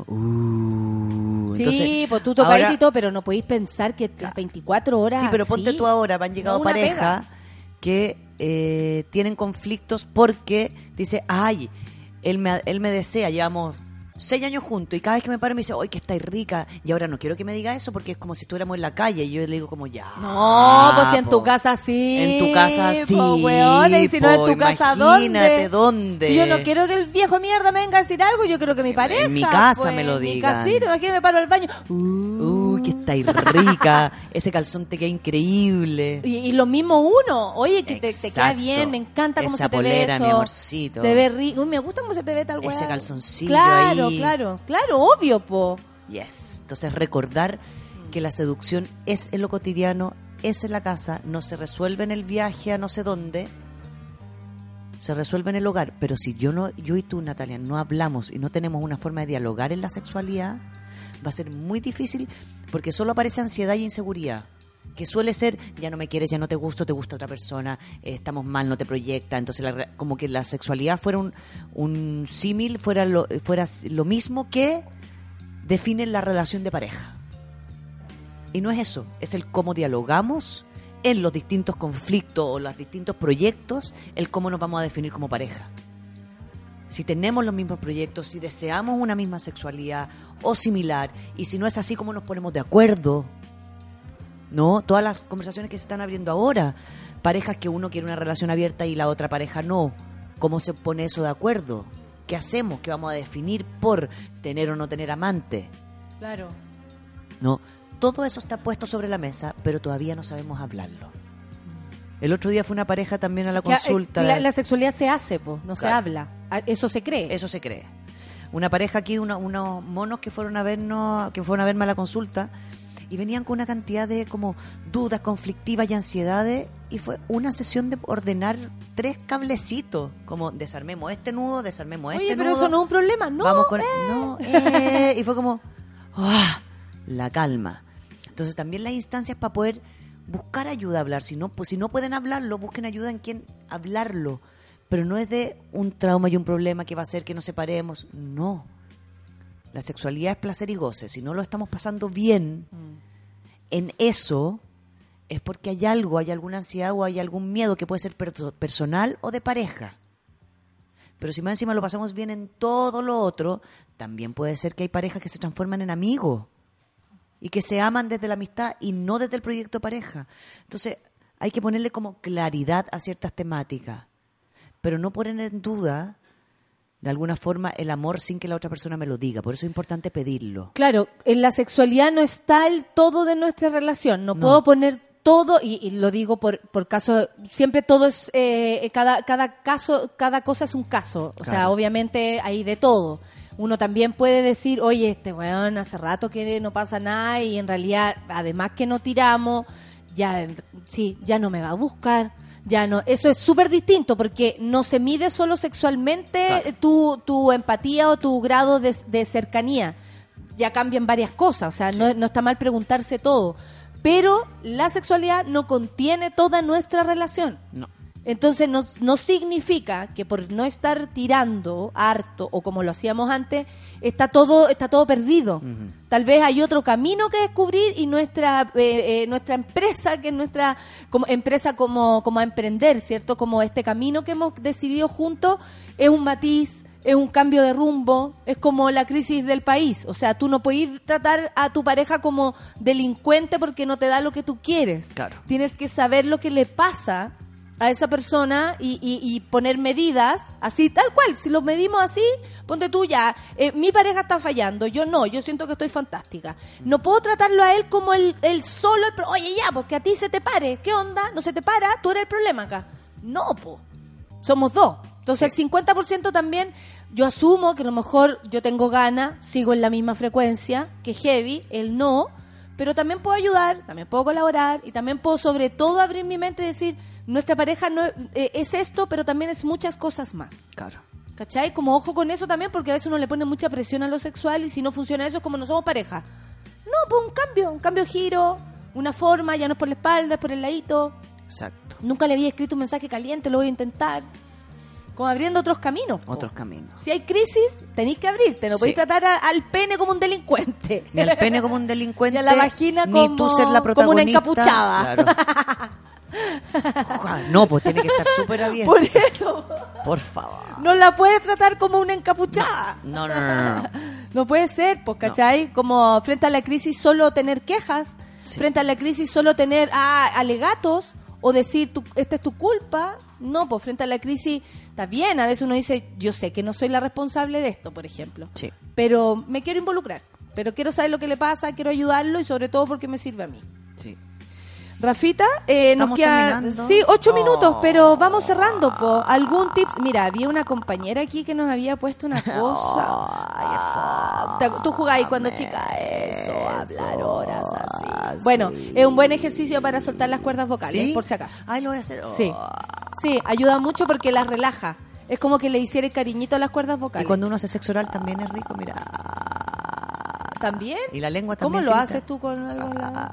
Sí, entonces, pues tú tocadito ahora- y todo, pero no podéis pensar que las 24 horas Sí, pero así, ponte tú ahora, han llegado no una parejas que tienen conflictos porque dice, ay, él me desea, llevamos 6 años juntos y cada vez que me paro me dice, ¡ay, que estáis rica! Y ahora no quiero que me diga eso porque es como si estuviéramos en la calle y yo le digo como, ya. No, pues si en po. tu casa sí. En tu casa sí, po, weona, y si no en po, tu casa, imagínate ¿dónde? dónde. Si yo no quiero que el viejo mierda me venga a decir algo, yo quiero que mi pareja. En mi casa pues, me lo en mi digan. casita, imagínate, me paro al baño. Uy, que estáis rica. Ese calzón te queda increíble. Y lo mismo uno. Oye, que te queda Exacto. bien, me encanta cómo Esa se te ve polera, eso. mi amorcito. Te ve rico. Uy, me gusta cómo se te ve tal weá. Ese calzoncillo Claro, ahí. claro, obvio, po. Yes. Entonces recordar que la seducción es en lo cotidiano, es en la casa, no se resuelve en el viaje a no sé dónde, se resuelve en el hogar. Pero si yo y tú, Natalia, no hablamos y no tenemos una forma de dialogar en la sexualidad, va a ser muy difícil porque solo aparece ansiedad y inseguridad. Que suele ser, ya no me quieres, ya no te gusta otra persona, estamos mal, no te proyecta. Entonces, como que la sexualidad fuera un símil, fuera lo mismo que define la relación de pareja. Y no es eso, es el cómo dialogamos en los distintos conflictos o los distintos proyectos, el cómo nos vamos a definir como pareja. Si tenemos los mismos proyectos, si deseamos una misma sexualidad o similar, y si no es así, ¿cómo nos ponemos de acuerdo? ¿No? Todas las conversaciones que se están abriendo ahora, parejas que uno quiere una relación abierta y la otra pareja no, ¿cómo se pone eso de acuerdo? ¿Qué hacemos? ¿Qué vamos a definir por tener o no tener amante? Claro. ¿No? Todo eso está puesto sobre la mesa, pero todavía no sabemos hablarlo. El otro día fue una pareja también a la consulta. La sexualidad se hace, po, no se Claro. habla. Eso se cree. Eso se cree. Una pareja aquí, unos monos que fueron a verme a la consulta y venían con una cantidad de como dudas conflictivas y ansiedades, y fue una sesión de ordenar 3 cablecitos, como desarmemos este nudo, desarmemos Oye, este nudo. pero eso no es un problema, no. Vamos con y fue como la calma. Entonces también las instancias para poder buscar ayuda a hablar, si no pueden hablarlo, busquen ayuda en quien hablarlo, pero no es de un trauma y un problema que va a hacer que nos separemos, no. La sexualidad es placer y goce. Si no lo estamos pasando bien en eso, es porque hay algo, hay alguna ansiedad o hay algún miedo que puede ser personal o de pareja. Pero si más encima lo pasamos bien en todo lo otro, también puede ser que hay parejas que se transforman en amigos y que se aman desde la amistad y no desde el proyecto pareja. Entonces hay que ponerle como claridad a ciertas temáticas, pero no poner en duda de alguna forma el amor sin que la otra persona me lo diga. Por eso es importante pedirlo. Claro, en la sexualidad no está el todo de nuestra relación. No puedo poner todo, y lo digo por caso, siempre todo es, cada caso, cada cosa es un caso. O sea, Claro. obviamente hay de todo. Uno también puede decir, oye, este weón hace rato que no pasa nada y en realidad, además que no tiramos, ya no me va a buscar. Ya no, eso es súper distinto porque no se mide solo sexualmente tu empatía o tu grado de cercanía. Ya cambian varias cosas, o sea, no está mal preguntarse todo. Pero la sexualidad no contiene toda nuestra relación. No. Entonces no significa que por no estar tirando harto o como lo hacíamos antes, está todo perdido. Ujú. Tal vez hay otro camino que descubrir y nuestra empresa, que es nuestra empresa como a emprender, ¿cierto? Como este camino que hemos decidido juntos es un matiz, es un cambio de rumbo, es como la crisis del país. O sea, tú no puedes tratar a tu pareja como delincuente porque no te da lo que tú quieres. Claro. Tienes que saber lo que le pasa a esa persona y poner medidas así, tal cual. Si lo medimos así, ponte tú ya, mi pareja está fallando, yo siento que estoy fantástica. No puedo tratarlo a él como el solo, oye ya, porque a ti se te pare, ¿qué onda? ¿No se te para? ¿Tú eres el problema acá? No, po, somos dos. Entonces el 50% también, yo asumo que a lo mejor yo tengo ganas, sigo en la misma frecuencia que Heavy, él no, pero también puedo ayudar, también puedo colaborar y también puedo sobre todo abrir mi mente y decir, nuestra pareja no es esto, pero también es muchas cosas más. Claro. ¿Cachai? Como ojo con eso también, porque a veces uno le pone mucha presión a lo sexual y si no funciona eso es como no somos pareja. No, pues un cambio de giro, una forma, ya no es por la espalda, es por el ladito. Exacto. Nunca le había escrito un mensaje caliente, lo voy a intentar. Como abriendo otros caminos. po. Otros caminos. Si hay crisis, tenéis que abrirte. No Sí. podéis tratar al pene como un delincuente. Ni al pene como un delincuente, Ni a la vagina ni como, tú ser la como una protagonista. encapuchada. Claro. No, pues tiene que estar súper abierta. Por eso. Por favor. No la puedes tratar como una encapuchada. No. No puede ser, pues, ¿cachai? Como frente a la crisis solo tener quejas, frente a la crisis solo tener alegatos o decir, esta es tu culpa. No, pues frente a la crisis está bien, a veces uno dice, yo sé que no soy la responsable de esto, por ejemplo, Sí. pero me quiero involucrar, pero quiero saber lo que le pasa, quiero ayudarlo y sobre todo porque me sirve a mí. Sí. Rafita, nos ¿Estamos quedan terminando? 8 minutos, Oh. pero vamos cerrando, po. ¿Algún tip? Mira, había una compañera aquí que nos había puesto una cosa. Tú jugabas cuando chica eso, hablar horas así. Bueno, es un buen ejercicio para soltar las cuerdas vocales, ¿Sí? por si acaso. Ay, lo voy a hacer. Sí, sí, ayuda mucho porque las relaja. Es como que le hiciera cariñito a las cuerdas Y vocales. cuando uno hace sexo oral también es rico, mira. ¿También? Y la lengua ¿Cómo también. lo tirita. haces tú con algo?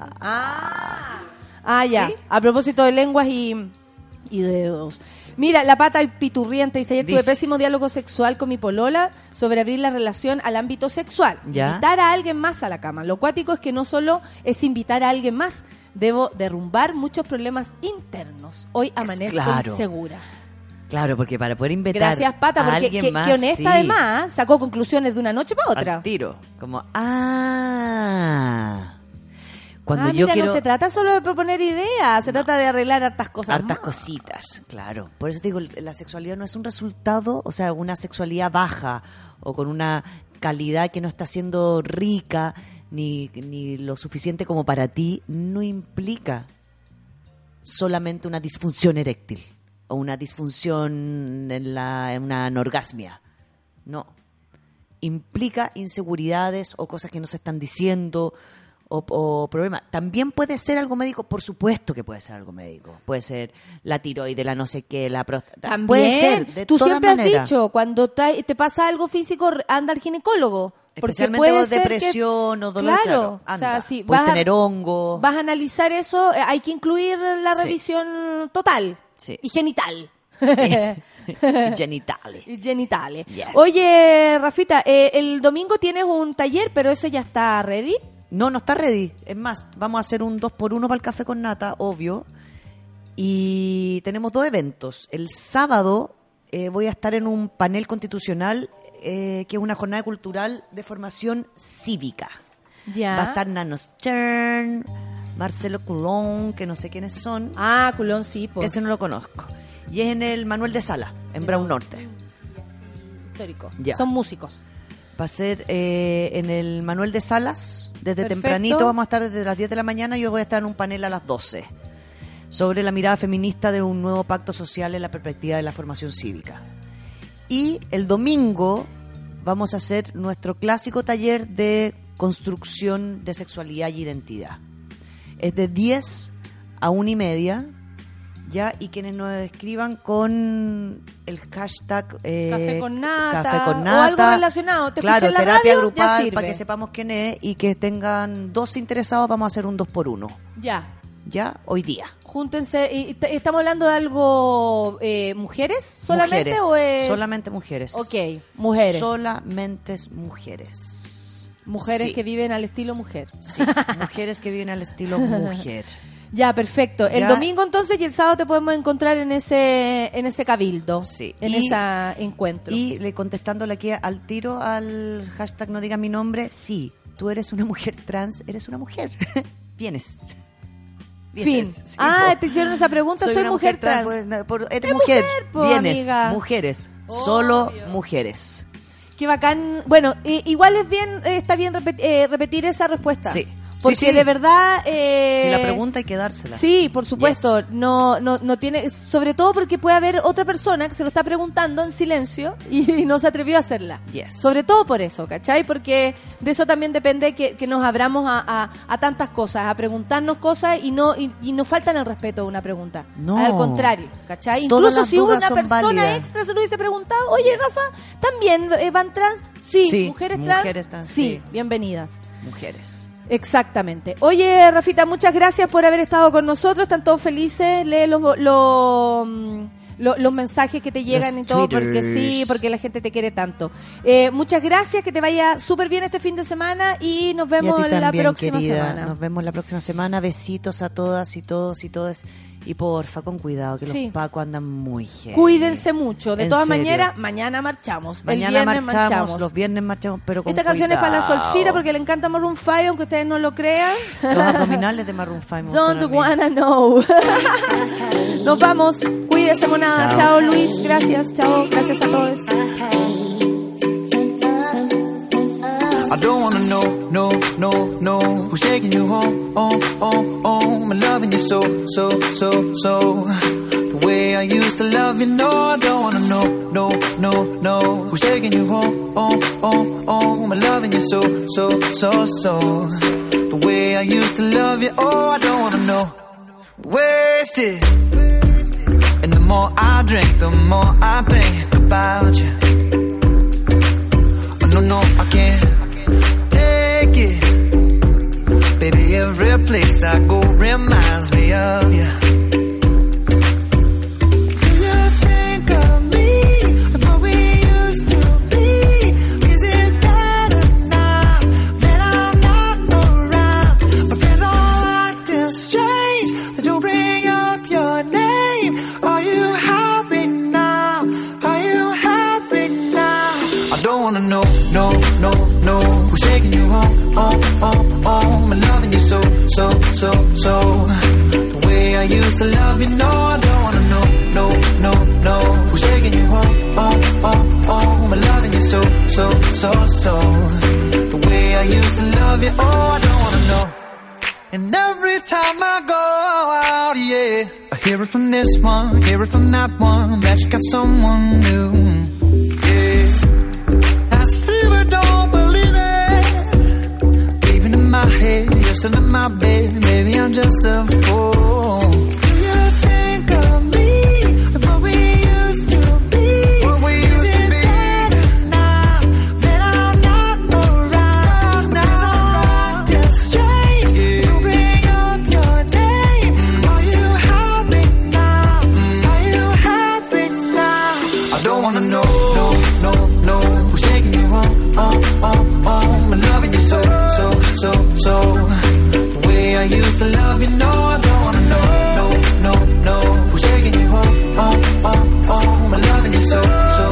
Ya. ¿Sí? A propósito de lenguas y dedos. Mira, la pata piturriente dice, ayer tuve Dice. pésimo diálogo sexual con mi polola sobre abrir la relación al ámbito sexual. Ya. Invitar a alguien más a la cama. Lo cuático es que no solo es invitar a alguien más, debo derrumbar muchos problemas internos. Hoy amanezco Claro. insegura. Claro, porque para poder invitar Gracias, Pata, a porque alguien más, que honesta sí, además, sacó conclusiones de una noche para otra. al tiro. Como, cuando yo Mira, quiero... no se trata solo de proponer ideas, se trata de arreglar hartas cosas hartas más. cositas, claro. Por eso te digo, la sexualidad no es un resultado, o sea, una sexualidad baja o con una calidad que no está siendo rica ni lo suficiente como para ti, no implica solamente una disfunción eréctil o una disfunción en una anorgasmia. No. Implica inseguridades o cosas que no se están diciendo o problemas. También puede ser algo médico, por supuesto que puede ser algo médico. Puede ser la tiroides, la no sé qué, la próstata. También, Puede ser, de tú todas siempre has maneras. dicho, cuando te pasa algo físico, anda al ginecólogo. Porque Especialmente puede con ser depresión o dolor, claro, anda. o sea, si Puedes vas a- tener hongo. Vas a analizar eso, hay que incluir la Sí. revisión total Sí. y genital. Y genitales. Y genitales. Yes. Oye, Rafita, el domingo tienes un taller, pero ese ya está ready. No está ready. Es más, vamos a hacer un 2x1 para el café con nata, obvio. Y tenemos 2 eventos. El sábado voy a estar en un panel constitucional que es una jornada cultural de formación cívica. Ya. Va a estar Nano Stern, Marcelo Coulon, que no sé quiénes son. Ah, culón, sí, pues. Ese no lo conozco. Y es en el Manuel de Sala, en Brown Norte. Histórico. Ya. Son músicos. Va a ser en el Manuel de Salas, desde Perfecto. tempranito, vamos a estar desde las 10 de la mañana y yo voy a estar en un panel a las 12 sobre la mirada feminista de un nuevo pacto social en la perspectiva de la formación cívica. Y el domingo vamos a hacer nuestro clásico taller de construcción de sexualidad y identidad. Es de 10 a 1:30, ya, y quienes nos escriban con el hashtag Café con nata, Café con o nata, algo relacionado. Te claro, escuché en la terapia radio, ya grupal, sirve. para que sepamos quién es y que tengan 2 interesados, vamos a hacer un 2x1, ya, hoy día. Júntense. ¿Estamos hablando de algo mujeres solamente Mujeres, o es...? solamente mujeres. Ok, mujeres. Solamente mujeres. Mujeres Sí. que viven al estilo mujer. Sí, mujeres que viven al estilo mujer. Ya, perfecto. El Ya. domingo entonces y el sábado te podemos encontrar en ese cabildo, Sí. en Y- ese encuentro. Y le contestándole aquí al tiro al hashtag no diga mi nombre, sí, tú eres una mujer trans, eres una mujer. Vienes. Fin. Vienes, sí, po. Te hicieron esa pregunta. Soy una mujer trans. pues, eres Es mujer. mujer, po, Vienes, amiga. mujeres. Obvio. Solo mujeres. Qué bacán. Bueno, igual es bien, está bien repetir esa respuesta. Sí. Porque Sí, sí. de verdad... Si la pregunta hay que dársela. Sí, por supuesto. Yes. No tiene... Sobre todo porque puede haber otra persona que se lo está preguntando en silencio y no se atrevió a hacerla. Yes. Sobre todo por eso, ¿cachai? Porque de eso también depende que nos abramos a tantas cosas, a preguntarnos cosas y no faltan el respeto a una pregunta. No. Al contrario, ¿cachai? Todas Incluso las si dudas una son persona válidas. extra se lo hubiese preguntado, oye, Rafa, ¿también van trans? Sí. Sí, ¿Mujeres mujeres trans? trans, Sí, sí. bienvenidas. Mujeres. Exactamente. Oye, Rafita, muchas gracias por haber estado con nosotros. Están todos felices. Lee los mensajes que te llegan Los y todo, porque twitters. sí, porque la gente te quiere tanto. Muchas gracias, que te vaya súper bien este fin de semana y nos Y vemos a ti la también, próxima querida. semana. Nos vemos la próxima semana. Besitos a todas y todos y todas. Y porfa, con cuidado, que Sí. los pacos andan muy heavy. Cuídense mucho. De En todas serio. maneras, mañana marchamos. Mañana el viernes marchamos, los viernes marchamos, pero con Esta canción es para la cuidado. Solcita porque le encanta Maroon 5, aunque ustedes no lo crean. Los abdominales de Maroon 5. me Don't gustan a mí. wanna know. Nos vamos. Cuídese, monada. Chao. Chao, Luis. Gracias. Chao. Gracias a todos. I don't wanna know, no, who's taking you home, I'm loving you so. The way I used to love you, no, I don't wanna know, no, who's taking you home, I'm loving you so. The way I used to love you, oh, I don't wanna know. Wasted, and the more I drink, the more I think about you. Oh, no, I can't take it. Baby, every place I go reminds me of you. Do you think of me and what we used to be? Is it better now that I'm not around? My friends all acting strange. They don't bring up your name. Are you happy now? Are you happy now? I don't wanna know, no, who's taking you home, I'm loving you so. The way I used to love you, no, I don't wanna know, no, who's taking you home, I'm loving you so. The way I used to love you, oh, I don't wanna know. And every time I go out, yeah, I hear it from this one, hear it from that one, that you got someone new. I see but don't believe it. Even in my head, you're still in my bed. Maybe I'm just a fool. Do you think of me and what we used to be? What we used to be. Better now that I'm not around. Now I'm acting strange. You bring up your name. Are you happy now? Are you happy now? I don't wanna know, no, who's taking you home, I'm loving you so. The way I used to love you, no, I don't wanna know, no, who's taking you home, I'm loving you so.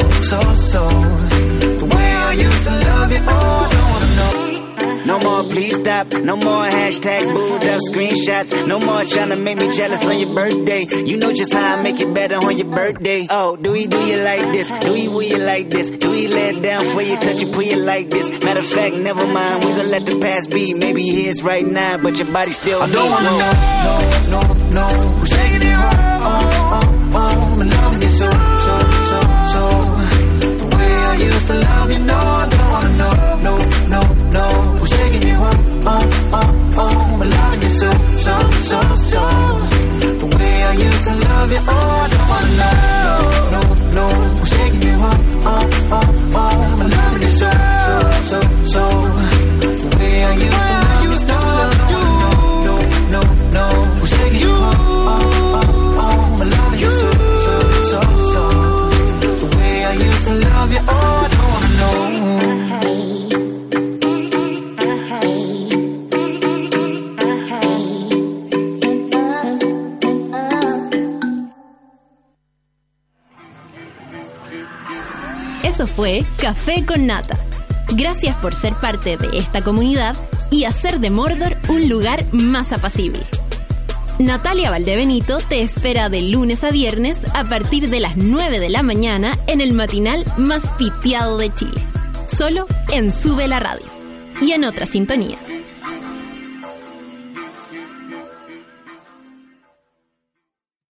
The way I used to love you, oh, I don't wanna know. No more please stop, no more hashtag booed up screenshots. No more trying to make me jealous on your birthday. You know just how I make it better on your birthday. Oh, do you like this? Do you like this? Do we let down for you, touch you, pull you like this? Matter of fact, never mind, we gon' let the past be. Maybe here's right now, but your body still I don't wanna know, who's taking you home, I'm loving you so. The way I used to love you, no, I don't wanna know, no, who's taking you home, I'm loving you so. The way I used to love you, oh, I don't wanna know, who's taking you home, I'm loving you so. The way I used to love you, no, who's taking you home, I'm loving you so. The way I used to love you, oh, I don't wanna know. Eso fue Café con Nata. Gracias por ser parte de esta comunidad y hacer de Mordor un lugar más apacible. Natalia Valdebenito te espera de lunes a viernes a partir de las 9 de la mañana en el matinal más piteado de Chile. Solo en Sube la Radio y en otra sintonía.